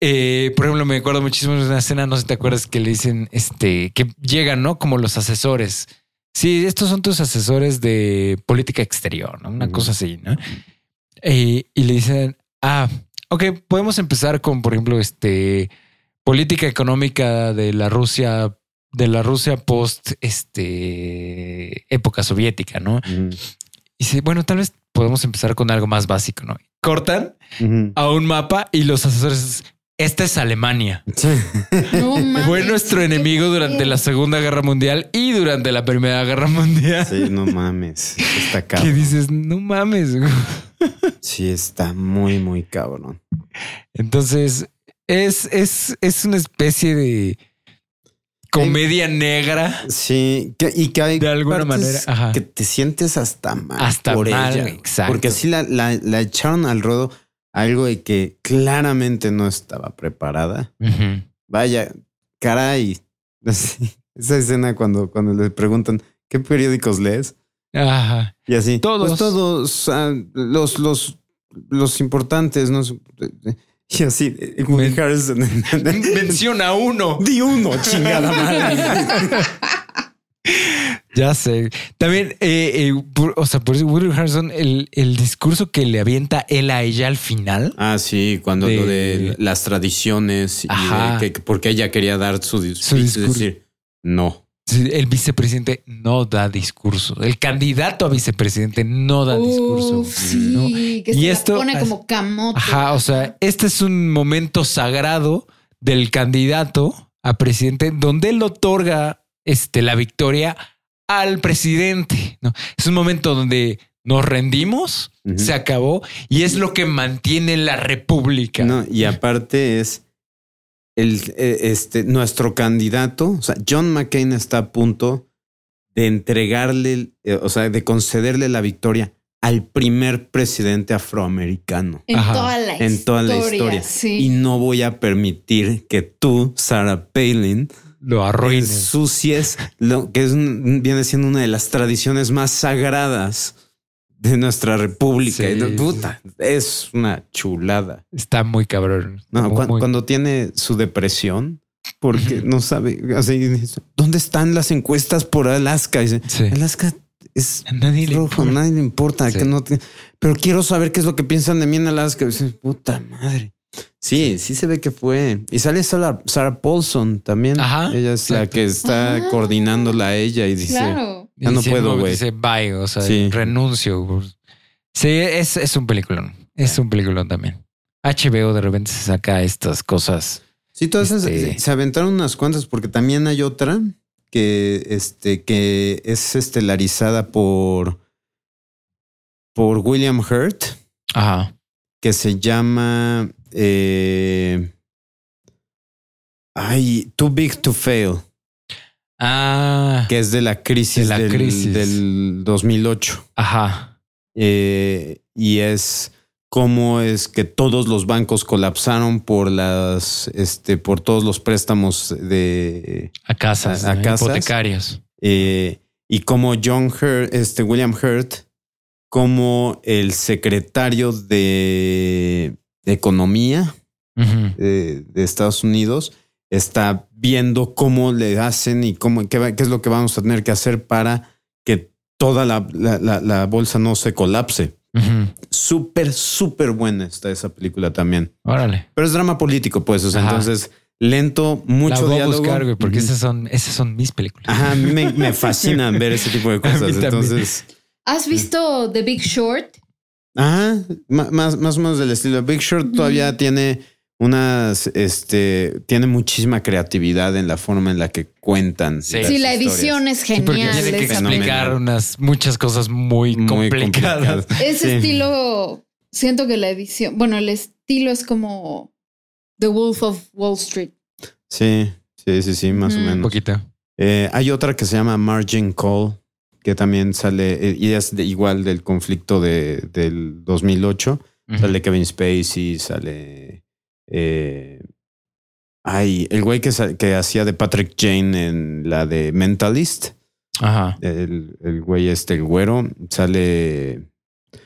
Eh, por ejemplo, me acuerdo muchísimo de una escena, no sé si te acuerdas, que le dicen este que llegan, ¿no? Como los asesores. Sí, estos son tus asesores de política exterior, ¿no? Una uh-huh. cosa así, ¿no? Eh, y le dicen, ah, ok, podemos empezar con, por ejemplo, este política económica de la Rusia, de la Rusia post este época soviética, ¿no? Uh-huh. Y dice, bueno, tal vez podemos empezar con algo más básico, ¿no? Cortan uh-huh. a un mapa y los asesores. Esta es Alemania. Sí. No, mames, fue nuestro enemigo durante la Segunda Guerra Mundial y durante la Primera Guerra Mundial. Sí, no mames. Está cabrón. ¿Qué dices? No mames. Sí, está muy, muy cabrón. Entonces, es, es, es una especie de comedia negra. Sí, que, y que hay de alguna manera Ajá. que te sientes hasta mal. Hasta por mal, ella. Exacto. Porque así la, la, la echaron al ruedo. Algo de que claramente no estaba preparada. Uh-huh. Vaya, caray. Esa escena cuando, cuando le preguntan ¿qué periódicos lees? Ajá. Y así. Todos. Pues todos uh, los, los, los importantes, ¿no? Y así. Men- Harrison. Menciona uno. Di uno, chingada madre. Ya sé. También, eh, eh, por, o sea, por eso Woody Harrelson, el, el discurso que le avienta él a ella al final. Ah, sí, cuando de, lo de las tradiciones Ajá. y de que porque ella quería dar su, dis- su discurso. Es decir, no. El vicepresidente no da discurso. El candidato a vicepresidente no da Uf, discurso. Sí, ¿no? que se y esto pone como camote. Ajá, o sea, este es un momento sagrado del candidato a presidente donde él otorga este, la victoria al presidente, ¿no? Es un momento donde nos rendimos, uh-huh. se acabó y es lo que mantiene la república. No, y aparte es el este nuestro candidato, o sea, John McCain está a punto de entregarle, o sea, de concederle la victoria al primer presidente afroamericano. En Ajá. toda la historia. En toda la historia. Sí. Y no voy a permitir que tú, Sarah Palin, lo arruines, ensucies lo que es viene siendo una de las tradiciones más sagradas de nuestra república. Sí, y, puta, es una chulada. Está muy cabrón. No, muy, cu- muy... cuando tiene su depresión, porque no sabe, así, ¿dónde están las encuestas por Alaska? Dice, sí. Alaska es nadie rojo, le nadie le importa. Sí. Que no te... Pero quiero saber qué es lo que piensan de mí en Alaska. Dice, puta madre. Sí, sí se ve que fue. Y sale Sarah, Sarah Paulson también. Ajá, ella es exacto. La que está ah, coordinándola a ella y dice, claro. ya no puedo, güey. Dice, bye, o sea, sí. renuncio. Sí, es, es un peliculón. Es un peliculón también. H B O de repente se saca estas cosas. Sí, todas este... esas se aventaron unas cuantas porque también hay otra que, este, que es estelarizada por, por William Hurt. Ajá. Que se llama eh, ay, Too Big to Fail. Ah, que es de la crisis, de la del, crisis. del dos mil ocho. Ajá. Eh, y es cómo es que todos los bancos colapsaron por las, este, por todos los préstamos de a casas, a, a casas. hipotecarios. Eh, y cómo John Hurt, este William Hurt, como el secretario de Economía uh-huh. de, de Estados Unidos está viendo cómo le hacen y cómo qué, qué es lo que vamos a tener que hacer para que toda la, la, la, la bolsa no se colapse. Uh-huh. Súper, súper buena está esa película también. Órale. Pero es drama político, pues. O sea, entonces lento, mucho la voy diálogo. A buscar, güey, porque uh-huh. esas son, esas son mis películas. Ajá, a mí me, me fascinan ver ese tipo de cosas. Entonces. ¿Has visto The Big Short? Ajá, más, más o menos del estilo. Big Short mm. todavía tiene unas, este, tiene muchísima creatividad en la forma en la que cuentan. Sí, sí la edición es genial. Sí, porque tiene que explicar unas muchas cosas muy, muy complicadas. complicadas. Ese sí. estilo, siento que la edición, bueno, el estilo es como The Wolf of Wall Street. Sí, sí, sí, sí, más mm. o menos. Un poquito. Eh, hay otra que se llama Margin Call, que también sale, y es de, igual del conflicto de, del dos mil ocho. Uh-huh. Sale Kevin Spacey, sale... Eh, ay, el güey que, que hacía de Patrick Jane en la de Mentalist. Ajá. El, el güey este, el güero, sale...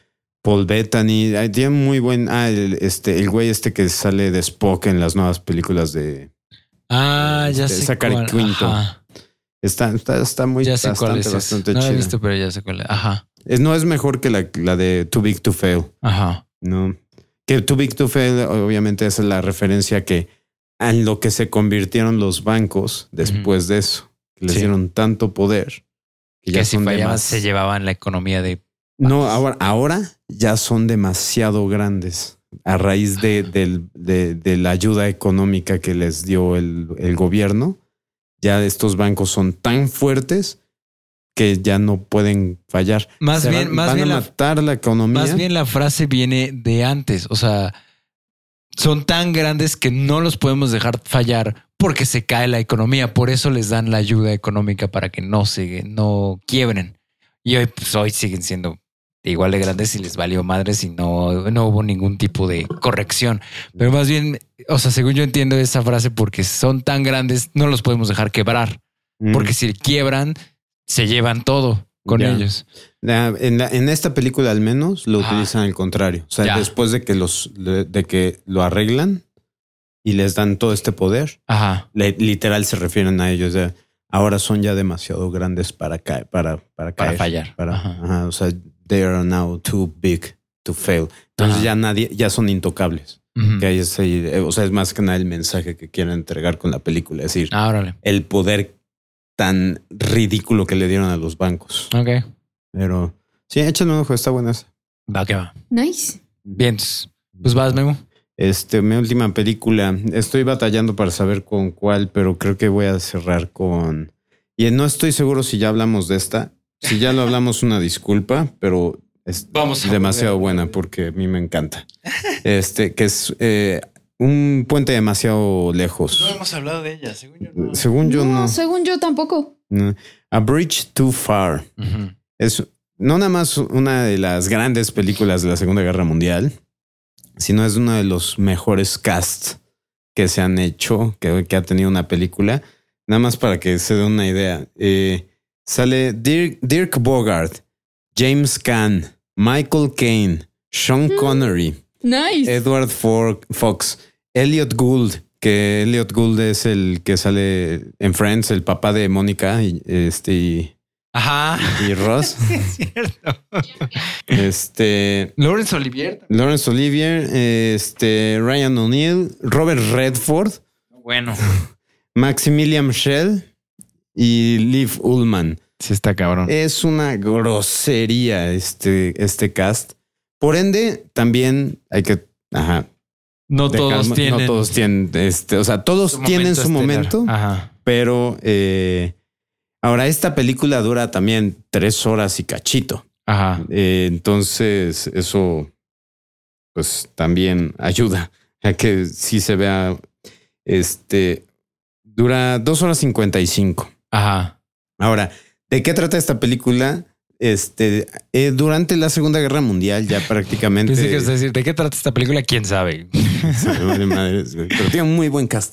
Paul Bettany. Tiene muy buen... Ah, el, este, el güey este que sale de Spock en las nuevas películas de... Ah, ya este, sé Zachary cuál. Quinto. Ajá. Está, está, está muy... Ya sé bastante, cuál es. bastante No la he chida. visto, pero ya sé cuál es. Ajá. Es, no es mejor que la, la de Too Big to Fail. Ajá. No. Que Too Big to Fail, obviamente, es la referencia que en lo que se convirtieron los bancos después uh-huh. de eso. Les sí. dieron tanto poder. Que, que si fallaban demas... se llevaban la economía de... No, ahora, ahora ya son demasiado grandes a raíz de, de, de, de la ayuda económica que les dio el, el gobierno. Ya estos bancos son tan fuertes que ya no pueden fallar. Más Se bien, van, más van bien a matar la, la economía. Más bien la frase viene de antes. O sea, son tan grandes que no los podemos dejar fallar porque se cae la economía. Por eso les dan la ayuda económica para que no se no quiebren. Y hoy, pues hoy siguen siendo igual de grandes y les valió madres y no, no hubo ningún tipo de corrección. Pero más bien, o sea, según yo entiendo esa frase, porque son tan grandes, no los podemos dejar quebrar. Mm. Porque si quiebran, se llevan todo con ya. ellos. La, en, la, en esta película al menos lo Ajá. utilizan al contrario. O sea, ya. después de que los de, de que lo arreglan y les dan todo este poder, Ajá. Le, literal se refieren a ellos. O sea, ahora son ya demasiado grandes para caer, para, para, para caer, fallar. Para, ajá. Ajá, o sea, they are now too big to fail. Entonces ajá. ya nadie, ya son intocables. Uh-huh. Que hay ese, o sea, es más que nada el mensaje que quieren entregar con la película. Es decir, ah, el poder tan ridículo que le dieron a los bancos. Ok. Pero sí, échale un ojo, está buena esa. Va que va. Nice. Bien, pues vas, Memo. Este, mi última película. Estoy batallando para saber con cuál, pero creo que voy a cerrar con... Y no estoy seguro si ya hablamos de esta. Si ya lo hablamos, una disculpa, pero es Vamos demasiado ver. buena porque a mí me encanta. Este, que es eh, un puente demasiado lejos. No hemos hablado de ella, según yo no. Según yo no. no. Según yo tampoco. No. A Bridge Too Far. Uh-huh. Es no nada más una de las grandes películas de la Segunda Guerra Mundial, sino es uno de los mejores casts que se han hecho, que, que ha tenido una película. Nada más para que se den una idea. Eh, sale Dirk, Dirk Bogarde, James Caan, Michael Caine, Sean Connery, nice. Edward Fox, Elliot Gould, que Elliot Gould es el que sale en Friends, el papá de Mónica y este y, Ajá. y Ross. Sí, es cierto. Este Laurence Olivier. Laurence Olivier, este Ryan O'Neal, Robert Redford. Bueno. Maximilian Schell y Liv Ullmann. Sí, está cabrón. Es una grosería este, este cast. Por ende, también hay que... Ajá. No dejar, todos tienen... No todos tienen... Este, o sea, todos su tienen su estelar. momento. Ajá. Pero eh, ahora esta película dura también tres horas y cachito. Ajá. Eh, entonces, eso pues también ayuda a que sí se vea... Este... Dura dos horas cincuenta y cinco. Ajá. Ahora, ¿de qué trata esta película? Este, eh, durante la Segunda Guerra Mundial, ya prácticamente. Pensé que es decir, ¿de qué trata esta película? ¿Quién sabe? Madre, madre, pero tiene un muy buen cast.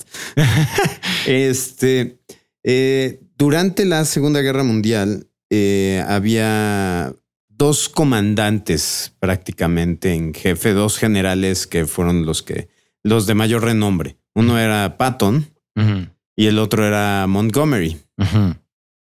Este, eh, durante la Segunda Guerra Mundial eh, había dos comandantes prácticamente en jefe, dos generales que fueron los que los de mayor renombre. Uno era Patton. Uh-huh. Y el otro era Montgomery. Uh-huh.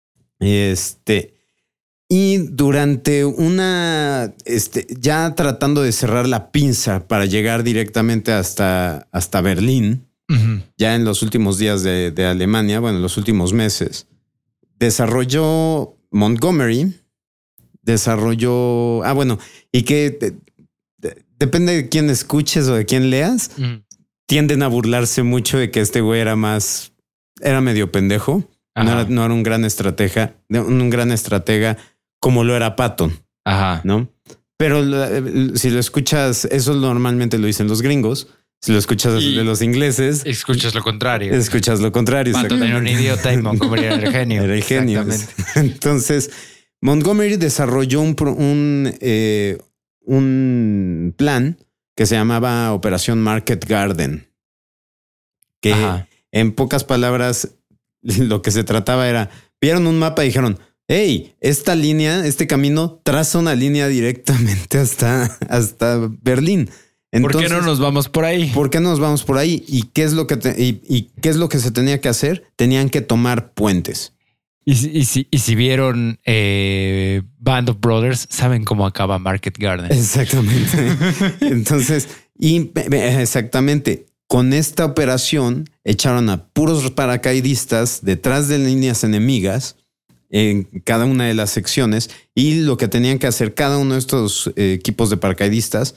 Este, y durante una, este, ya tratando de cerrar la pinza para llegar directamente hasta, hasta Berlín, uh-huh. ya en los últimos días de, de Alemania, bueno, en los últimos meses, desarrolló Montgomery, desarrolló, ah, bueno, y que de, de, depende de quién escuches o de quién leas, uh-huh. tienden a burlarse mucho de que este güey era más... Era medio pendejo. No era, no era un gran estratega, un gran estratega como lo era Patton. Ajá. ¿No? Pero si lo escuchas, eso normalmente lo dicen los gringos. Si lo escuchas y de los ingleses, escuchas lo contrario. Escuchas lo contrario. Patton era un idiota y Montgomery era el genio. Era el genio. Entonces, Montgomery desarrolló un, un, eh, un plan que se llamaba Operación Market Garden. Que... Ajá. En pocas palabras, lo que se trataba era, vieron un mapa y dijeron, hey, esta línea, este camino traza una línea directamente hasta, hasta Berlín. Entonces, ¿por qué no nos vamos por ahí? ¿Por qué no nos vamos por ahí? ¿Y qué es lo que, te, y, y qué es lo que se tenía que hacer? Tenían que tomar puentes. Y si, y si, y si vieron eh, Band of Brothers, saben cómo acaba Market Garden. Exactamente. Entonces, y, exactamente, con esta operación echaron a puros paracaidistas detrás de líneas enemigas en cada una de las secciones, y lo que tenían que hacer cada uno de estos eh, equipos de paracaidistas,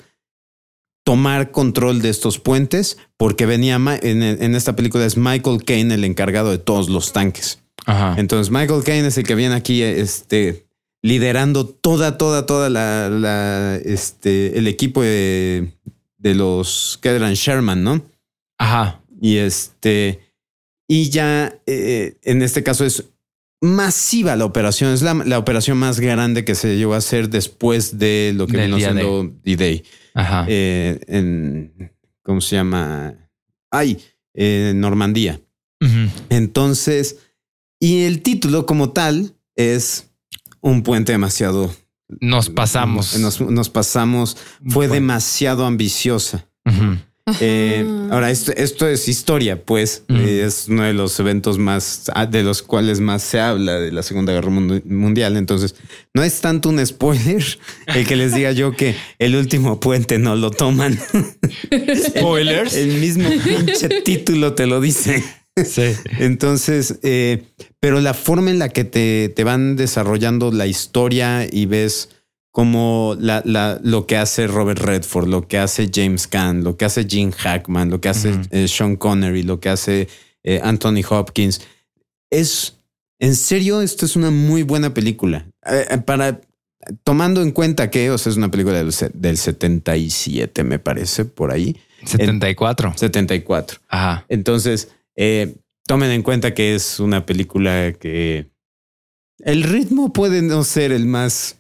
tomar control de estos puentes, porque venía en, en esta película es Michael Caine el encargado de todos los tanques. Ajá. Entonces Michael Caine es el que viene aquí este, liderando toda, toda, toda la, la este, el equipo de, de los que eran Sherman, ¿no? Ajá. Y este, y ya eh, en este caso es masiva la operación, es la, la operación más grande que se llegó a hacer después de lo que Del vino siendo D-Day. Ajá. Eh, en, ¿cómo se llama? Ay, eh, Normandía. Uh-huh. Entonces, y el título como tal es Un puente demasiado. Nos pasamos. Nos, nos pasamos. Fue demasiado ambiciosa. Uh-huh. Eh, ahora, esto, esto es historia, pues. Uh-huh. eh, es uno de los eventos más, de los cuales más se habla de la Segunda Guerra Mundial. Entonces, no es tanto un spoiler el que les diga yo que el último puente no lo toman. Spoilers. El, el mismo pinche título te lo dice. Sí. Entonces, eh, pero la forma en la que te, te van desarrollando la historia y ves como la, la, lo que hace Robert Redford, lo que hace James Caan, lo que hace Gene Hackman, lo que hace uh-huh. eh, Sean Connery, lo que hace eh, Anthony Hopkins. Es, en serio, esto es una muy buena película. Eh, para, tomando en cuenta que, o sea, es una película del, del setenta y siete, me parece, por ahí. setenta y cuatro. En, setenta y cuatro. Ajá. Entonces, eh, tomen en cuenta que es una película que el ritmo puede no ser el más...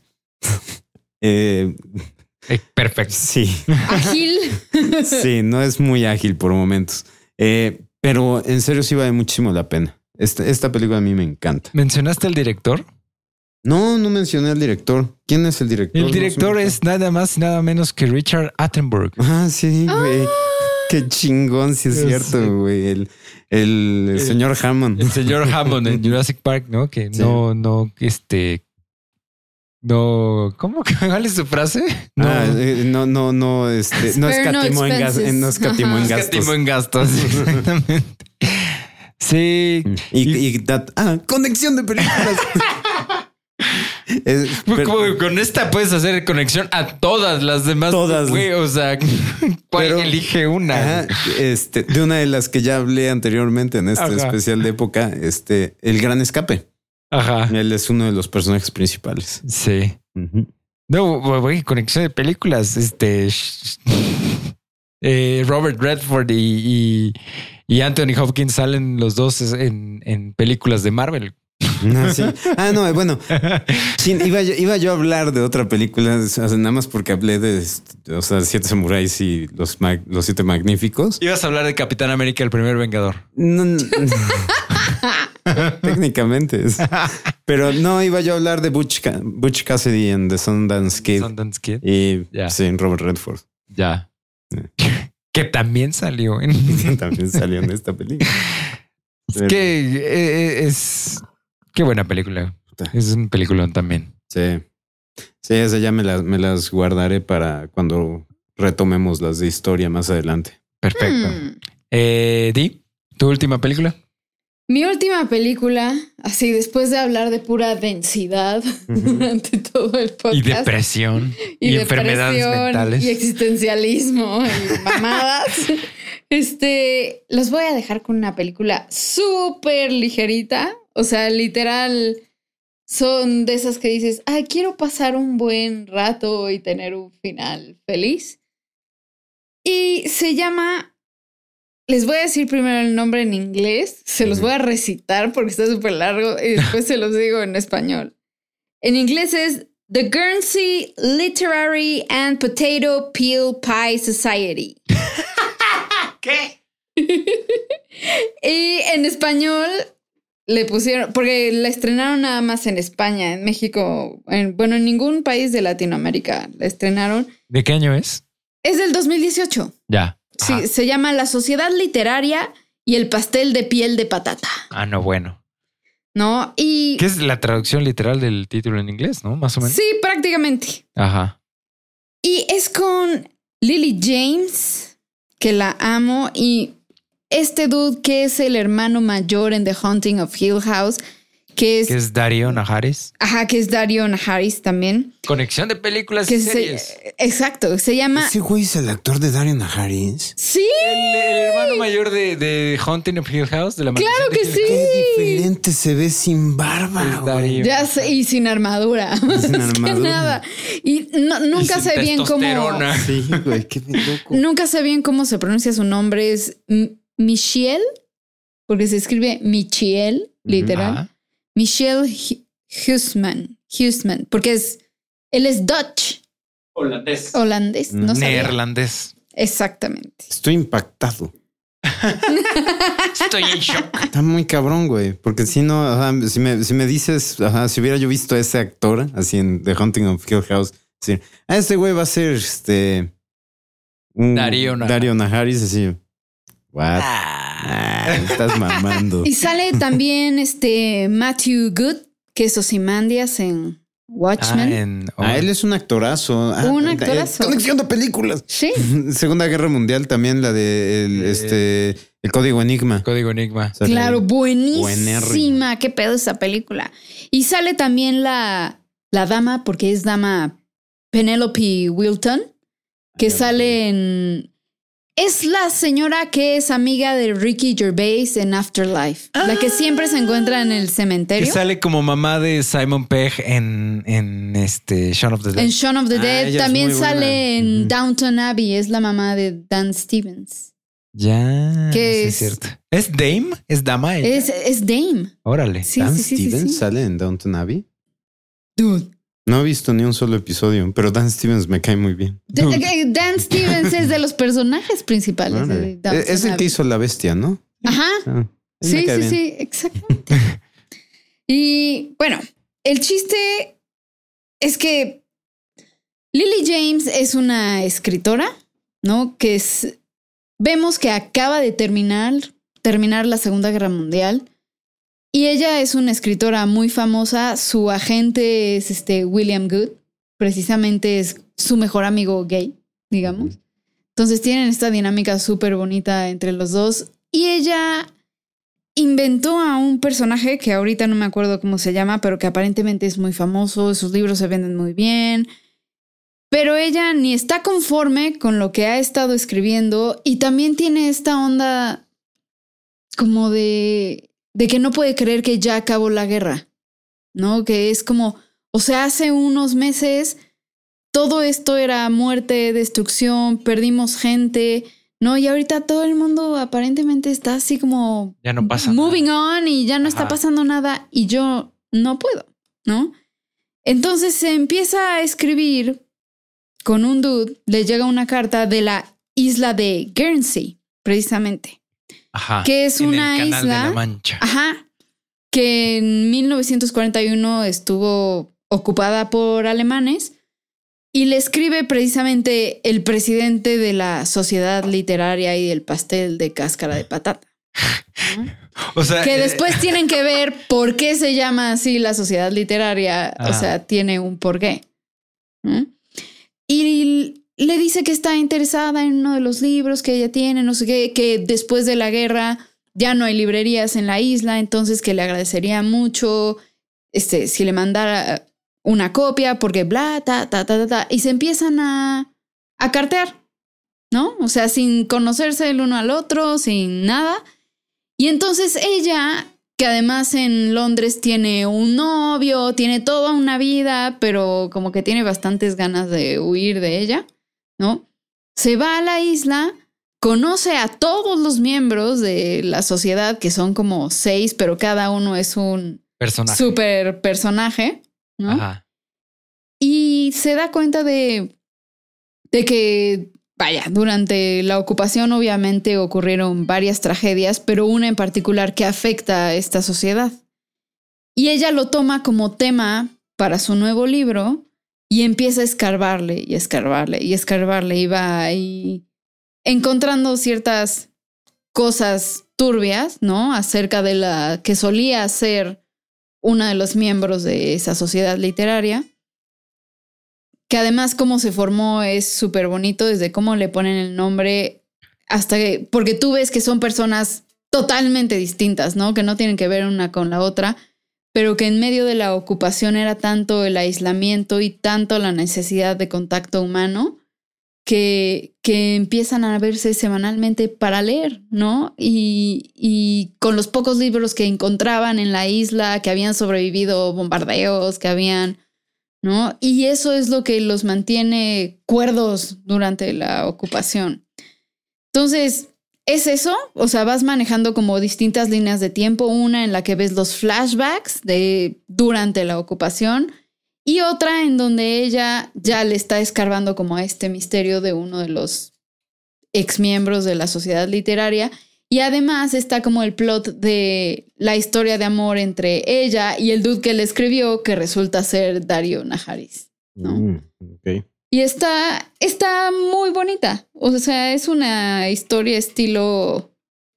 Eh, perfecto. Sí. Ágil. Sí, no es muy ágil por momentos. Eh, pero en serio sí vale muchísimo la pena. Esta, esta película a mí me encanta. ¿Mencionaste al director? No, no mencioné al director. ¿Quién es el director? El director no es nada más y nada menos que Richard Attenborough. Ah, sí, güey. Ah. Qué chingón, si es, es cierto, güey. El, el, el señor Hammond. El señor Hammond en Jurassic Park, ¿no? Que sí. no, no, este... No, ¿cómo? ¿Cuál es su frase? No, ah, eh, no, no, no, este, no escatimó en gastos. No escatimó en gastos. Escatimó en gastos, exactamente. Sí. Y, y, y that, ah, conexión de películas. es, pero, con esta puedes hacer conexión a todas las demás. Todas. Güey, o sea, pero, elige una. Ajá, este, de una de las que ya hablé anteriormente en este ajá. especial de época, este, El Gran Escape. Ajá. Él es uno de los personajes principales. Sí. Uh-huh. No, güey, conexión de películas. Este eh, Robert Redford y, y, y Anthony Hopkins salen los dos en, en películas de Marvel. Ah, sí. Ah, no, bueno, sí, iba, yo, iba yo a hablar de otra película, o sea, nada más porque hablé de, o sea, Siete Samuráis y los, los Siete Magníficos. Ibas a hablar de Capitán América, el primer Vengador. No, no. Técnicamente. Pero no, iba yo a hablar de Butch, Butch Cassidy en The Sundance Kid. Sundance Kid. Y yeah. sí, en Robert Redford. Ya. Yeah. Que también salió en... también salió en esta película. Es que es... Qué buena película. Es un peliculón también. Sí. Sí, esa ya me las, me las guardaré para cuando retomemos las de historia más adelante. Perfecto. Hmm. Eh, Di, ¿tu última película? Mi última película, así después de hablar de pura densidad uh-huh. durante todo el podcast. Y depresión. Y, y depresión, enfermedades mentales. Y existencialismo y mamadas. este, los voy a dejar con una película súper ligerita. O sea, literal, son de esas que dices, ay, quiero pasar un buen rato y tener un final feliz. Y se llama... Les voy a decir primero el nombre en inglés. Se los voy a recitar porque está súper largo y después se los digo en español. En inglés es The Guernsey Literary and Potato Peel Pie Society. ¿Qué? Y en español le pusieron, porque la estrenaron nada más en España, en México, en, bueno, en ningún país de Latinoamérica la estrenaron. ¿De qué año es? Es del dos mil dieciocho. Ya. Sí, Ajá. se llama La Sociedad Literaria y el pastel de piel de patata. Ah, no, bueno. ¿No? Y... ¿Qué es la traducción literal del título en inglés, no? Más o menos. Sí, prácticamente. Ajá. Y es con Lily James, que la amo, y este dude que es el hermano mayor en The Haunting of Hill House, que es... Que es Darío Najaris. Ajá, que es Darío Najaris también. Conexión de películas Que y se- series. exacto, se llama... ¿Ese güey es el actor de Dario Najaris? Sí, El, el hermano mayor de, de Haunting of Hill House. De la claro que maldición de Hill sí. Qué diferente se ve sin barba, House. Es güey. Darío. Ya sé, y sin armadura. Sin Es que armadura. nada. Y no- Y nunca sin sé bien cómo... testosterona. Sí, güey, qué loco. Nunca sé bien cómo se pronuncia su nombre. Es M- Michiel, porque se escribe Michiel, literal. Ajá. Michiel Hu- Huisman, Huisman, porque es él es Dutch, Holandés. holandés, no sabía. Neerlandés. Exactamente. Estoy impactado. Estoy en shock. Está muy cabrón, güey. Porque si no, ajá, si, me, si me dices, ajá, si hubiera yo visto a ese actor así en The Haunting of Hill House, decir, ah, este güey va a ser este. un Darío Najaris. Dario Najaris, así. What? Ah, estás mamando. Y sale también este Matthew Good, que es Ozymandias en Watchmen. Ah, en, oh, Ah, él es un actorazo. Ah, Un eh, actorazo. Conexión de películas. Sí, Segunda Guerra Mundial también, la de el, Eh. este, el Código Enigma. Código Enigma. Sale- claro, buenísima. Buenérrimo. Qué pedo esa película. Y sale también la, la dama, porque es dama Penelope Wilton, que Ah, sale en... Es la señora que es amiga de Ricky Gervais en Afterlife. La que siempre se encuentra en el Que cementerio. sale como mamá de Simon Pegg en, en este Shaun of the Dead. En Shaun of the Ah, Dead. ella es También muy buena. sale en Ujú. Downton Abbey. Es la mamá de Dan Stevens. Ya. Que sí, es- es cierto. ¿Es Dame? ¿Es dama ella? Es, es Dame. Órale. Sí, Dan sí, sí, sí, Stevens sí. sale en Downton Abbey. Dude. No he visto ni un solo episodio, pero Dan Stevens me cae muy bien. D- eh, Dan Stevens es de los personajes principales de Órale. Downton Es el que Abbey. hizo La Bestia, ¿no? Ajá. Ah, él me Sí, cae sí, bien. sí, exactamente. Y bueno, el chiste es que Lily James es una escritora, ¿no? Que es, vemos que acaba de terminar, terminar la Segunda Guerra Mundial. Y ella es una escritora muy famosa. Su agente es este William Good. Precisamente es su mejor amigo gay, digamos. Entonces tienen esta dinámica súper bonita entre los dos. Y ella inventó a un personaje que ahorita no me acuerdo cómo se llama, pero que aparentemente es muy famoso. Sus libros se venden muy bien. Pero ella ni está conforme con lo que ha estado escribiendo. Y también tiene esta onda como de... de que no puede creer que ya acabó la guerra, ¿no? Que es como, o sea, hace unos meses todo esto era muerte, destrucción, perdimos gente, ¿no? Y ahorita todo el mundo aparentemente está así como... Ya no pasa moving nada. on y ya no está Ajá. pasando nada y yo no puedo, ¿no? Entonces se empieza a escribir con un dude, le llega una carta de la isla de Guernsey, precisamente. Ajá. Que es En una el Canal isla- de la Mancha. Ajá. Que en mil novecientos cuarenta y uno estuvo ocupada por alemanes y le escribe precisamente el presidente de la Sociedad Literaria y del pastel de cáscara de patata. ¿No? O sea, Que eh, después tienen que ver por qué se llama así la Sociedad Literaria. O Ah. sea, tiene un porqué. ¿No? Y le dice que está interesada en uno de los libros que ella tiene, no sé qué, que después de la guerra ya no hay librerías en la isla, entonces que le agradecería mucho este, si le mandara una copia, porque bla, ta, ta, ta, ta, ta. Y se empiezan a, a cartear, ¿no? O sea, sin conocerse el uno al otro, sin nada. Y entonces ella, que además en Londres tiene un novio, tiene toda una vida, pero como que tiene bastantes ganas de huir de ella, ¿no? Se va a la isla, conoce a todos los miembros de la sociedad, que son como seis, pero cada uno es un personaje. super personaje, ¿no? Ajá. Y se da cuenta de, de que vaya, durante la ocupación obviamente ocurrieron varias tragedias, pero una en particular que afecta a esta sociedad. Y ella lo toma como tema para su nuevo libro y empieza a escarbarle y escarbarle y escarbarle y va ahí encontrando ciertas cosas turbias, ¿no? Acerca de la que solía ser una de los miembros de esa sociedad literaria. Que además cómo se formó es súper bonito, desde cómo le ponen el nombre hasta que... Porque tú ves que son personas totalmente distintas, ¿no? Que no tienen que ver una con la otra, pero que en medio de la ocupación era tanto el aislamiento y tanto la necesidad de contacto humano que, que empiezan a verse semanalmente para leer, ¿no? Y, y con los pocos libros que encontraban en la isla, que habían sobrevivido bombardeos, que habían... ¿no? Y eso es lo que los mantiene cuerdos durante la ocupación. Entonces, es eso. O sea, vas manejando como distintas líneas de tiempo. Una en la que ves los flashbacks de durante la ocupación y otra en donde ella ya le está escarbando como a este misterio de uno de los exmiembros de la sociedad literaria. Y además está como el plot de la historia de amor entre ella y el dude que le escribió, que resulta ser Dario Naharis, ¿no? Mm, okay. Y está, está muy bonita. O sea, es una historia estilo...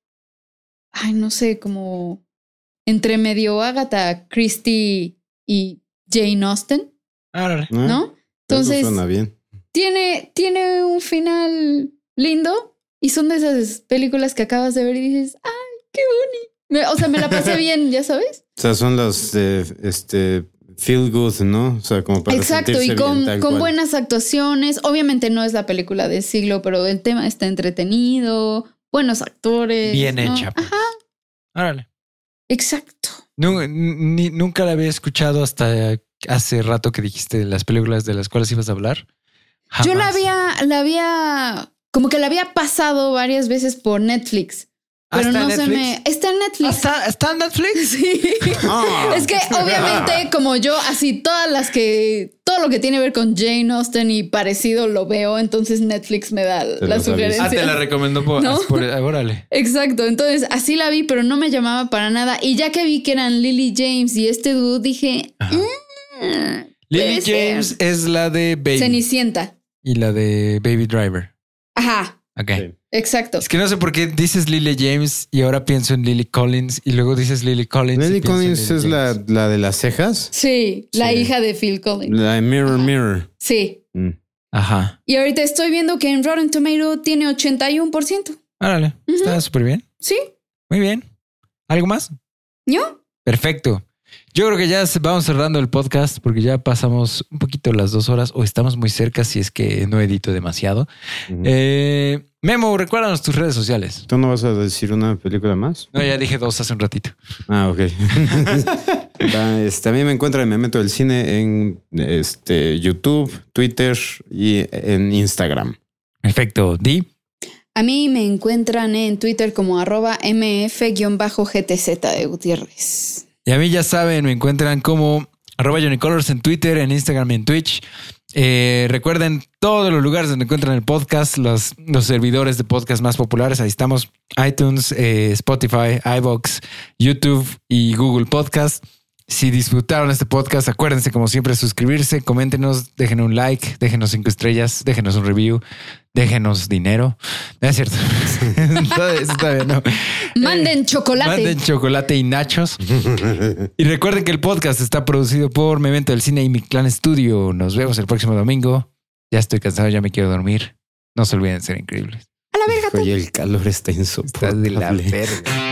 Ay, no sé, como... Entre medio Agatha Christie y Jane Austen, Árale. ¿no? Entonces, eso suena bien. Tiene, tiene un final lindo. Y son de esas películas que acabas de ver y dices, ¡ay, qué bonito! O sea, me la pasé bien, ¿ya sabes? O sea, son los de este feel good, ¿no? O sea, como para exacto, sentirse y con, bien, tal con cual. buenas actuaciones. Obviamente no es la película del siglo, pero el tema está entretenido, buenos actores. Bien ¿no? hecha. Pues. Ajá, Árale. exacto. No, ni, nunca la había escuchado hasta hace rato que dijiste las películas de las cuales ibas a hablar. Jamás. Yo la había, la había, como que la había pasado varias veces por Netflix. Pero no se me... Está en Netflix. ¿Está, ¿Está en Netflix? Sí. Oh. Es que obviamente como yo, así todas las que... Todo lo que tiene que ver con Jane Austen y parecido lo veo. Entonces Netflix me da Te la sugerencia. Ah, te la recomendó por... ¿No? por órale. Exacto. Entonces así la vi, pero no me llamaba para nada. Y ya que vi que eran Lily James y este dude, dije... Mm, Lily James es la de Baby. Cenicienta. Y la de Baby Driver. Ajá. Ok. Sí. Exacto. Es que no sé por qué dices Lily James y ahora pienso en Lily Collins y luego dices Lily Collins. Lily y pienso en Collins Lily es la, James. la de las cejas. Sí, la Sí. hija de Phil Collins. La de Mirror Ajá. Mirror. Sí. Mm. Ajá. Y ahorita estoy viendo que en Rotten Tomato tiene ochenta y uno por ciento. Árale. Ujú. Está súper bien. Sí. Muy bien. ¿Algo más? ¿Yo? Perfecto. Yo creo que ya se- vamos cerrando el podcast porque ya pasamos un poquito las dos horas o estamos muy cerca si es que no edito demasiado. Ujú. Eh, Memo, recuérdanos tus redes sociales. ¿Tú no vas a decir una película más? No, ya dije dos hace un ratito. Ah, ok. Va, este, a mí me encuentran en Memento del Cine en este, YouTube, Twitter y en Instagram. Perfecto. Di. A mí me encuentran en Twitter como arroba mf-gtz de Gutiérrez. Y a mí ya saben, me encuentran como arroba Johnny Colors en Twitter, en Instagram y en Twitch. Eh, recuerden todos los lugares donde encuentran el podcast, los, los servidores de podcast más populares. Ahí estamos: iTunes, eh, Spotify, iVoox, YouTube y Google Podcast. Si disfrutaron este podcast, acuérdense como siempre suscribirse, coméntenos, déjenos un like, déjenos cinco estrellas, déjenos un review, déjenos dinero. No es cierto. Todo eso está bien, no. Manden chocolate. Manden chocolate y nachos. Y recuerden que el podcast está producido por Memento del Cine y Mi Clan Studio. Nos vemos el próximo domingo. Ya estoy cansado, ya me quiero dormir. No se olviden de ser increíbles. A la verga. Oye, el calor está Está insoportable. de la verga.